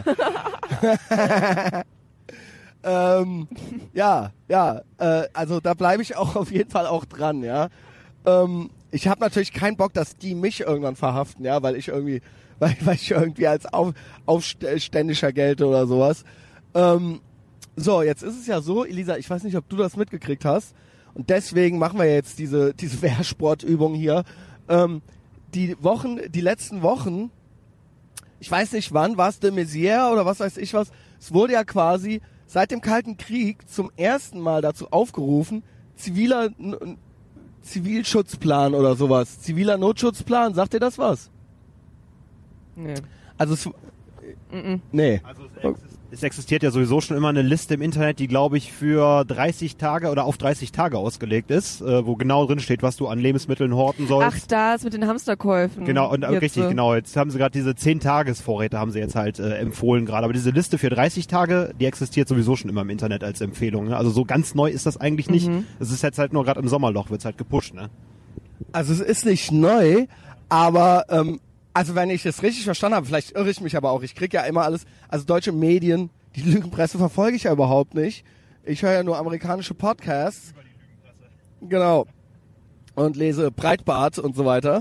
Also da bleibe ich auch auf jeden Fall auch dran, ja. Ich habe natürlich keinen Bock, dass die mich irgendwann verhaften, ja, weil ich irgendwie als Aufständischer gelte oder sowas. So, jetzt ist es ja so, Elisa, ich weiß nicht, ob du das mitgekriegt hast. Und deswegen machen wir jetzt diese Wehrsportübung hier. die letzten Wochen, ich weiß nicht wann, war es de Maizière oder was weiß ich was, es wurde ja quasi seit dem Kalten Krieg zum ersten Mal dazu aufgerufen, Zivilschutzplan oder sowas, ziviler Notschutzplan, sagt dir das was? Nee. Also nee. Also es existiert ja sowieso schon immer eine Liste im Internet, die glaube ich für 30 Tage oder auf 30 Tage ausgelegt ist, wo genau drin steht, was du an Lebensmitteln horten sollst. Ach, das mit den Hamsterkäufen. Genau, und richtig, genau. Jetzt haben sie gerade diese 10-Tages-Vorräte haben sie jetzt halt empfohlen gerade. Aber diese Liste für 30 Tage, die existiert sowieso schon immer im Internet als Empfehlung. Ne? Also so ganz neu ist das eigentlich nicht. Es ist jetzt halt nur gerade im Sommerloch, wird's halt gepusht, ne? Also es ist nicht neu, aber also wenn ich das richtig verstanden habe, vielleicht irre ich mich aber auch, ich krieg ja immer alles, also deutsche Medien, die Lügenpresse verfolge ich ja überhaupt nicht. Ich höre ja nur amerikanische Podcasts. Über die Lügenpresse. Genau. Und lese Breitbart und so weiter.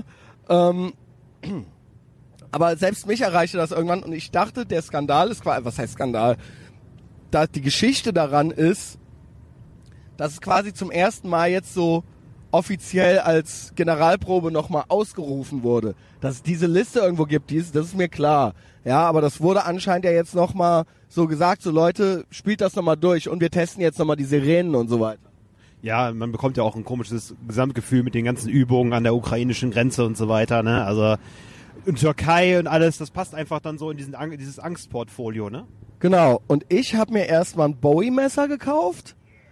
Aber selbst mich erreichte das irgendwann und ich dachte, der Skandal ist quasi, was heißt Skandal? Die Geschichte daran ist, dass es quasi zum ersten Mal jetzt so offiziell als Generalprobe nochmal ausgerufen wurde. Dass es diese Liste irgendwo gibt, das ist mir klar. Ja, aber das wurde anscheinend ja jetzt nochmal so gesagt, so Leute, spielt das nochmal durch und wir testen jetzt nochmal die Sirenen und so weiter. Ja, man bekommt ja auch ein komisches Gesamtgefühl mit den ganzen Übungen an der ukrainischen Grenze und so weiter, ne? Also in Türkei und alles, das passt einfach dann so in dieses Angstportfolio, ne? Genau, und ich habe mir erstmal ein Bowie-Messer gekauft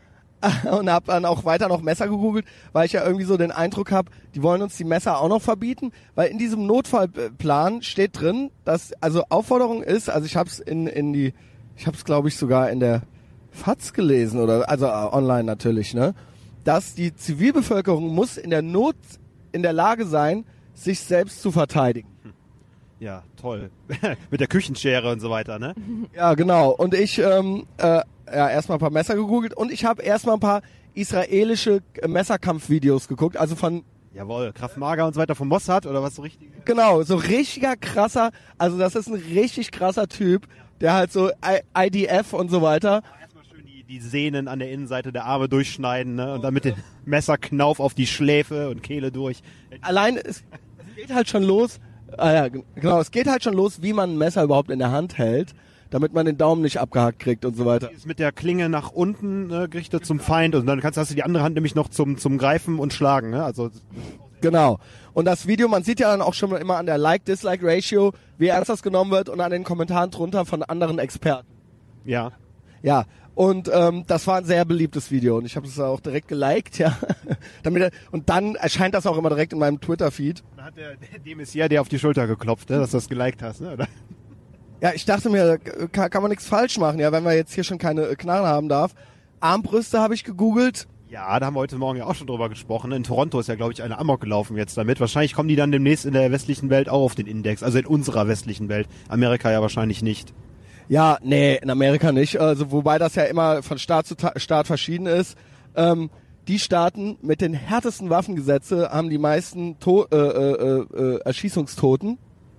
und habe dann auch weiter noch Messer gegoogelt, weil ich ja irgendwie so den Eindruck habe, die wollen uns die Messer auch noch verbieten, weil in diesem Notfallplan steht drin, dass, also Aufforderung ist, also ich habe es ich habe es glaube ich sogar in der FAZ gelesen oder also online natürlich, ne, dass die Zivilbevölkerung muss in der Not in der Lage sein, sich selbst zu verteidigen. Ja, toll. Mit der Küchenschere und so weiter, ne? Ja, genau. Und ich erstmal ein paar Messer gegoogelt und ich habe erstmal ein paar israelische Messerkampfvideos geguckt, also von Jawohl, Krav Maga und so weiter von Mossad oder was so richtig? Genau, so richtiger krasser, also das ist ein richtig krasser Typ, der halt so IDF und so weiter. Erstmal schön die Sehnen an der Innenseite der Arme durchschneiden, ne? Und dann mit dem Messerknauf auf die Schläfe und Kehle durch. Allein, es geht halt schon los, es geht halt schon los, wie man ein Messer überhaupt in der Hand hält, damit man den Daumen nicht abgehackt kriegt und so weiter. Ist mit der Klinge nach unten gerichtet zum Feind und dann hast du die andere Hand nämlich noch zum Greifen und Schlagen. Ne? Also genau. Und das Video, man sieht ja dann auch schon immer an der Like-Dislike-Ratio, wie ernst das genommen wird und an den Kommentaren drunter von anderen Experten. Ja. Ja. Und das war ein sehr beliebtes Video und ich habe es auch direkt geliked, ja. Und dann erscheint das auch immer direkt in meinem Twitter-Feed. Dann hat der Demessier dir auf die Schulter geklopft, ne, dass du das geliked hast, ne? Oder? Ja, ich dachte mir, kann man nichts falsch machen, ja, wenn man jetzt hier schon keine Knarren haben darf. Armbrüste habe ich gegoogelt. Ja, da haben wir heute Morgen ja auch schon drüber gesprochen. In Toronto ist ja, glaube ich, eine Amok gelaufen jetzt damit. Wahrscheinlich kommen die dann demnächst in der westlichen Welt auch auf den Index. Also in unserer westlichen Welt. Amerika ja wahrscheinlich nicht. Ja, nee, in Amerika nicht. Also wobei das ja immer von Staat zu Staat verschieden ist. Die Staaten mit den härtesten Waffengesetze haben die meisten Erschießungstoten.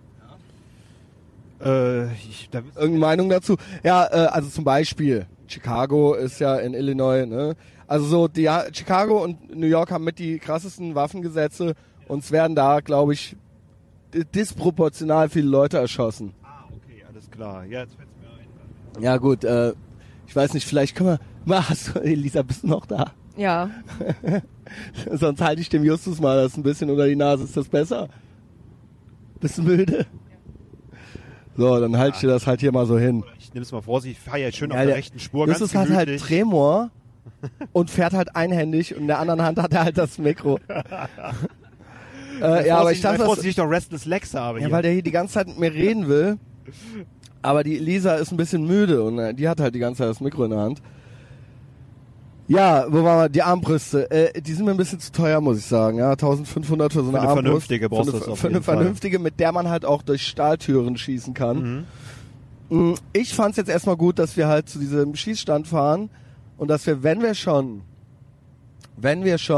Irgendeine Meinung dazu? Ja, also zum Beispiel Chicago ist ja in Illinois, ne? Also so, Chicago und New York haben mit die krassesten Waffengesetze und es werden da, glaube ich, disproportional viele Leute erschossen. Ah, okay, alles klar. Ja, jetzt fällt's mir ein. Ja gut, ich weiß nicht, vielleicht können wir... Elisa, bist du noch da? Ja. Sonst halte ich dem Justus mal das ein bisschen unter die Nase. Ist das besser? Bist du müde? So, dann halte ich dir das halt hier mal so hin. Ich nehme es mal vorsichtig, ich fahre jetzt schön auf der rechten Spur. Justus hat halt Tremor und fährt halt einhändig und in der anderen Hand hat er halt das Mikro. Ja, aber ich dachte, dass ich doch Restless Legs habe. Ja, weil der hier die ganze Zeit mit mir reden will. Aber die Elisa ist ein bisschen müde und die hat halt die ganze Zeit das Mikro in der Hand. Ja, wo waren wir? Die Armbrüste. Die sind mir ein bisschen zu teuer, muss ich sagen. Ja, 1500 für so eine Armbrust. Vernünftige brauchst du für eine vernünftige, mit der man halt auch durch Stahltüren schießen kann. Mhm. Ich fand's jetzt erstmal gut, dass wir halt zu diesem Schießstand fahren und dass wir, wenn wir schon,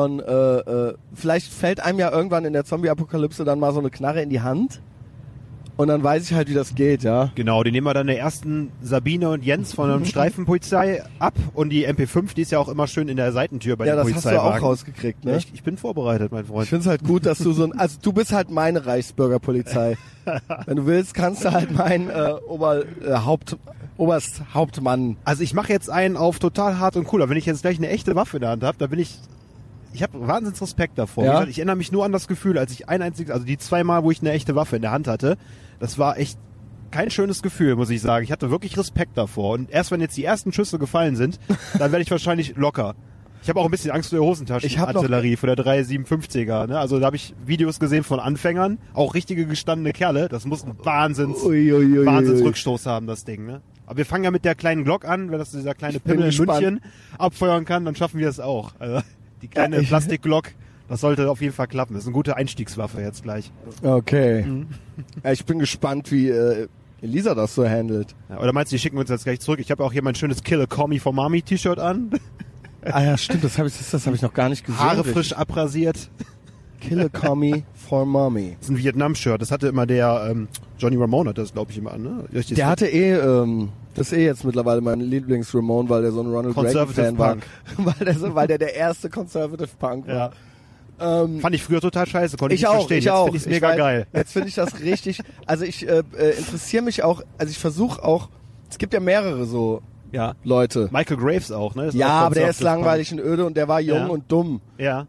vielleicht fällt einem ja irgendwann in der Zombie-Apokalypse dann mal so eine Knarre in die Hand Und dann weiß ich halt, wie das geht, ja. Genau, die nehmen wir dann der ersten Sabine und Jens von der Streifenpolizei ab und die MP5, die ist ja auch immer schön in der Seitentür bei den Polizeiwagen. Ja, das hast du auch rausgekriegt, ne? Ja, ich bin vorbereitet, mein Freund. Ich find's halt gut, dass du also du bist halt meine Reichsbürgerpolizei. Wenn du willst, kannst du halt mein Obersthauptmann. Also ich mache jetzt einen auf total hart und cool, aber wenn ich jetzt gleich eine echte Waffe in der Hand habe, da bin ich habe wahnsinns Respekt davor. Ja? Wie gesagt, ich erinnere mich nur an das Gefühl, als ich also die 2 Mal, wo ich eine echte Waffe in der Hand hatte, das war echt kein schönes Gefühl, muss ich sagen. Ich hatte wirklich Respekt davor. Und erst wenn jetzt die ersten Schüsse gefallen sind, dann werde ich wahrscheinlich locker. Ich habe auch ein bisschen Angst vor der Hosentaschenartillerie, vor der 357er. Ne? Also da habe ich Videos gesehen von Anfängern, auch richtige gestandene Kerle. Das muss einen Wahnsinnsrückstoß haben, das Ding. Ne? Aber wir fangen ja mit der kleinen Glock an. Wenn das dieser kleine Pimmel in München abfeuern kann, dann schaffen wir es auch. Also die kleine Plastikglock, das sollte auf jeden Fall klappen. Das ist eine gute Einstiegswaffe jetzt gleich. Okay. Ja, ich bin gespannt, wie Elisa das so handelt. Ja, oder meinst du, die schicken uns jetzt gleich zurück? Ich habe auch hier mein schönes Kill a Commie for Mommy T-Shirt an. Ah ja, stimmt, das hab ich noch gar nicht gesehen. Haare frisch abrasiert. Kill a Commie for Mommy. Das ist ein Vietnam-Shirt. Das hatte immer der Johnny Ramone, hat das glaube ich immer an. Ne? Der hatte das ist jetzt mittlerweile mein Lieblings-Ramone, weil der so ein Ronald Reagan-Fan war. weil der erste Conservative Punk war. Ja. Fand ich früher total scheiße, konnte ich nicht verstehen. Jetzt finde ich es mega geil. Jetzt finde ich das richtig, also ich interessiere mich auch, also ich versuche auch, es gibt ja mehrere so Leute. Michael Graves auch, ne? Ja, aber der ist langweilig und öde und der war jung und dumm. Ja.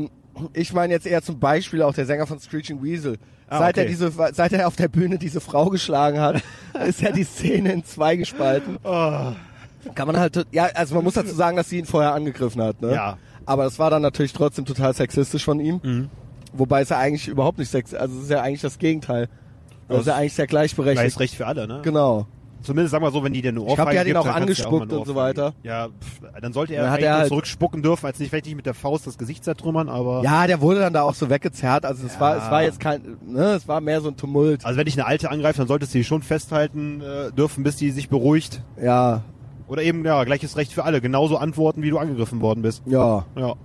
Ich meine jetzt eher zum Beispiel auch der Sänger von Screeching Weasel. Seit er auf der Bühne diese Frau geschlagen hat, ist ja die Szene in 2 gespalten. Kann man halt, also man muss dazu sagen, dass sie ihn vorher angegriffen hat, ne? Ja. Aber das war dann natürlich trotzdem total sexistisch von ihm. Mhm. Wobei es ja eigentlich überhaupt nicht sexistisch, also es ist ja eigentlich das Gegenteil. Das ist ja eigentlich sehr gleichberechtigt. Gleiches Recht für alle, ne? Genau. Zumindest sagen wir so, wenn die den Ohrfeige Ich glaube, der hat ihn gibt, auch angespuckt und so weiter. Ja, dann sollte er eigentlich nur zurückspucken dürfen, als vielleicht nicht mit der Faust das Gesicht zertrümmern, aber... Ja, der wurde dann da auch so weggezerrt, also es war jetzt kein, ne, es war mehr so ein Tumult. Also wenn dich eine Alte angreift, dann solltest du die schon festhalten dürfen, bis die sich beruhigt. Ja. Oder eben, gleiches Recht für alle, genauso antworten, wie du angegriffen worden bist. Ja. Ja,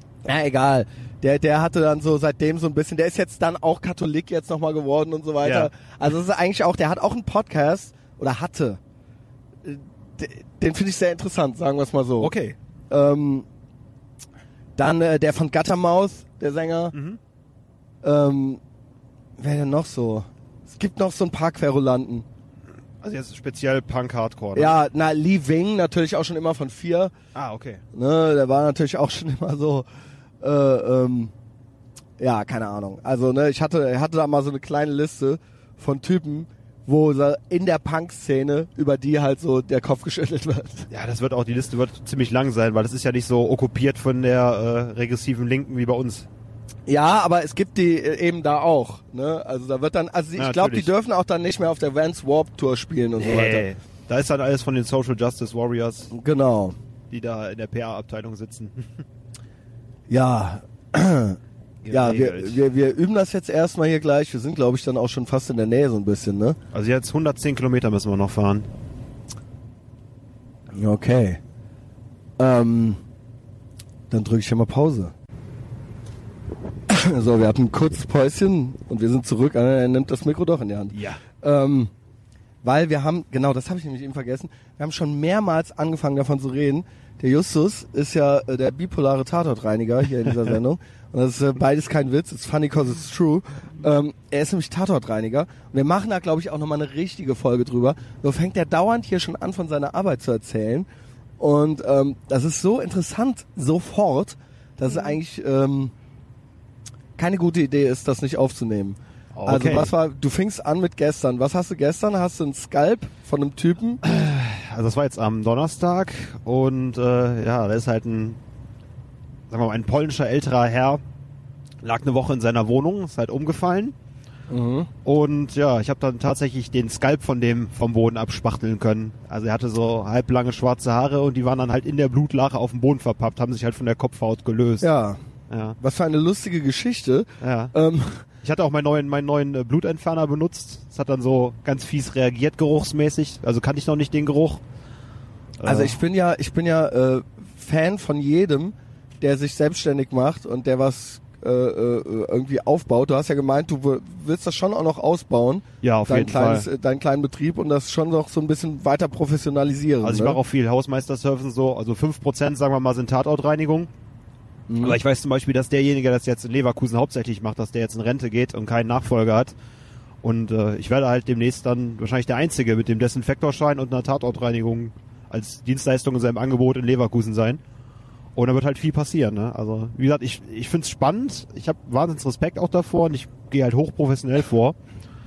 egal. Der hatte dann so seitdem so ein bisschen, der ist jetzt dann auch Katholik jetzt nochmal geworden und so weiter. Ja. Also es ist eigentlich auch, der hat auch einen Podcast, oder hatte. Den finde ich sehr interessant, sagen wir es mal so. Okay. Dann der von Guttermouth, der Sänger. Mhm. Wer denn noch so? Es gibt noch so ein paar Querulanten. Also jetzt speziell Punk-Hardcore, ne? Ja, Lee Wing, natürlich auch schon immer von 4. Ah, okay. Ne, der war natürlich auch schon immer so, ja, keine Ahnung. Also, ne, ich hatte da mal so eine kleine Liste von Typen, wo in der Punk-Szene über die halt so der Kopf geschüttelt wird. Ja, die Liste wird ziemlich lang sein, weil das ist ja nicht so okkupiert von der regressiven Linken wie bei uns. Ja, aber es gibt die eben da auch, ne? Also da wird dann, ich glaube, die dürfen auch dann nicht mehr auf der Vans Warped Tour spielen und so weiter. Da ist dann alles von den Social Justice Warriors. Genau. Die da in der PR-Abteilung sitzen. Ja. Ja, wir üben das jetzt erstmal hier gleich. Wir sind, glaube ich, dann auch schon fast in der Nähe so ein bisschen, ne? Also jetzt 110 Kilometer müssen wir noch fahren. Okay. Dann drücke ich hier mal Pause. So, wir hatten ein kurzes Päuschen und wir sind zurück. Er nimmt das Mikro doch in die Hand. Ja. Weil wir haben, genau, das habe ich nämlich eben vergessen, wir haben schon mehrmals angefangen davon zu reden. Der Justus ist ja der bipolare Tatortreiniger hier in dieser Sendung. Und das ist beides kein Witz, it's funny cause it's true. Er ist nämlich Tatortreiniger. Und wir machen da, glaube ich, auch nochmal eine richtige Folge drüber. So fängt er dauernd hier schon an, von seiner Arbeit zu erzählen. Und das ist so interessant, sofort, dass es eigentlich keine gute Idee ist, das nicht aufzunehmen. Okay. Also du fingst an mit gestern. Was hast du gestern? Hast du einen Skalp von einem Typen? Also das war jetzt am Donnerstag und da ist halt ein polnischer älterer Herr, lag eine Woche in seiner Wohnung, ist halt umgefallen. Mhm. Und ja, ich habe dann tatsächlich den Skalp von dem vom Boden abspachteln können. Also er hatte so halblange schwarze Haare und die waren dann halt in der Blutlache auf dem Boden verpappt, haben sich halt von der Kopfhaut gelöst. Ja. Was für eine lustige Geschichte. Ja. Ich hatte auch meinen neuen Blutentferner benutzt. Es hat dann so ganz fies reagiert, geruchsmäßig. Also kannte ich noch nicht den Geruch. Also ich bin ja Fan von jedem, der sich selbstständig macht und der was irgendwie aufbaut. Du hast ja gemeint, du willst das schon auch noch ausbauen. Ja, auf jeden Fall. Deinen kleinen Betrieb und das schon noch so ein bisschen weiter professionalisieren. Also ich mache auch viel Hausmeisterservice und so. Also 5%, sagen wir mal, sind Tatortreinigung. Aber ich weiß zum Beispiel, dass derjenige, der das jetzt in Leverkusen hauptsächlich macht, dass der jetzt in Rente geht und keinen Nachfolger hat. Und ich werde halt demnächst dann wahrscheinlich der Einzige mit dem Desinfektorschein und einer Tatortreinigung als Dienstleistung in seinem Angebot in Leverkusen sein. Und da wird halt viel passieren, ne? Also, wie gesagt, ich find's spannend. Ich habe wahnsinns Respekt auch davor und ich gehe halt hochprofessionell vor.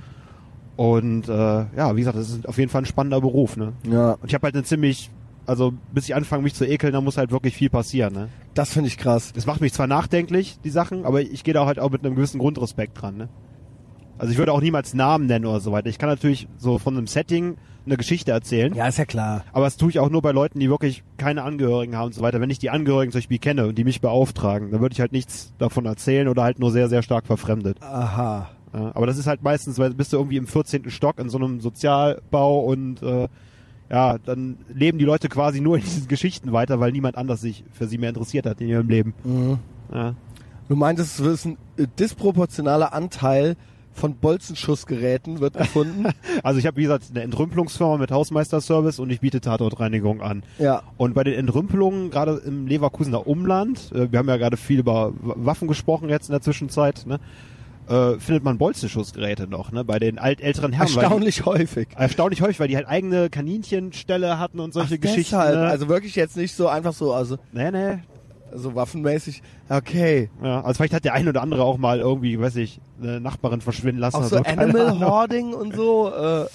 Und ja, wie gesagt, das ist auf jeden Fall ein spannender Beruf, ne? Ja. Und ich habe halt eine ziemlich, also bis ich anfange mich zu ekeln, da muss halt wirklich viel passieren, ne? Das finde ich krass. Das macht mich zwar nachdenklich, die Sachen, aber ich gehe da halt auch mit einem gewissen Grundrespekt dran, ne? Also ich würde auch niemals Namen nennen oder so weiter. Ich kann natürlich so von einem Setting eine Geschichte erzählen. Ja, ist ja klar. Aber das tue ich auch nur bei Leuten, die wirklich keine Angehörigen haben und so weiter. Wenn ich die Angehörigen zum Beispiel kenne und die mich beauftragen, dann würde ich halt nichts davon erzählen oder halt nur sehr, sehr stark verfremdet. Aha. Ja, aber das ist halt meistens, weil bist du irgendwie im 14. Stock in so einem Sozialbau und ja, dann leben die Leute quasi nur in diesen Geschichten weiter, weil niemand anders sich für sie mehr interessiert hat in ihrem Leben. Mhm. Ja. Du meintest, es ist ein disproportionaler Anteil von Bolzenschussgeräten wird gefunden. Also ich habe, wie gesagt, eine Entrümpelungsfirma mit Hausmeisterservice und ich biete Tatortreinigung an. Ja. Und bei den Entrümpelungen, gerade im Leverkusener Umland, wir haben ja gerade viel über Waffen gesprochen jetzt in der Zwischenzeit, ne, findet man Bolzenschussgeräte noch, ne, bei den älteren Herren. Erstaunlich häufig, weil die halt eigene Kaninchenställe hatten und solche Geschichten. Deshalb. Ne? Also wirklich jetzt nicht so einfach so, also Nee. so waffenmäßig. Okay. Ja, also vielleicht hat der ein oder andere auch mal irgendwie, weiß ich, eine Nachbarin verschwinden lassen. Auch so Animal Hoarding und so.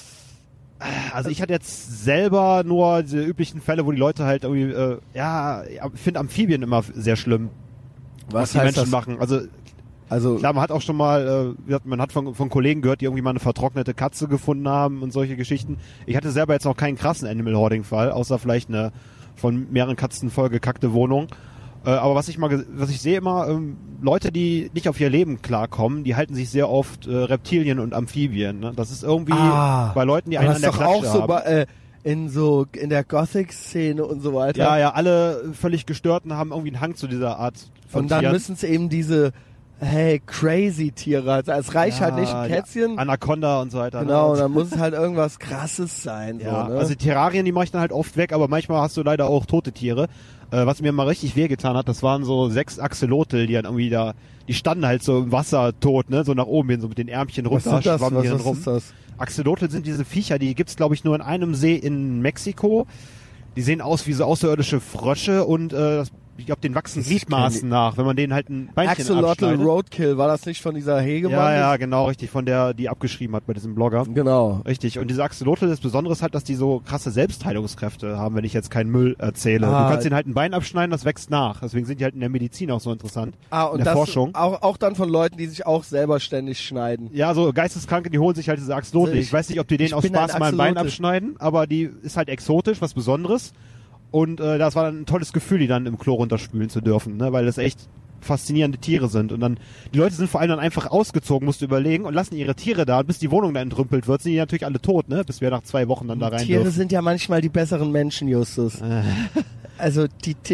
Also ich hatte jetzt selber nur diese üblichen Fälle, wo die Leute halt irgendwie, ich finde Amphibien immer sehr schlimm, was die Menschen machen. Also klar, man hat auch schon mal, man hat von Kollegen gehört, die irgendwie mal eine vertrocknete Katze gefunden haben und solche Geschichten. Ich hatte selber jetzt noch keinen krassen Animal Hoarding Fall, außer vielleicht eine von mehreren Katzen vollgekackte Wohnung. Aber was ich sehe immer, Leute, die nicht auf ihr Leben klarkommen, die halten sich sehr oft Reptilien und Amphibien. Ne? Das ist irgendwie bei Leuten, die einen an der Klatsche haben. Das ist doch auch so in der Gothic-Szene und so weiter. Ja, alle völlig Gestörten haben irgendwie einen Hang zu dieser Art von Und dann Tieren. müssen es eben diese crazy Tiere. Also es reicht halt nicht ein Kätzchen. Anaconda und so weiter. Genau, ne? dann muss es halt irgendwas Krasses sein. Ja, so, ne? also Terrarien, die mache ich dann halt oft weg, aber manchmal hast du leider auch tote Tiere. Was mir mal richtig wehgetan hat, das waren so 6 Axolotl, die dann irgendwie die standen halt so im Wasser tot, ne, so nach oben hin, so mit den Ärmchen runter, schwammen die dann rum. Ist das? Axolotl sind diese Viecher, die gibt's glaube ich nur in einem See in Mexiko. Die sehen aus wie so außerirdische Frösche und ich glaube, den wachsen Gliedmaßen nach, wenn man denen halt ein Beinchen Axolotl abschneidet. Roadkill, war das nicht von dieser Hegemann? Ja, genau, richtig, von der, die abgeschrieben hat bei diesem Blogger. Genau. Richtig, und diese Axolotl, das Besondere ist halt, dass die so krasse Selbstheilungskräfte haben, wenn ich jetzt keinen Müll erzähle. Du kannst denen halt ein Bein abschneiden, das wächst nach. Deswegen sind die halt in der Medizin auch so interessant. Und in der Forschung. Auch dann von Leuten, die sich auch selber ständig schneiden. Ja, so Geisteskranke, die holen sich halt diese Axolotl. Ich weiß nicht, ob die denen aus Spaß mal ein Bein abschneiden, aber die ist halt exotisch, was Besonderes. Und das war dann ein tolles Gefühl, die dann im Klo runterspülen zu dürfen, ne? Weil das echt faszinierende Tiere sind. Und dann, die Leute sind vor allem dann einfach ausgezogen, musst du überlegen, und lassen ihre Tiere da, und bis die Wohnung dann entrümpelt wird, sind die natürlich alle tot, ne? Bis wir nach 2 Wochen dann da rein Tiere dürfen. sind ja manchmal die besseren Menschen, Justus. Also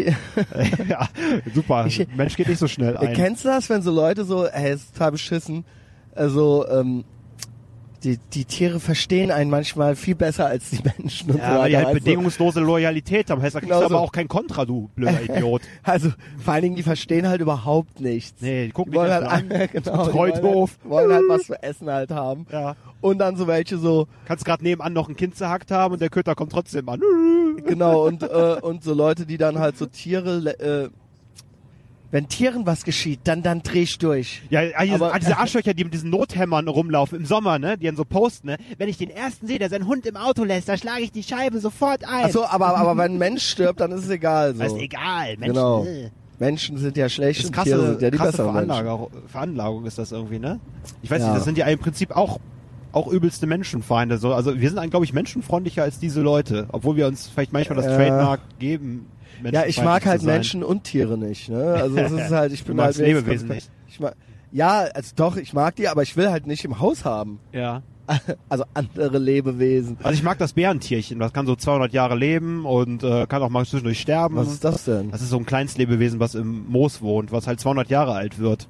ja, super. Mensch geht nicht so schnell ein. Kennst du das, wenn so Leute so, ist total beschissen, also die Tiere verstehen einen manchmal viel besser als die Menschen. Und ja, so weiter. weil die halt also, bedingungslose Loyalität haben. Heißt, da kriegst du aber auch kein Kontra, du blöder Idiot. Also vor allen Dingen, die verstehen halt überhaupt nichts. Nee, die gucken die wollen nicht halt an. Genau, treu doof. Wollen halt was zu essen halt haben. Ja. Und dann so welche so... Kannst gerade nebenan noch ein Kind zerhackt haben und der Köter kommt trotzdem an. Genau, und so Leute, die dann halt so Tiere... wenn Tieren was geschieht, dann dreh ich durch. Ja, diese Arschlöcher, die mit diesen Nothämmern rumlaufen im Sommer, ne, die dann so posten, ne, wenn ich den ersten sehe, der seinen Hund im Auto lässt, da schlage ich die Scheibe sofort ein. Ach so, aber wenn ein Mensch stirbt, dann ist es egal. So. Das ist egal, Menschen. Genau. Menschen sind ja schlecht und krasse, Tiere sind ja die krasse besseren Veranlagung ist das irgendwie, ne? Ich weiß Ja. nicht, das sind ja im Prinzip auch übelste Menschenfeinde. So. Also wir sind, glaube ich, menschenfreundlicher als diese Leute, obwohl wir uns vielleicht manchmal das Trademark geben. Ja, ich mag halt Menschen und Tiere nicht, ne? Also das ist halt, ich bin du halt Lebewesen nicht. Ich mag die, aber ich will halt nicht im Haus haben. Ja. Also andere Lebewesen. Also ich mag das Bärentierchen, das kann so 200 Jahre leben und kann auch mal zwischendurch sterben. Was ist das denn? Das ist so ein Kleinstlebewesen, was im Moos wohnt, was halt 200 Jahre alt wird.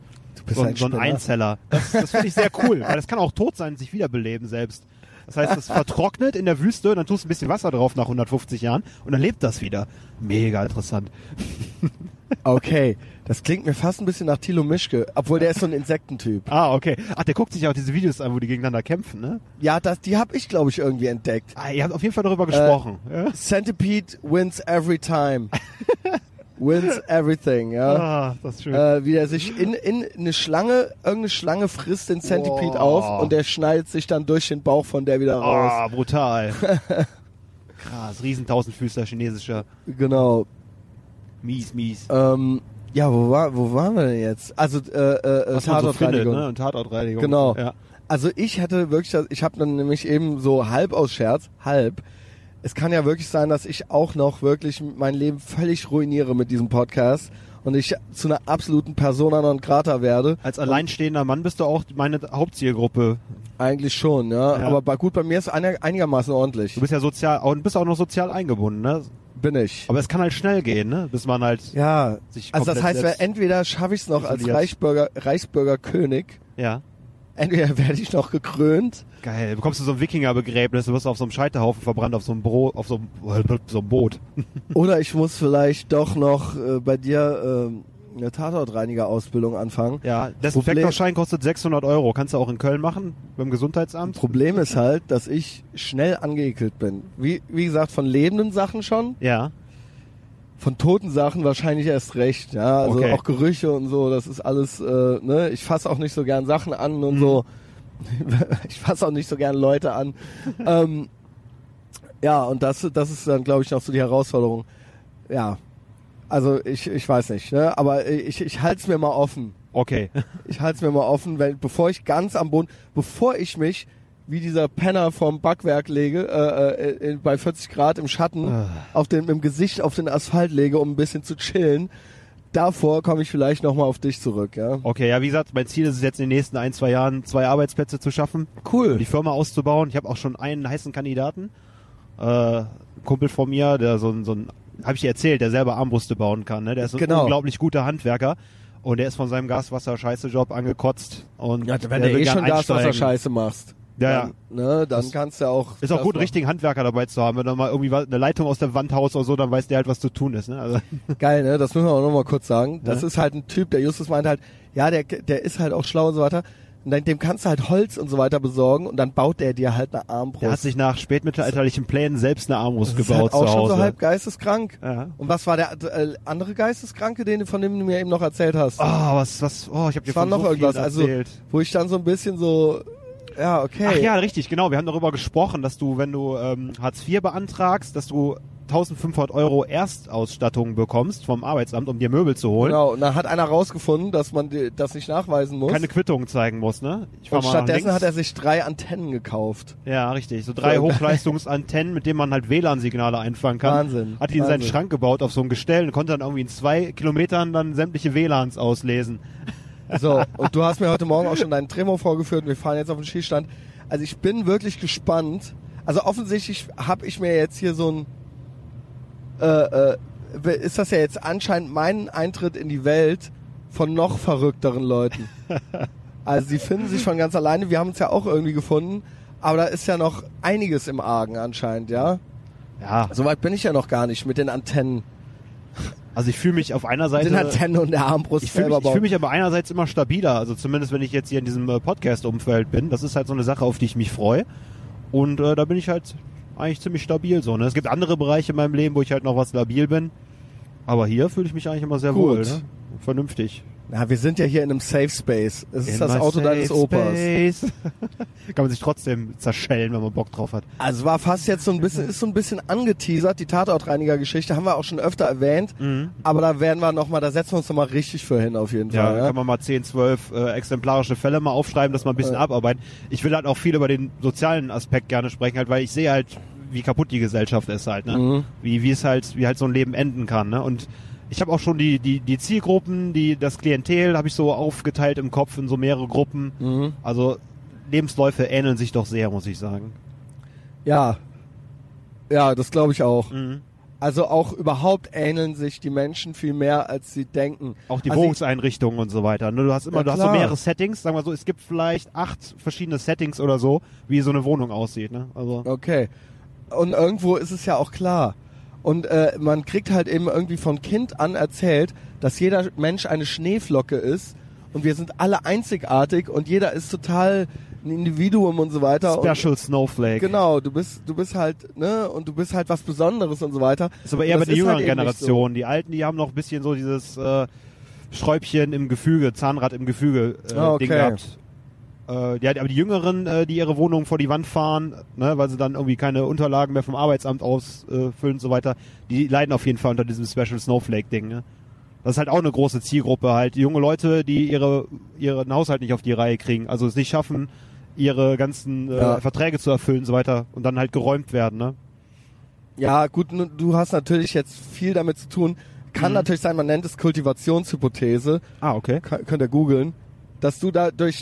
So ein Einzeller. Das finde ich sehr cool, weil das kann auch tot sein und sich wiederbeleben selbst. Das heißt, es vertrocknet in der Wüste, dann tust du ein bisschen Wasser drauf nach 150 Jahren und dann lebt das wieder. Mega interessant. Okay, das klingt mir fast ein bisschen nach Thilo Mischke, obwohl der ist so ein Insektentyp. Ah, okay. Ach, der guckt sich auch diese Videos an, wo die gegeneinander kämpfen, ne? Ja, die habe ich, glaube ich, irgendwie entdeckt. Ihr habt auf jeden Fall darüber gesprochen. Ja? Centipede wins every time. Wins everything, ja. Ah, das ist schön. Wie er sich in irgendeine Schlange frisst den Centipede auf und der schneidet sich dann durch den Bauch von der wieder raus. Ah, brutal. Krass, riesen Tausendfüßler chinesischer. Genau. Mies. Ja, wo waren wir denn jetzt? Also Tatortreinigung. So, ne? Tatortreinigung. Genau. Ja. Also ich habe dann nämlich eben so halb aus Scherz, es kann ja wirklich sein, dass ich auch noch wirklich mein Leben völlig ruiniere mit diesem Podcast und ich zu einer absoluten Persona non grata werde. Als alleinstehender Mann bist du auch meine Hauptzielgruppe. Eigentlich schon, ja. Aber bei mir ist einigermaßen ordentlich. Du bist ja sozial und bist auch noch sozial eingebunden, ne? Bin ich. Aber es kann halt schnell gehen, ne? Bis man halt sich also das heißt, entweder schaffe ich es noch als Reichsbürger König. Ja. Entweder werde ich noch gekrönt. Geil. Bekommst du so ein Wikingerbegräbnis, du wirst auf so einem Scheiterhaufen verbrannt, auf so einem Boot. Oder ich muss vielleicht doch noch bei dir eine Tatortreiniger-Ausbildung anfangen. Ja, Desinfektorschein kostet 600 €. Kannst du auch in Köln machen, beim Gesundheitsamt. Problem ist halt, dass ich schnell angeekelt bin. Wie gesagt, von lebenden Sachen schon. Ja. Von toten Sachen wahrscheinlich erst recht. Ja, also auch Gerüche und so, das ist alles, ne. Ich fasse auch nicht so gern Sachen an und so. Ich fasse auch nicht so gern Leute an. Ja, und das ist dann, glaube ich, noch so die Herausforderung. Ja. Also ich weiß nicht, ne? Aber ich halte es mir mal offen. Okay. Ich halte es mir mal offen, bevor ich mich wie dieser Penner vom Backwerk lege, bei 40 Grad im Schatten, im Gesicht auf den Asphalt lege, um ein bisschen zu chillen. Davor komme ich vielleicht nochmal auf dich zurück, ja. Okay, ja, wie gesagt, mein Ziel ist es jetzt in den nächsten 1-2 Jahren 2 Arbeitsplätze zu schaffen. Cool. Die Firma auszubauen. Ich habe auch schon einen heißen Kandidaten. Kumpel von mir, der so ein habe ich dir erzählt, der selber Armbrüste bauen kann, ne? Der ist ein unglaublich guter Handwerker und der ist von seinem Gaswasser-Scheiße-Job angekotzt und ja, wenn du schon Gaswasser-Scheiße machst. Ja, dann kannst du auch... Ist auch gut, einen richtigen Handwerker dabei zu haben. Wenn du mal irgendwie eine Leitung aus der Wand haust oder so, dann weiß der halt, was zu tun ist. Ne? Also geil, ne? Das müssen wir auch nochmal kurz sagen. Das ist halt ein Typ, der Justus meint halt, ja, der ist halt auch schlau und so weiter. Und dem kannst du halt Holz und so weiter besorgen und dann baut der dir halt eine Armbrust. Der hat sich nach spätmittelalterlichen Plänen selbst eine Armbrust gebaut halt auch zu Hause. Schon so halb geisteskrank. Ja. Und was war der andere Geisteskranke, von dem du mir eben noch erzählt hast? Ich hab dir von noch so irgendwas erzählt. Also, wo ich dann so ein bisschen so... Ja, okay. Ach ja, richtig, genau. Wir haben darüber gesprochen, dass du, wenn du Hartz IV beantragst, dass du 1.500 € Erstausstattung bekommst vom Arbeitsamt, um dir Möbel zu holen. Genau, und da hat einer rausgefunden, dass man das nicht nachweisen muss. Keine Quittung zeigen muss, ne? Und stattdessen hat er sich 3 Antennen gekauft. Ja, richtig. So 3 Hochleistungsantennen, mit denen man halt WLAN-Signale einfangen kann. Wahnsinn. Hat die in seinen Schrank gebaut auf so ein Gestell und konnte dann irgendwie in 2 Kilometern dann sämtliche WLANs auslesen. So, und du hast mir heute Morgen auch schon deinen Tremor vorgeführt und wir fahren jetzt auf den Schießstand. Also ich bin wirklich gespannt. Also offensichtlich habe ich mir jetzt hier so ist das ja jetzt anscheinend mein Eintritt in die Welt von noch verrückteren Leuten. Also die finden sich von ganz alleine. Wir haben uns ja auch irgendwie gefunden, aber da ist ja noch einiges im Argen anscheinend, ja? Ja. Soweit bin ich ja noch gar nicht mit den Antennen. Also ich fühle mich auf einer Seite... Den Antennen und der Armbrust Ich fühle mich aber einerseits immer stabiler, also zumindest wenn ich jetzt hier in diesem Podcast-Umfeld bin. Das ist halt so eine Sache, auf die ich mich freue. Und da bin ich halt eigentlich ziemlich stabil so. Ne? Es gibt andere Bereiche in meinem Leben, wo ich halt noch was labil bin. Aber hier fühle ich mich eigentlich immer sehr wohl. Ne? Vernünftig. Na, wir sind ja hier in einem Safe Space. Es ist das Auto deines Opas. Kann man sich trotzdem zerschellen, wenn man Bock drauf hat. Also war fast jetzt so ein bisschen angeteasert, die Tatortreiniger-Geschichte, haben wir auch schon öfter erwähnt. Aber da da setzen wir uns nochmal richtig für hin auf jeden Fall. Ja, kann man mal 10, 12 exemplarische Fälle mal aufschreiben, dass man ein bisschen abarbeiten. Ich will halt auch viel über den sozialen Aspekt gerne sprechen, halt, weil ich sehe halt, wie kaputt die Gesellschaft ist halt, ne? Wie halt so ein Leben enden kann, ne? Und ich habe auch schon die Zielgruppen, das Klientel habe ich so aufgeteilt im Kopf in so mehrere Gruppen. Also Lebensläufe ähneln sich doch sehr, muss ich sagen. Ja, das glaube ich auch. Also auch überhaupt ähneln sich die Menschen viel mehr, als sie denken. Auch die Wohnungseinrichtungen und so weiter. Du hast immer, du hast so mehrere Settings. Sagen wir so, es gibt vielleicht 8 verschiedene Settings oder so, wie so eine Wohnung aussieht. Ne? Also okay. Und irgendwo ist es ja auch klar. Und man kriegt halt eben irgendwie von Kind an erzählt, dass jeder Mensch eine Schneeflocke ist und wir sind alle einzigartig und jeder ist total ein Individuum und so weiter. Special Snowflake. Genau, du bist halt, ne, und du bist halt was Besonderes und so weiter. Ist aber eher bei der jüngeren Generation. So. Die Alten, die haben noch ein bisschen so dieses Sträubchen im Gefüge, Zahnrad im Gefüge Ding gehabt. Aber die Jüngeren, die ihre Wohnung vor die Wand fahren, ne, weil sie dann irgendwie keine Unterlagen mehr vom Arbeitsamt ausfüllen und so weiter, die leiden auf jeden Fall unter diesem Special Snowflake-Ding. Ne? Das ist halt auch eine große Zielgruppe, halt junge Leute, die ihren Haushalt nicht auf die Reihe kriegen, also es nicht schaffen, ihre ganzen Verträge zu erfüllen und so weiter und dann halt geräumt werden. Ne? Ja, gut, du hast natürlich jetzt viel damit zu tun. Kann natürlich sein, man nennt es Kultivationshypothese. Ah, okay. Könnt ihr googeln. Dass du dadurch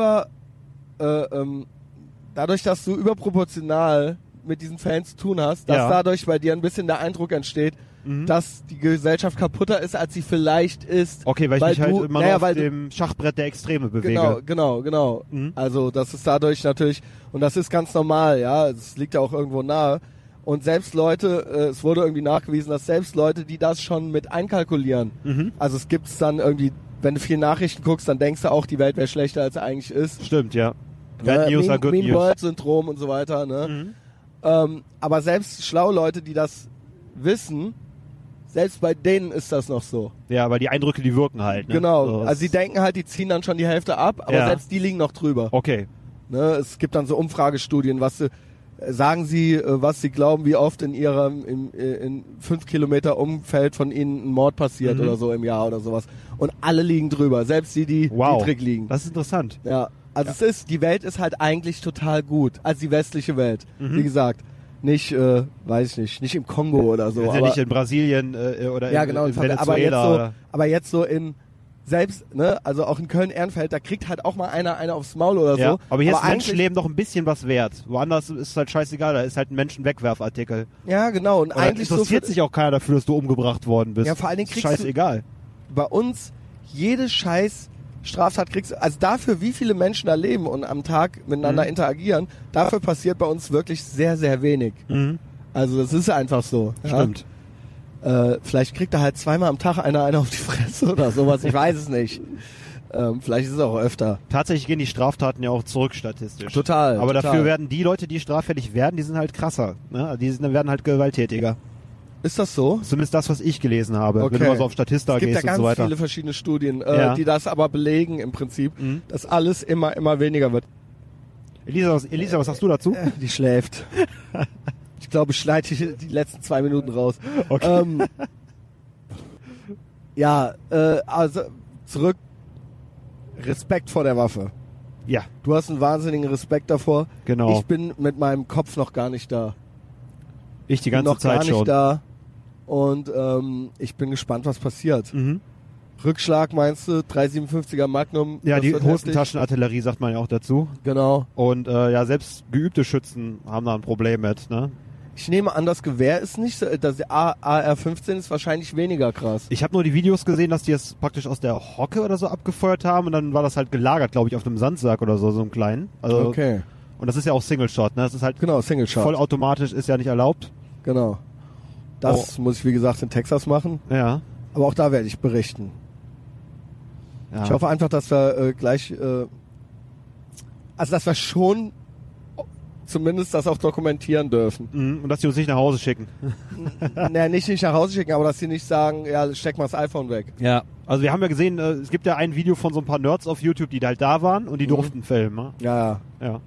dadurch, dass du überproportional mit diesen Fällen zu tun hast, dass dadurch bei dir ein bisschen der Eindruck entsteht, dass die Gesellschaft kaputter ist, als sie vielleicht ist. Okay, weil ich mich halt immer noch auf dem Schachbrett der Extreme bewege. Genau. Also das ist dadurch natürlich, und das ist ganz normal, ja, es liegt ja auch irgendwo nahe. Und selbst Leute, es wurde irgendwie nachgewiesen, dass selbst Leute, die das schon mit einkalkulieren, also es gibt's dann irgendwie, wenn du viel Nachrichten guckst, dann denkst du auch, die Welt wäre schlechter, als sie eigentlich ist. Stimmt, ja. Bad News are good news. Mean World Syndrom und so weiter, ne? Aber selbst schlaue Leute, die das wissen, selbst bei denen ist das noch so. Ja, weil die Eindrücke, die wirken halt. Ne? Genau, so, also sie denken halt, die ziehen dann schon die Hälfte ab, aber selbst die liegen noch drüber. Okay. Ne? Es gibt dann so Umfragestudien, sagen sie, was sie glauben, wie oft in 5 Kilometer Umfeld von ihnen ein Mord passiert oder so im Jahr oder sowas. Und alle liegen drüber, selbst die niedrig liegen. Das ist interessant. Ja, also die Welt ist halt eigentlich total gut, als die westliche Welt. Wie gesagt, nicht, weiß ich nicht im Kongo oder so. Ja nicht in Brasilien oder in Venezuela. Aber jetzt so in selbst, ne, also auch in Köln-Ehrenfeld, da kriegt halt auch mal einer aufs Maul oder so. Aber hier ist Menschenleben noch ein bisschen was wert. Woanders ist es halt scheißegal, da ist halt ein Menschenwegwerfartikel. Ja, genau. Und eigentlich interessiert sich auch keiner dafür, dass du umgebracht worden bist. Ja, vor allen Dingen kriegst scheißegal. Bei uns jede scheiß Straftat kriegst du, also dafür, wie viele Menschen da leben und am Tag miteinander interagieren, dafür passiert bei uns wirklich sehr, sehr wenig. Also das ist einfach so. Stimmt. Ja? Vielleicht kriegt er halt 2-mal am Tag einer auf die Fresse oder sowas, ich weiß es nicht. Vielleicht ist es auch öfter. Tatsächlich gehen die Straftaten ja auch zurück statistisch. Total. Aber dafür werden die Leute, die straffällig werden, die sind halt krasser. Ne? Werden halt gewalttätiger. Ist das so? Zumindest das, was ich gelesen habe. Okay. Wenn du mal so auf Statista gehst und so weiter. Es gibt ja ganz viele verschiedene Studien, die das aber belegen im Prinzip, dass alles immer weniger wird. Elisa, was sagst du dazu? Die schläft. Ich glaube, ich schneide die letzten 2 Minuten raus. Okay. Also zurück. Respekt vor der Waffe. Ja. Du hast einen wahnsinnigen Respekt davor. Genau. Ich bin mit meinem Kopf noch gar nicht da. Ich die ganze Zeit schon. Noch gar nicht da. Und ich bin gespannt, was passiert. Rückschlag meinst du? 357er Magnum? Ja, die Hosentaschenartillerie sagt man ja auch dazu. Genau. Und selbst geübte Schützen haben da ein Problem mit, ne? Ich nehme an, das Gewehr ist nicht, das AR-15 ist wahrscheinlich weniger krass. Ich habe nur die Videos gesehen, dass die es praktisch aus der Hocke oder so abgefeuert haben und dann war das halt gelagert, glaube ich, auf einem Sandsack oder so einem kleinen. Also, okay. Und das ist ja auch Single Shot, ne? Das ist halt Single Shot. Vollautomatisch ist ja nicht erlaubt. Genau. Das muss ich, wie gesagt, in Texas machen. Ja. Aber auch da werde ich berichten. Ja. Ich hoffe einfach, dass wir gleich, dass wir schon zumindest das auch dokumentieren dürfen. Und dass die uns nicht nach Hause schicken. Naja, nicht nach Hause schicken, aber dass sie nicht sagen, ja, steck mal das iPhone weg. Ja. Also wir haben ja gesehen, es gibt ja ein Video von so ein paar Nerds auf YouTube, die halt da waren und die durften filmen. Ne? Ja.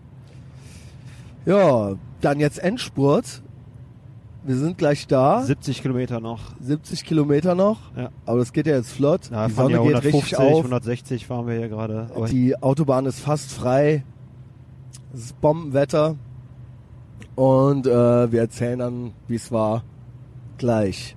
Ja, dann jetzt Endspurt. Wir sind gleich da. 70 Kilometer noch. 70 Kilometer noch. Ja. Aber das geht ja jetzt flott. Ja, die Sonne geht richtig auf. 160 fahren wir hier gerade. Die Autobahn ist fast frei. Es ist Bombenwetter. Und wir erzählen dann, wie es war, gleich.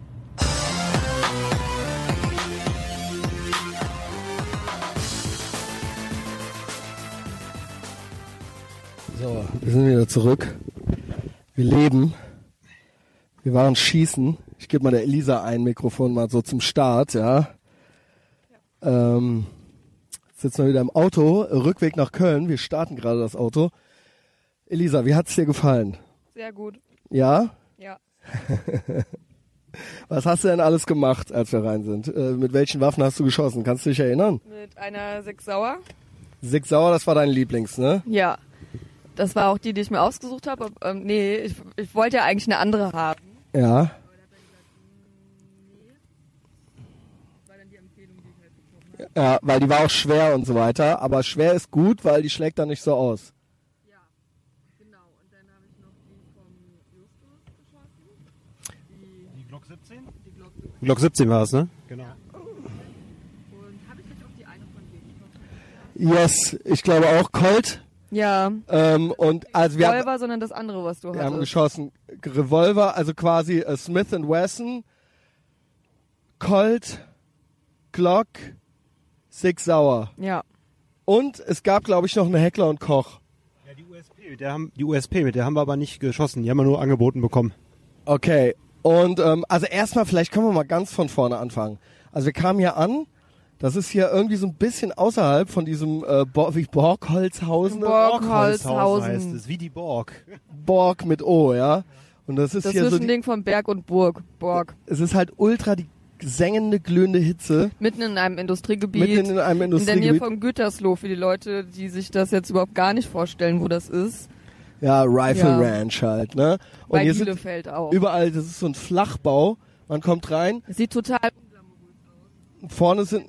Wir sind wieder zurück. Wir leben. Wir waren schießen. Ich gebe mal der Elisa ein Mikrofon mal so zum Start, ja. Sitzen wir wieder im Auto, Rückweg nach Köln. Wir starten gerade das Auto. Elisa, wie hat's dir gefallen? Sehr gut. Ja? Ja. Was hast du denn alles gemacht, als wir rein sind? Mit welchen Waffen hast du geschossen? Kannst du dich erinnern? Mit einer Sig Sauer. Sig Sauer, das war dein Lieblings, ne? Ja. Das war auch die ich mir ausgesucht habe. Nee, ich wollte ja eigentlich eine andere haben. Ja. Ja, weil die war auch schwer und so weiter. Aber schwer ist gut, weil die schlägt dann nicht so aus. Ja, genau. Und dann habe ich noch die vom Justus geschossen. Die Glock 17? Die Glock 17 war es, ne? Genau. Und habe ich nicht auf die eine von denen geschossen? Yes, ich glaube auch Colt. Ja. Und also wir Revolver, sondern das andere, was du hattest. Wir haben geschossen Revolver, also quasi Smith & Wesson, Colt, Glock, Sig Sauer. Ja. Und es gab, glaube ich, noch eine Heckler und Koch. Ja, die USP, mit der haben wir aber nicht geschossen. Die haben wir nur angeboten bekommen. Okay. Und also erstmal, vielleicht können wir mal ganz von vorne anfangen. Also wir kamen hier an. Das ist hier irgendwie so ein bisschen außerhalb von diesem Borgholzhausen. Borgholzhausen heißt es, wie die Borg. Borg mit O, ja. Und das ist das hier so Ding von Berg und Burg. Borg. Es ist halt ultra die sengende, glühende Hitze. Mitten in einem Industriegebiet. Mitten in einem Industriegebiet. In der Nähe von Gütersloh, für die Leute, die sich das jetzt überhaupt gar nicht vorstellen, wo das ist. Ja, Rifle Ranch halt, ne? Und bei hier Bielefeld sind auch. Überall, das ist so ein Flachbau. Man kommt rein. Sieht total unglamourös aus. Vorne sind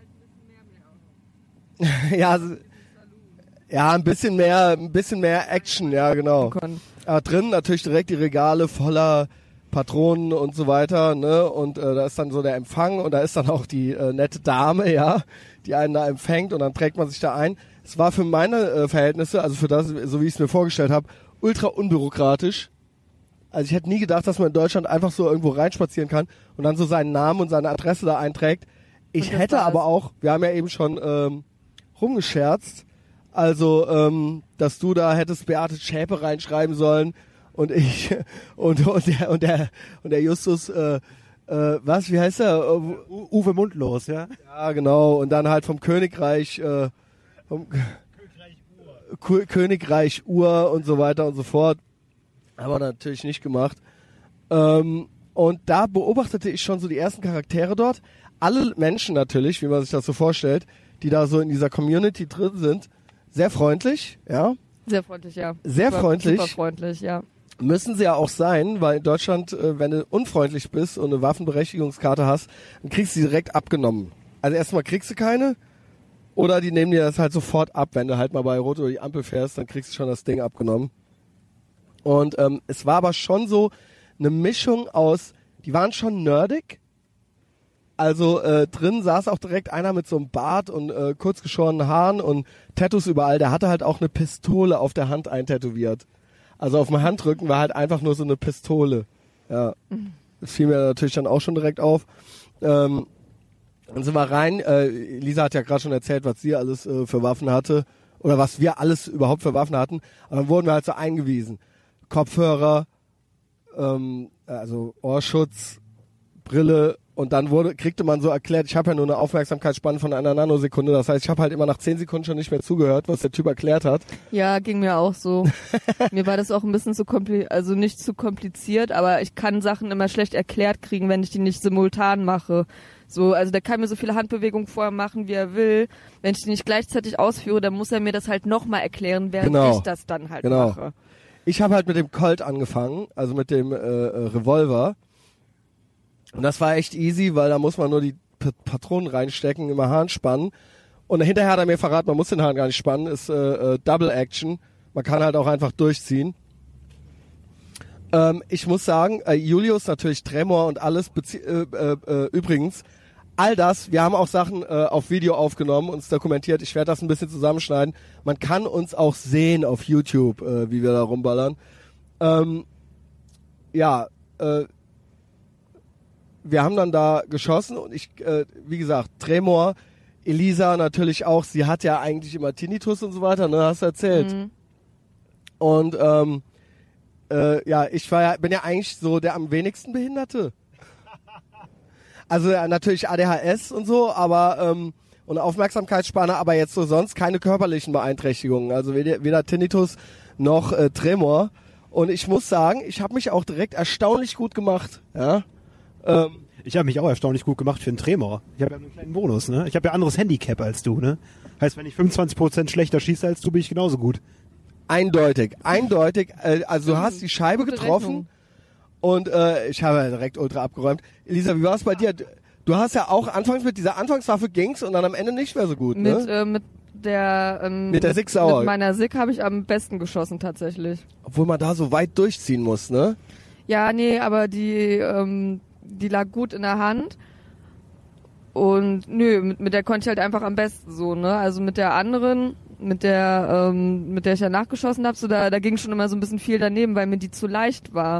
ja, ein bisschen mehr Action, ja, genau. Aber drin natürlich direkt die Regale voller Patronen und so weiter, ne? Und da ist dann so der Empfang und da ist dann auch die nette Dame, ja, die einen da empfängt und dann trägt man sich da ein. Es war für meine Verhältnisse, also für das, so wie ich es mir vorgestellt habe, ultra unbürokratisch. Also ich hätte nie gedacht, dass man in Deutschland einfach so irgendwo reinspazieren kann und dann so seinen Namen und seine Adresse da einträgt. Ich hätte aber auch, wir haben ja eben schon rumgescherzt, also dass du da hättest Beate Schäpe reinschreiben sollen und ich und der Justus was, wie heißt er? Uwe Mundlos, ja? Ja, genau, und dann halt vom Königreich Königreich Ur und so weiter und so fort. Haben wir natürlich nicht gemacht. Und da beobachtete ich schon so die ersten Charaktere dort. Alle Menschen natürlich, wie man sich das so vorstellt, die da so in dieser Community drin sind, sehr freundlich, ja. Sehr freundlich, ja. Sehr freundlich. Super freundlich, ja. Müssen sie ja auch sein, weil in Deutschland, wenn du unfreundlich bist und eine Waffenberechtigungskarte hast, dann kriegst du sie direkt abgenommen. Also erstmal kriegst du keine oder die nehmen dir das halt sofort ab. Wenn du halt mal bei Rot oder die Ampel fährst, dann kriegst du schon das Ding abgenommen. Und es war aber schon so eine Mischung aus, die waren schon nerdig. Also drin saß auch direkt einer mit so einem Bart und kurzgeschorenen Haaren und Tattoos überall. Der hatte halt auch eine Pistole auf der Hand eintätowiert. Also auf dem Handrücken war halt einfach nur so eine Pistole. Ja, das fiel mir natürlich dann auch schon direkt auf. Dann sind wir rein. Lisa hat ja gerade schon erzählt, was sie alles für Waffen hatte. Oder was wir alles überhaupt für Waffen hatten. Aber dann wurden wir halt so eingewiesen. Kopfhörer, also Ohrschutz, Brille und dann kriegte man so erklärt, ich habe ja nur eine Aufmerksamkeitsspanne von einer Nanosekunde, das heißt, ich habe halt immer nach 10 Sekunden schon nicht mehr zugehört, was der Typ erklärt hat. Ja, ging mir auch so. Mir war das auch ein bisschen zu also nicht zu kompliziert, aber ich kann Sachen immer schlecht erklärt kriegen, wenn ich die nicht simultan mache. So, also der kann mir so viele Handbewegungen vorher machen, wie er will. Wenn ich die nicht gleichzeitig ausführe, dann muss er mir das halt nochmal erklären, während ich das dann halt mache. Ich habe halt mit dem Colt angefangen, also mit dem Revolver. Und das war echt easy, weil da muss man nur die Patronen reinstecken, immer Hahn spannen. Und hinterher hat er mir verraten, man muss den Hahn gar nicht spannen, ist Double Action. Man kann halt auch einfach durchziehen. Ich muss sagen, Julius natürlich Tremor und alles. Übrigens, all das, wir haben auch Sachen auf Video aufgenommen, uns dokumentiert. Ich werde das ein bisschen zusammenschneiden. Man kann uns auch sehen auf YouTube, wie wir da rumballern. Wir haben dann da geschossen und ich, wie gesagt, Tremor, Elisa natürlich auch, sie hat ja eigentlich immer Tinnitus und so weiter, ne, hast du erzählt. Mhm. Und ich bin ja eigentlich so der am wenigsten Behinderte. Also natürlich ADHS und so, aber und Aufmerksamkeitsspanne, aber jetzt so sonst keine körperlichen Beeinträchtigungen. Also weder Tinnitus noch Tremor. Und ich muss sagen, ich habe mich auch direkt erstaunlich gut gemacht. Ja. Ich habe mich auch erstaunlich gut gemacht für einen Tremor. Ich habe ja einen kleinen Bonus, ne? Ich habe ja anderes Handicap als du, ne? Heißt, wenn ich 25% schlechter schieße als du, bin ich genauso gut. Eindeutig. Also du hast die Scheibe getroffen. Rechnung. Und ich habe ja direkt ultra abgeräumt. Elisa, wie war es bei dir? Du hast ja auch anfangs mit dieser Anfangswaffe ging's und dann am Ende nicht mehr so gut, ne? Mit der Sig Sauer. Mit meiner Sig habe ich am besten geschossen tatsächlich. Obwohl man da so weit durchziehen muss, ne? Ja, nee, aber die lag gut in der Hand. Und mit der konnte ich halt einfach am besten so, ne? Also mit der anderen, mit der ich ja nachgeschossen habe, so da ging schon immer so ein bisschen viel daneben, weil mir die zu leicht war.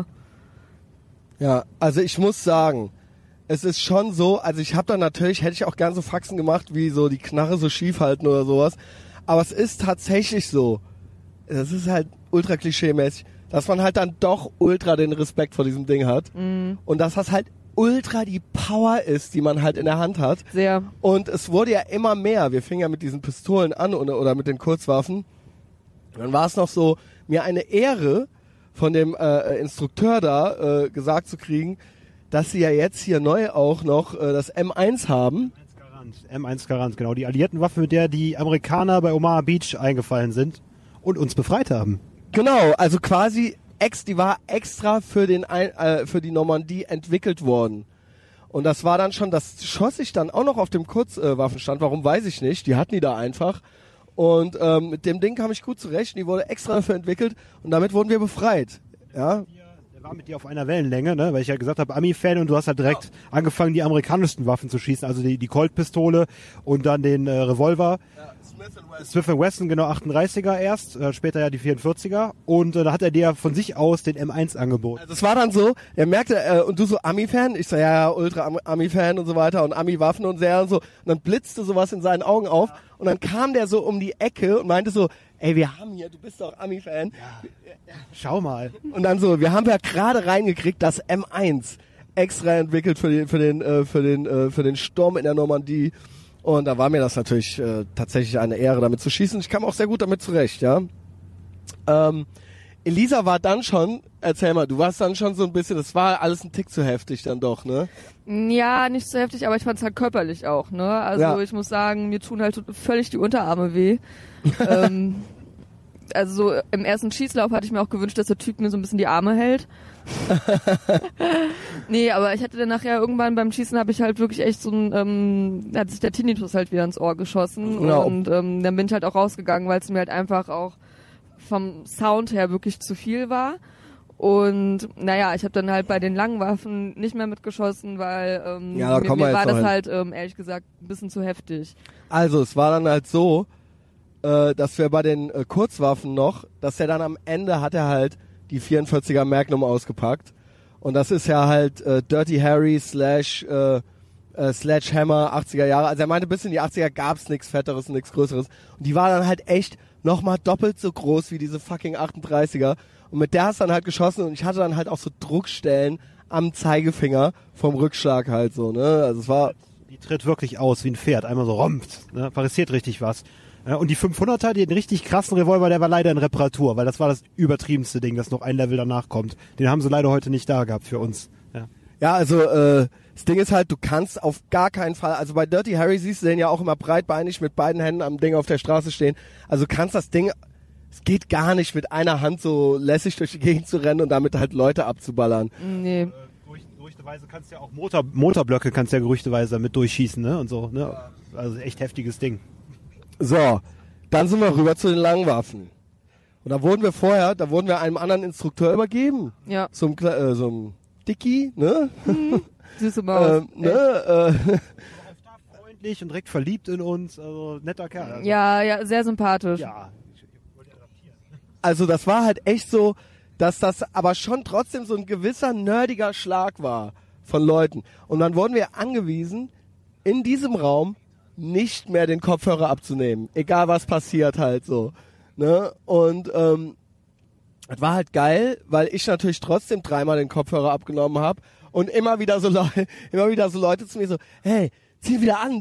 Ja, also ich muss sagen, es ist schon so, also ich habe da natürlich, hätte ich auch gern so Faxen gemacht, wie so die Knarre so schief halten oder sowas. Aber es ist tatsächlich so, das ist halt ultra klischee-mäßig, dass man halt dann doch ultra den Respekt vor diesem Ding hat. Mhm. Und dass das halt ultra die Power ist, die man halt in der Hand hat. Sehr. Und es wurde ja immer mehr. Wir fingen ja mit diesen Pistolen an oder mit den Kurzwaffen. Dann war es noch so, mir eine Ehre von dem Instrukteur da gesagt zu kriegen, dass sie ja jetzt hier neu auch noch das M1 haben. M1 Garant, genau. Die alliierten Waffe, mit der die Amerikaner bei Omaha Beach eingefallen sind und uns befreit haben. Genau, also quasi die war extra für die Normandie entwickelt worden. Und das war dann schon, das schoss ich dann auch noch auf dem Kurzwaffenstand. Warum, weiß ich nicht. Die hatten die da einfach. Und mit dem Ding kam ich gut zurecht. Die wurde extra dafür entwickelt und damit wurden wir befreit. Ja. Der war mit dir auf einer Wellenlänge, ne? Weil ich ja gesagt habe, Ami-Fan, und du hast halt direkt angefangen, die amerikanischsten Waffen zu schießen. Also die Colt-Pistole und dann den Revolver. Ja, Smith & Wesson, genau, 38er erst, später ja die 44er. Und da hat er dir von sich aus den M1 angeboten. Also es war dann so, er merkte, und du so Ami-Fan? Ich so, ja, ultra Ami-Fan und so weiter und Ami-Waffen und so und so. Und dann blitzte sowas in seinen Augen auf und dann kam der so um die Ecke und meinte so, ey, wir haben hier, du bist doch Ami-Fan. Ja. Schau mal. Und dann so, wir haben ja gerade reingekriegt, das M1 extra entwickelt für den Sturm in der Normandie. Und da war mir das natürlich tatsächlich eine Ehre, damit zu schießen. Ich kam auch sehr gut damit zurecht, ja. Elisa war dann schon, erzähl mal, du warst dann schon so ein bisschen, das war alles ein Tick zu heftig dann doch, ne? Ja, nicht so heftig, aber ich fand es halt körperlich auch, ne? Also ich muss sagen, mir tun halt völlig die Unterarme weh. Also so im ersten Schießlauf hatte ich mir auch gewünscht, dass der Typ mir so ein bisschen die Arme hält. Nee, aber ich hatte dann nachher irgendwann beim Schießen habe ich halt wirklich echt so hat sich der Tinnitus halt wieder ins Ohr geschossen. Ja. Und dann bin ich halt auch rausgegangen, weil es mir halt einfach auch vom Sound her wirklich zu viel war. Und naja, ich habe dann halt bei den langen Waffen nicht mehr mitgeschossen, weil mir war das halt ehrlich gesagt ein bisschen zu heftig. Also es war dann halt so, dass wir bei den Kurzwaffen noch, dass er dann am Ende hat er halt die 44er Magnum ausgepackt. Und das ist ja halt Dirty Harry / Sledgehammer 80er Jahre. Also er meinte, bis in die 80er gab's nichts Fetteres und nichts Größeres. Und die war dann halt echt nochmal doppelt so groß wie diese fucking 38er. Und mit der hast du dann halt geschossen und ich hatte dann halt auch so Druckstellen am Zeigefinger vom Rückschlag halt so, ne? Also es war... Die tritt wirklich aus wie ein Pferd, einmal so rompt, ne? Passiert richtig was. Ja, und die 500er, den richtig krassen Revolver, der war leider in Reparatur, weil das war das übertriebenste Ding, das noch ein Level danach kommt. Den haben sie leider heute nicht da gehabt für uns. Ja, also das Ding ist halt, du kannst auf gar keinen Fall, also bei Dirty Harry siehst du den ja auch immer breitbeinig mit beiden Händen am Ding auf der Straße stehen. Also du kannst das Ding, es geht gar nicht mit einer Hand so lässig durch die Gegend zu rennen und damit halt Leute abzuballern. Nee. Gerüchteweise kannst du ja auch Motorblöcke kannst du ja gerüchteweise mit durchschießen, ne? Und so, ne? Also echt heftiges Ding. So, dann sind wir rüber zu den langen Waffen. Und da wurden wir einem anderen Instrukteur übergeben. Ja. So einem Dicky, ne? Süße Maus. Freundlich und direkt verliebt in uns, also netter Kerl. Also. Ja, sehr sympathisch. Ja. Also das war halt echt so, dass das aber schon trotzdem so ein gewisser nerdiger Schlag war von Leuten. Und dann wurden wir angewiesen, in diesem Raum nicht mehr den Kopfhörer abzunehmen. Egal was passiert halt so. Ne? Und das war halt geil, weil ich natürlich trotzdem dreimal den Kopfhörer abgenommen habe Und immer wieder so Leute zu mir so, hey, zieh wieder an.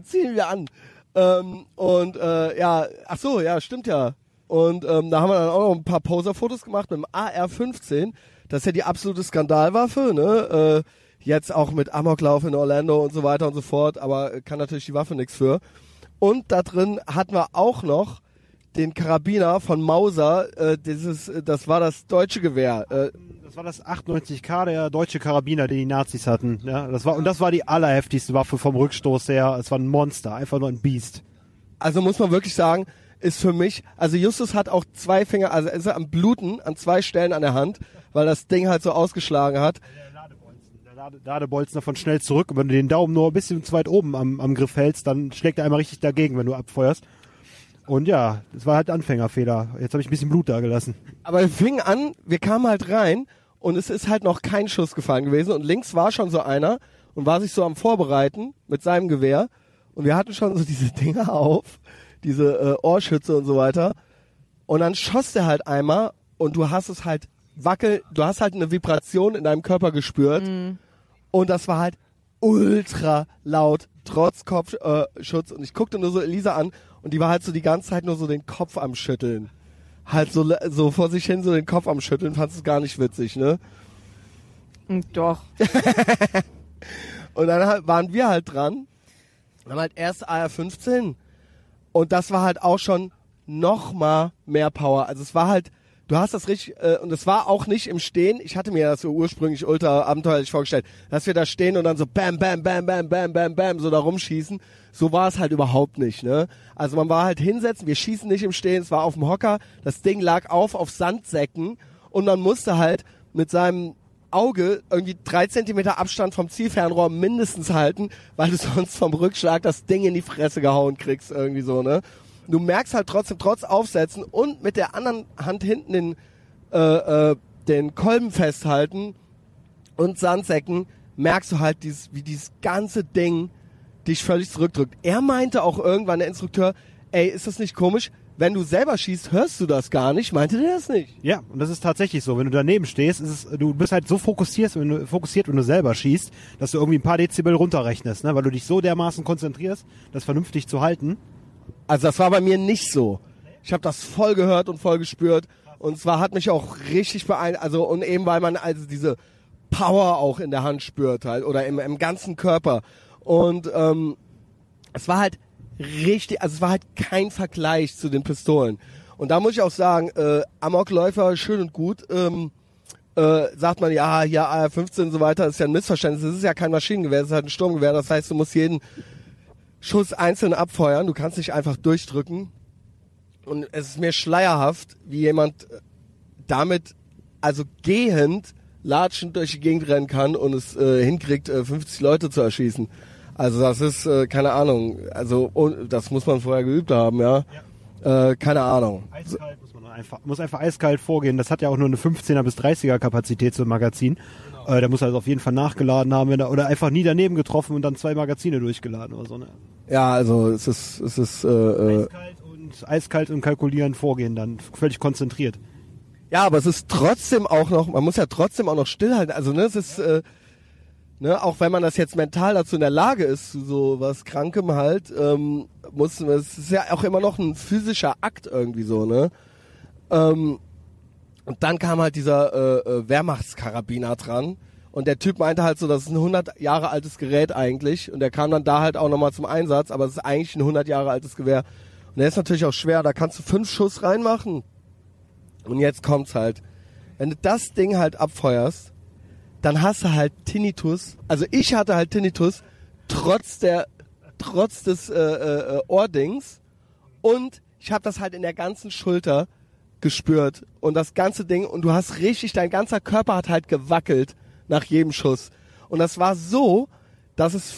Ach so, ja, stimmt ja. Und da haben wir dann auch noch ein paar Poser-Fotos gemacht mit dem AR-15. Das ist ja die absolute Skandalwaffe, ne? Jetzt auch mit Amoklauf in Orlando und so weiter und so fort, aber kann natürlich die Waffe nichts für. Und da drin hatten wir auch noch den Karabiner von Mauser, das war das deutsche Gewehr. Das war das 98K, der deutsche Karabiner, den die Nazis hatten. Ja, das war die allerheftigste Waffe vom Rückstoß her. Es war ein Monster, einfach nur ein Biest. Also muss man wirklich sagen, ist für mich, also Justus hat auch 2 Finger, also ist er am Bluten an 2 Stellen an der Hand, weil das Ding halt so ausgeschlagen hat. Der Ladebolzen davon schnell zurück, und wenn du den Daumen nur ein bisschen zu weit oben am Griff hältst, dann schlägt er einmal richtig dagegen, wenn du abfeuerst. Und ja, das war halt Anfängerfehler. Jetzt habe ich ein bisschen Blut da gelassen. Aber wir kamen halt rein und es ist halt noch kein Schuss gefallen gewesen und links war schon so einer und war sich so am Vorbereiten mit seinem Gewehr und wir hatten schon so diese Dinger auf, diese Ohrschütze und so weiter und dann schoss der halt einmal und du hast es halt du hast halt eine Vibration in deinem Körper gespürt und das war halt ultra laut, trotz Kopfschutz und ich guckte nur so Elisa an und die war halt so die ganze Zeit nur so den Kopf am Schütteln. Halt so vor sich hin so den Kopf am Schütteln, fandst es gar nicht witzig, ne? Doch. Und dann waren wir halt dran, haben halt erst AR-15 und das war halt auch schon noch mal mehr Power. Also es war halt, du hast das richtig, und es war auch nicht im Stehen, ich hatte mir das so ursprünglich ultra abenteuerlich vorgestellt, dass wir da stehen und dann so bam, bam, bam, bam, bam, bam, bam, so da rumschießen. So war es halt überhaupt nicht, ne? Also man war halt hinsetzen, wir schießen nicht im Stehen, es war auf dem Hocker, das Ding lag auf Sandsäcken und man musste halt mit seinem Auge irgendwie 3 Zentimeter Abstand vom Zielfernrohr mindestens halten, weil du sonst vom Rückschlag das Ding in die Fresse gehauen kriegst, irgendwie so, ne? Du merkst halt trotzdem, trotz Aufsetzen und mit der anderen Hand hinten den Kolben festhalten und Sandsäcken, merkst du halt, wie dieses ganze Ding dich völlig zurückdrückt. Er meinte auch irgendwann, der Instrukteur, ey, ist das nicht komisch? Wenn du selber schießt, hörst du das gar nicht. Meinte der das nicht? Ja, und das ist tatsächlich so. Wenn du daneben stehst, du bist halt so fokussiert, wenn du selber schießt, dass du irgendwie ein paar Dezibel runterrechnest, ne? Weil du dich so dermaßen konzentrierst, das vernünftig zu halten. Also das war bei mir nicht so. Ich habe das voll gehört und voll gespürt. Und zwar hat mich auch richtig beeindruckt. Also, und eben weil man also diese Power auch in der Hand spürt halt oder im ganzen Körper. Und es war halt richtig, also es war halt kein Vergleich zu den Pistolen. Und da muss ich auch sagen, Amokläufer, schön und gut, sagt man, ja, hier AR-15 und so weiter, ist ja ein Missverständnis. Es ist ja kein Maschinengewehr, es ist halt ein Sturmgewehr. Das heißt, du musst jeden Schuss einzeln abfeuern. Du kannst nicht einfach durchdrücken. Und es ist mir schleierhaft, wie jemand damit, also gehend, latschend durch die Gegend rennen kann und es hinkriegt, 50 Leute zu erschießen. Also das ist, keine Ahnung, also das muss man vorher geübt haben, ja. Keine Ahnung. Eiskalt muss einfach eiskalt vorgehen. Das hat ja auch nur eine 15er bis 30er Kapazität so ein Magazin. Genau. Der muss also auf jeden Fall nachgeladen haben, oder einfach nie daneben getroffen und dann 2 Magazine durchgeladen oder so, ne? Ja, also es ist eiskalt und kalkulieren vorgehen, dann völlig konzentriert. Ja, aber es ist trotzdem auch noch, man muss ja trotzdem auch noch stillhalten. Also ne, es ist auch wenn man das jetzt mental dazu in der Lage ist, so was Krankem halt, es ist ja auch immer noch ein physischer Akt irgendwie so, ne? Und dann kam halt dieser Wehrmachtskarabiner dran und der Typ meinte halt so, das ist ein 100 Jahre altes Gerät eigentlich und der kam dann da halt auch nochmal zum Einsatz, aber es ist eigentlich ein 100 Jahre altes Gewehr und der ist natürlich auch schwer, da kannst du 5 Schuss reinmachen und jetzt kommt's halt, wenn du das Ding halt abfeuerst, dann hast du halt Tinnitus, also ich hatte halt Tinnitus, trotz des Ohrdings und ich habe das halt in der ganzen Schulter gespürt und das ganze Ding und du hast richtig, dein ganzer Körper hat halt gewackelt nach jedem Schuss und das war so, dass es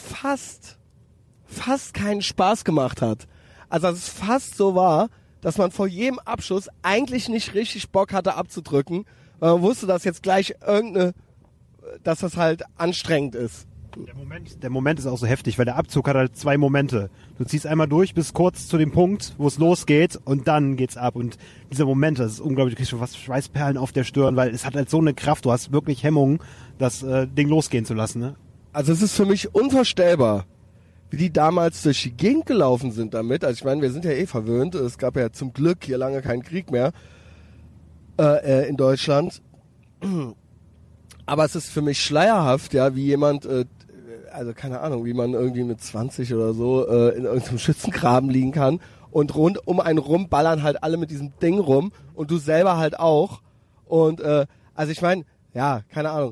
fast keinen Spaß gemacht hat. Also dass es fast so war, dass man vor jedem Abschuss eigentlich nicht richtig Bock hatte abzudrücken, weil man wusste, dass jetzt gleich dass das halt anstrengend ist. Der Moment ist auch so heftig, weil der Abzug hat halt 2 Momente. Du ziehst einmal durch bis kurz zu dem Punkt, wo es losgeht und dann geht's ab. Und dieser Moment, das ist unglaublich, du kriegst schon fast Schweißperlen auf der Stirn, weil es hat halt so eine Kraft, du hast wirklich Hemmungen, das Ding losgehen zu lassen. Ne? Also es ist für mich unvorstellbar, wie die damals durch die Gegend gelaufen sind damit. Also ich meine, wir sind ja verwöhnt. Es gab ja zum Glück hier lange keinen Krieg mehr in Deutschland. Aber es ist für mich schleierhaft, ja, wie jemand, also keine Ahnung, wie man irgendwie mit 20 oder so in irgendeinem Schützengraben liegen kann und rund um einen rum ballern halt alle mit diesem Ding rum und du selber halt auch. Und also ich meine, ja, keine Ahnung.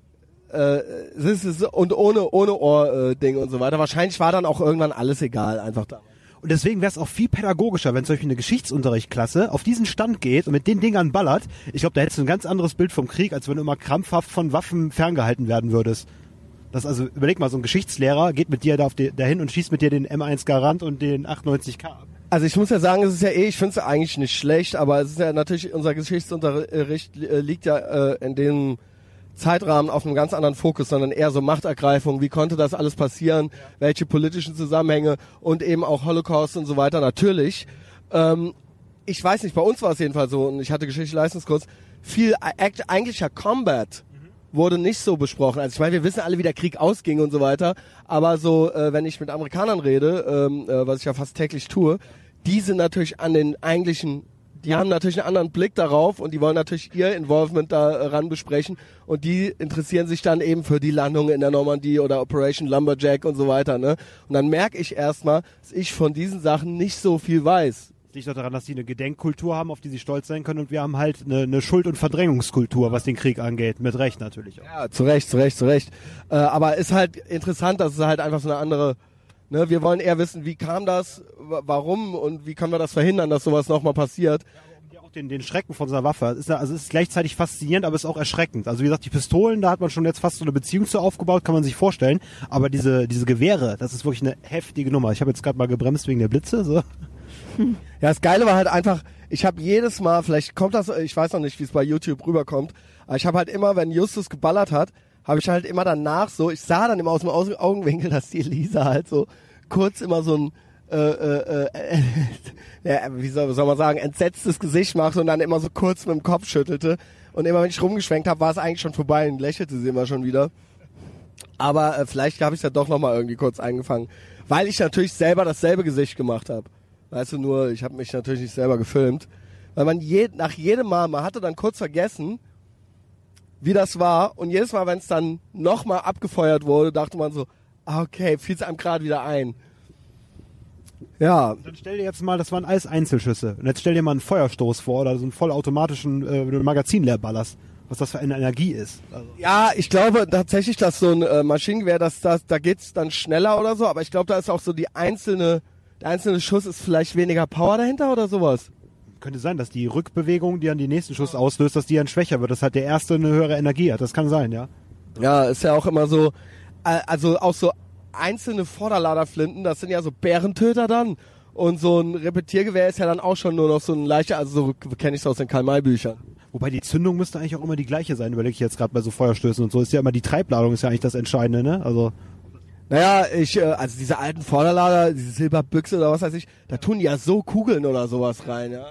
Und ohne Ohr-Ding und so weiter. Wahrscheinlich war dann auch irgendwann alles egal, einfach da. Und deswegen wäre es auch viel pädagogischer, wenn zum Beispiel eine Geschichtsunterrichtsklasse auf diesen Stand geht und mit den Dingern ballert. Ich glaube, da hättest du ein ganz anderes Bild vom Krieg, als wenn du immer krampfhaft von Waffen ferngehalten werden würdest. Das also, überleg mal, so ein Geschichtslehrer geht mit dir dahin und schießt mit dir den M1 Garand und den 98K ab. Also ich muss ja sagen, es ist ja ich finde es ja eigentlich nicht schlecht, aber es ist ja natürlich, unser Geschichtsunterricht liegt ja in dem Zeitrahmen auf einem ganz anderen Fokus, sondern eher so Machtergreifung, wie konnte das alles passieren, welche politischen Zusammenhänge und eben auch Holocaust und so weiter, natürlich. Ich weiß nicht, bei uns war es jedenfalls so, und ich hatte Geschichte-Leistungskurs, viel eigentlicher Combat wurde nicht so besprochen. Also ich meine, wir wissen alle, wie der Krieg ausging und so weiter, aber so, wenn ich mit Amerikanern rede, was ich ja fast täglich tue, die sind natürlich an den eigentlichen, die haben natürlich einen anderen Blick darauf und die wollen natürlich ihr Involvement daran besprechen und die interessieren sich dann eben für die Landung in der Normandie oder Operation Lumberjack und so weiter, ne? Und dann merke ich erstmal, dass ich von diesen Sachen nicht so viel weiß. Das liegt doch daran, dass die eine Gedenkkultur haben, auf die sie stolz sein können und wir haben halt eine Schuld- und Verdrängungskultur, was den Krieg angeht. Mit Recht natürlich auch. Ja, zu Recht. Aber ist halt interessant, dass es halt einfach so eine andere, ne, wir wollen eher wissen, wie kam das, warum und wie können wir das verhindern, dass sowas nochmal passiert. Ja, auch den Schrecken von so einer Waffe. Es ist gleichzeitig faszinierend, aber es ist auch erschreckend. Also wie gesagt, die Pistolen, da hat man schon jetzt fast so eine Beziehung zu aufgebaut, kann man sich vorstellen. Aber diese Gewehre, das ist wirklich eine heftige Nummer. Ich habe jetzt gerade mal gebremst wegen der Blitze. So. Ja, das Geile war halt einfach, ich habe jedes Mal, vielleicht kommt das, ich weiß noch nicht, wie es bei YouTube rüberkommt, aber ich habe halt immer, wenn Justus geballert hat, habe ich halt immer danach so, ich sah dann immer aus dem Augenwinkel, dass die Elisa halt so kurz immer so ein, ja, wie soll man sagen, entsetztes Gesicht machte und dann immer so kurz mit dem Kopf schüttelte. Und immer wenn ich rumgeschwenkt habe, war es eigentlich schon vorbei und lächelte sie immer schon wieder. Aber vielleicht habe ich es ja doch nochmal irgendwie kurz eingefangen, weil ich natürlich selber dasselbe Gesicht gemacht habe. Weißt du, nur, ich habe mich natürlich nicht selber gefilmt. Weil man nach jedem Mal, man hatte dann kurz vergessen, wie das war. Und jedes Mal, wenn es dann nochmal abgefeuert wurde, dachte man so, okay, fiel es einem gerade wieder ein. Ja. Dann stell dir jetzt mal, das waren alles Einzelschüsse. Und jetzt stell dir mal einen Feuerstoß vor oder so einen vollautomatischen Magazin leer ballerst. Was das für eine Energie ist. Also. Ja, ich glaube tatsächlich, dass so ein Maschinengewehr, da geht's dann schneller oder so. Aber ich glaube, da ist auch so der einzelne Schuss ist vielleicht weniger Power dahinter oder sowas. Könnte sein, dass die Rückbewegung, die dann die nächsten Schuss auslöst, dass die dann schwächer wird, dass halt der erste eine höhere Energie hat. Das kann sein, ja. Ja, ist ja auch immer so, also auch so einzelne Vorderladerflinten, das sind ja so Bärentöter dann. Und so ein Repetiergewehr ist ja dann auch schon nur noch so ein leichter, also so kenne ich es aus den Karl-May-Büchern. Wobei die Zündung müsste eigentlich auch immer die gleiche sein, überlege ich jetzt gerade bei so Feuerstößen und so. Ist ja immer die Treibladung, ist ja eigentlich das Entscheidende, ne? Also. Naja, also diese alten Vorderlader, diese Silberbüchse oder was weiß ich, da tun die ja so Kugeln oder sowas rein, ja.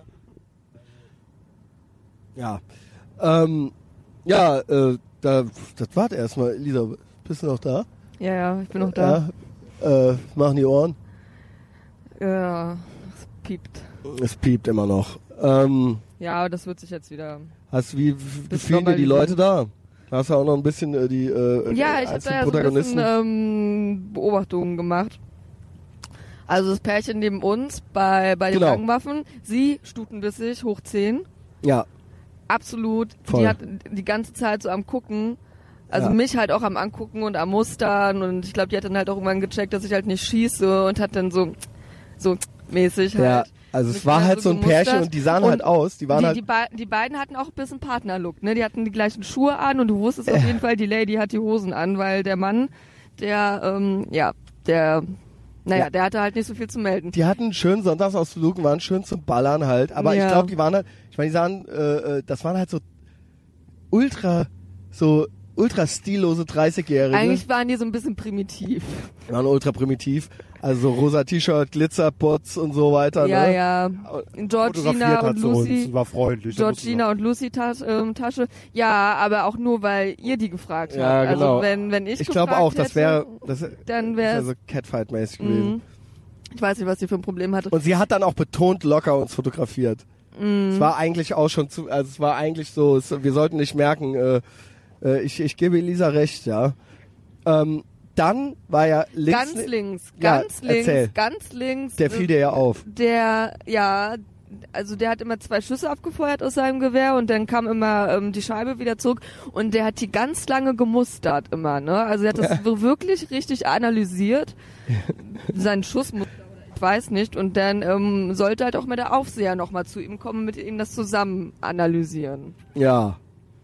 Ja. Das warte erstmal, Lisa, bist du noch da? Ja, ich bin noch da. Ja, machen die Ohren? Ja, es piept. Es piept immer noch. Ja, aber das wird sich jetzt wieder... Wie fühlen dir die Leute da? Hast du auch noch ein bisschen die ja, ich habe da ja so ein bisschen Beobachtungen gemacht. Also das Pärchen neben uns bei den Langwaffen, sie stutenbissig, hoch 10. Ja. Absolut. Voll. Die hat die ganze Zeit so am Gucken, also mich halt auch am Angucken und am Mustern und ich glaube, die hat dann halt auch irgendwann gecheckt, dass ich halt nicht schieße und hat dann so mäßig halt. Ja. Also es war halt so ein Pärchen und die sahen halt aus. Die waren die beiden hatten auch ein bisschen Partnerlook, ne? Die hatten die gleichen Schuhe an und du wusstest auf jeden Fall, die Lady hat die Hosen an, weil der Mann, der hatte halt nicht so viel zu melden. Die hatten einen schönen Sonntagsausflug, waren schön zum Ballern halt, aber ich glaube, die waren halt, ich meine, die sahen, das waren halt so ultra, so ultra stillose 30-Jährige. Eigentlich waren die so ein bisschen primitiv. Die waren ultra primitiv. Also rosa T-Shirt, Glitzerputz und so weiter. Ja, ne? ja. Georgina und Lucy. War freundlich. Georgina und Lucy Tasche. Ja, aber auch nur, weil ihr die gefragt habt. Ja, genau. Also wenn ich glaube auch, das wäre dann wäre so Catfight-mäßig gewesen. Ich weiß nicht, was sie für ein Problem hatte. Und sie hat dann auch betont locker uns fotografiert. Es war eigentlich auch schon also es war eigentlich so, wir sollten nicht merken, ich gebe Elisa recht, ja. Dann war ja ganz links. Der fiel dir ja auf. Der hat immer 2 Schüsse abgefeuert aus seinem Gewehr und dann kam immer die Scheibe wieder zurück und der hat die ganz lange gemustert immer, ne? Also er hat das wirklich richtig analysiert. Seinen Schussmuster, ich weiß nicht. Und dann sollte halt auch mal der Aufseher nochmal zu ihm kommen, mit ihm das zusammen analysieren. Ja.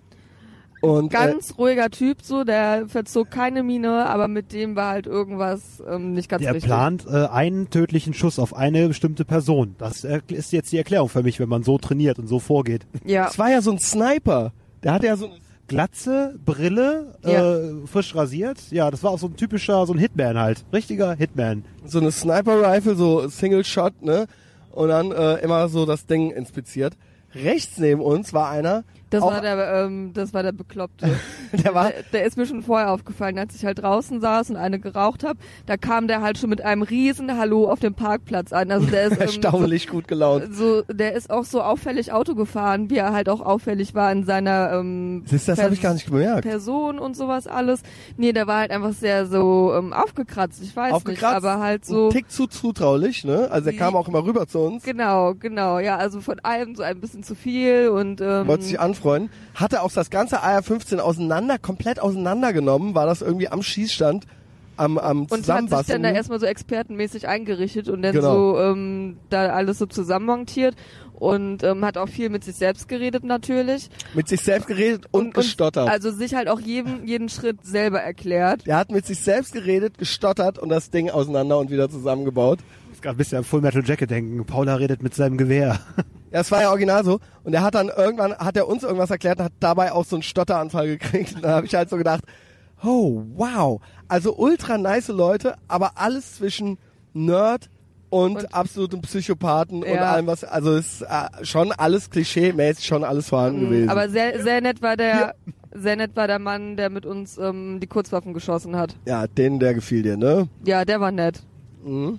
Und ganz ruhiger Typ, so, der verzog keine Miene, aber mit dem war halt irgendwas nicht ganz richtig. Der plant einen tödlichen Schuss auf eine bestimmte Person. Das ist jetzt die Erklärung für mich, wenn man so trainiert und so vorgeht. Ja. Das war ja so ein Sniper. Der hatte ja so eine Glatze, Brille, frisch rasiert. Ja, das war auch so ein typischer, so ein Hitman halt. Richtiger Hitman. So eine Sniper-Rifle, so Single-Shot, ne? Und dann immer so das Ding inspiziert. Rechts neben uns war einer. Das war der Bekloppte. Der ist mir schon vorher aufgefallen, als ich halt draußen saß und eine geraucht habe. Da kam der halt schon mit einem riesen Hallo auf dem Parkplatz an. Also der ist erstaunlich gut gelaunt. So, der ist auch so auffällig Auto gefahren, wie er halt auch auffällig war in seiner das habe ich gar nicht gemerkt. Person und sowas alles. Nee, der war halt einfach sehr so aufgekratzt. Ich weiß nicht, aber halt so ein Tick zu zutraulich, ne? Also er kam auch immer rüber zu uns. Genau. Ja, also von allem so ein bisschen zu viel und wollte sich anfreunden. Hatte auch das ganze AR-15 komplett auseinandergenommen, war das irgendwie am Schießstand, am und Zusammenbasteln. hat sich dann da erstmal so expertenmäßig eingerichtet und dann so da alles so zusammenmontiert und hat auch viel mit sich selbst geredet natürlich. Mit sich selbst geredet und gestottert. Also sich halt auch jeden Schritt selber erklärt. Er hat mit sich selbst geredet, gestottert und das Ding auseinander und wieder zusammengebaut. Es gab ein bisschen an Full Metal Jacket denken. Paula redet mit seinem Gewehr. Ja, es war ja original so. Und er hat dann irgendwann, uns irgendwas erklärt und hat dabei auch so einen Stotteranfall gekriegt. Und da habe ich halt so gedacht, oh, wow. Also ultra nice Leute, aber alles zwischen Nerd und absolutem Psychopathen und allem was, also ist schon alles klischee-mäßig, schon alles vorhanden gewesen. Aber sehr nett war der Mann, der mit uns die Kurzwaffen geschossen hat. Ja, der gefiel dir, ne? Ja, der war nett. Mhm.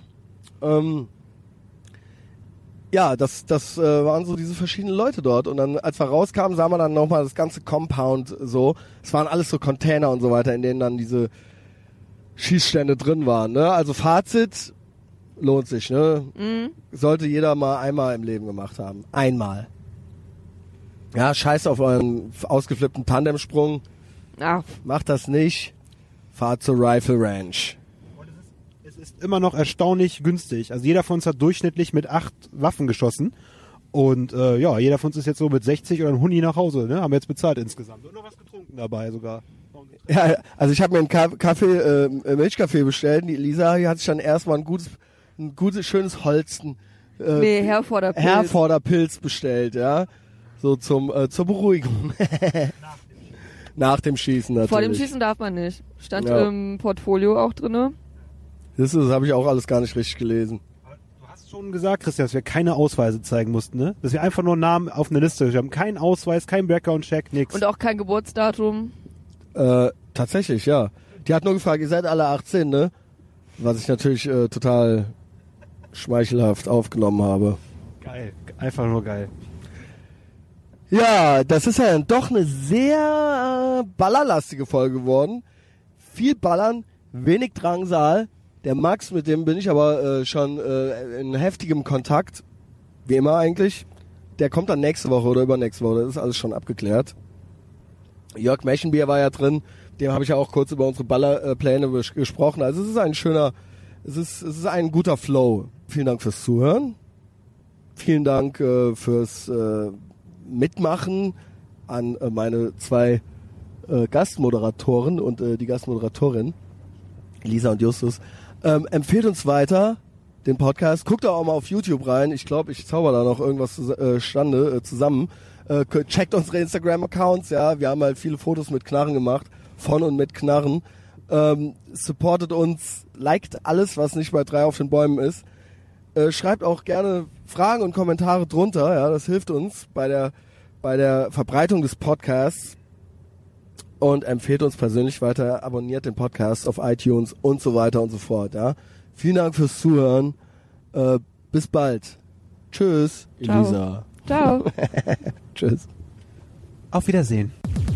Ja, das waren so diese verschiedenen Leute dort. Und dann, als wir rauskamen, sahen wir dann nochmal das ganze Compound so. Es waren alles so Container und so weiter, in denen dann diese Schießstände drin waren, ne? Also Fazit, lohnt sich, ne? Mhm. Sollte jeder mal einmal im Leben gemacht haben. Einmal. Ja, scheiß auf euren ausgeflippten Tandemsprung. Ach. Macht das nicht. Fahrt zur Rifle Ranch. Es ist immer noch erstaunlich günstig. Also jeder von uns hat durchschnittlich mit 8 Waffen geschossen. Und jeder von uns ist jetzt so mit 60 oder einem Huni nach Hause, ne? Haben wir jetzt bezahlt insgesamt. Und noch was getrunken dabei sogar. Ja, also ich habe mir einen Milchkaffee bestellt. Die Lisa hier hat sich dann erstmal ein gutes, schönes Holsten. Herforder-Pilz bestellt, ja. So zur Beruhigung. Nach dem Schießen natürlich. Vor dem Schießen darf man nicht. Stand im Portfolio auch drinne. Das habe ich auch alles gar nicht richtig gelesen. Du hast schon gesagt, Christian, dass wir keine Ausweise zeigen mussten, ne? Dass wir einfach nur Namen auf eine Liste. Wir haben keinen Ausweis, keinen Background-Check, nix. Und auch kein Geburtsdatum. Tatsächlich, ja. Die hat nur gefragt, ihr seid alle 18, ne? Was ich natürlich total schmeichelhaft aufgenommen habe. Geil, einfach nur geil. Ja, das ist ja dann doch eine sehr ballerlastige Folge geworden. Viel Ballern, wenig Drangsal. Der Max, mit dem bin ich aber schon in heftigem Kontakt. Wie immer eigentlich. Der kommt dann nächste Woche oder übernächste Woche. Das ist alles schon abgeklärt. Jörg Meschenbier war ja drin. Dem habe ich ja auch kurz über unsere Ballerpläne gesprochen. Also es ist ein guter Flow. Vielen Dank fürs Zuhören. Vielen Dank fürs Mitmachen an meine 2 Gastmoderatoren und die Gastmoderatorin Lisa und Justus. Empfehlt uns weiter den Podcast. Guckt auch mal auf YouTube rein. Ich glaube, ich zauber da noch irgendwas zusammen. Checkt unsere Instagram-Accounts. Ja, wir haben halt viele Fotos mit Knarren gemacht von und mit Knarren. Supportet uns, liked alles, was nicht bei 3 auf den Bäumen ist. Schreibt auch gerne Fragen und Kommentare drunter, ja, das hilft uns bei der Verbreitung des Podcasts. Und empfehlt uns persönlich weiter, abonniert den Podcast auf iTunes und so weiter und so fort, ja. Vielen Dank fürs Zuhören. Bis bald. Tschüss, Ciao. Elisa. Ciao. Tschüss. Auf Wiedersehen.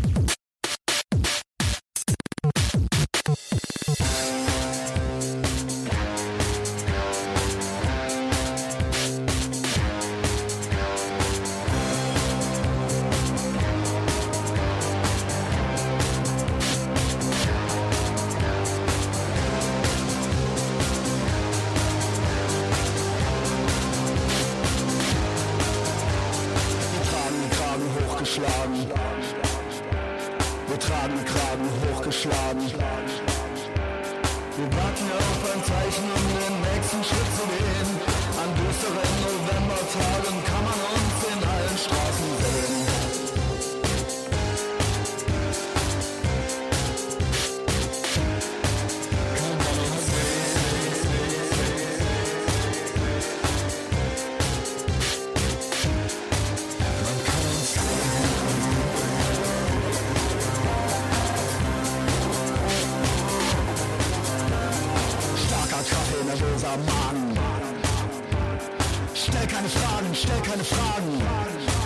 Wir tragen Kragen hochgeschlagen. Wir warten auf ein Zeichen, um den nächsten Schritt zu gehen. An düsteren Novembertagen kann man uns in allen Straßen sehen. Nervöser Magen. Stell keine Fragen, stell keine Fragen.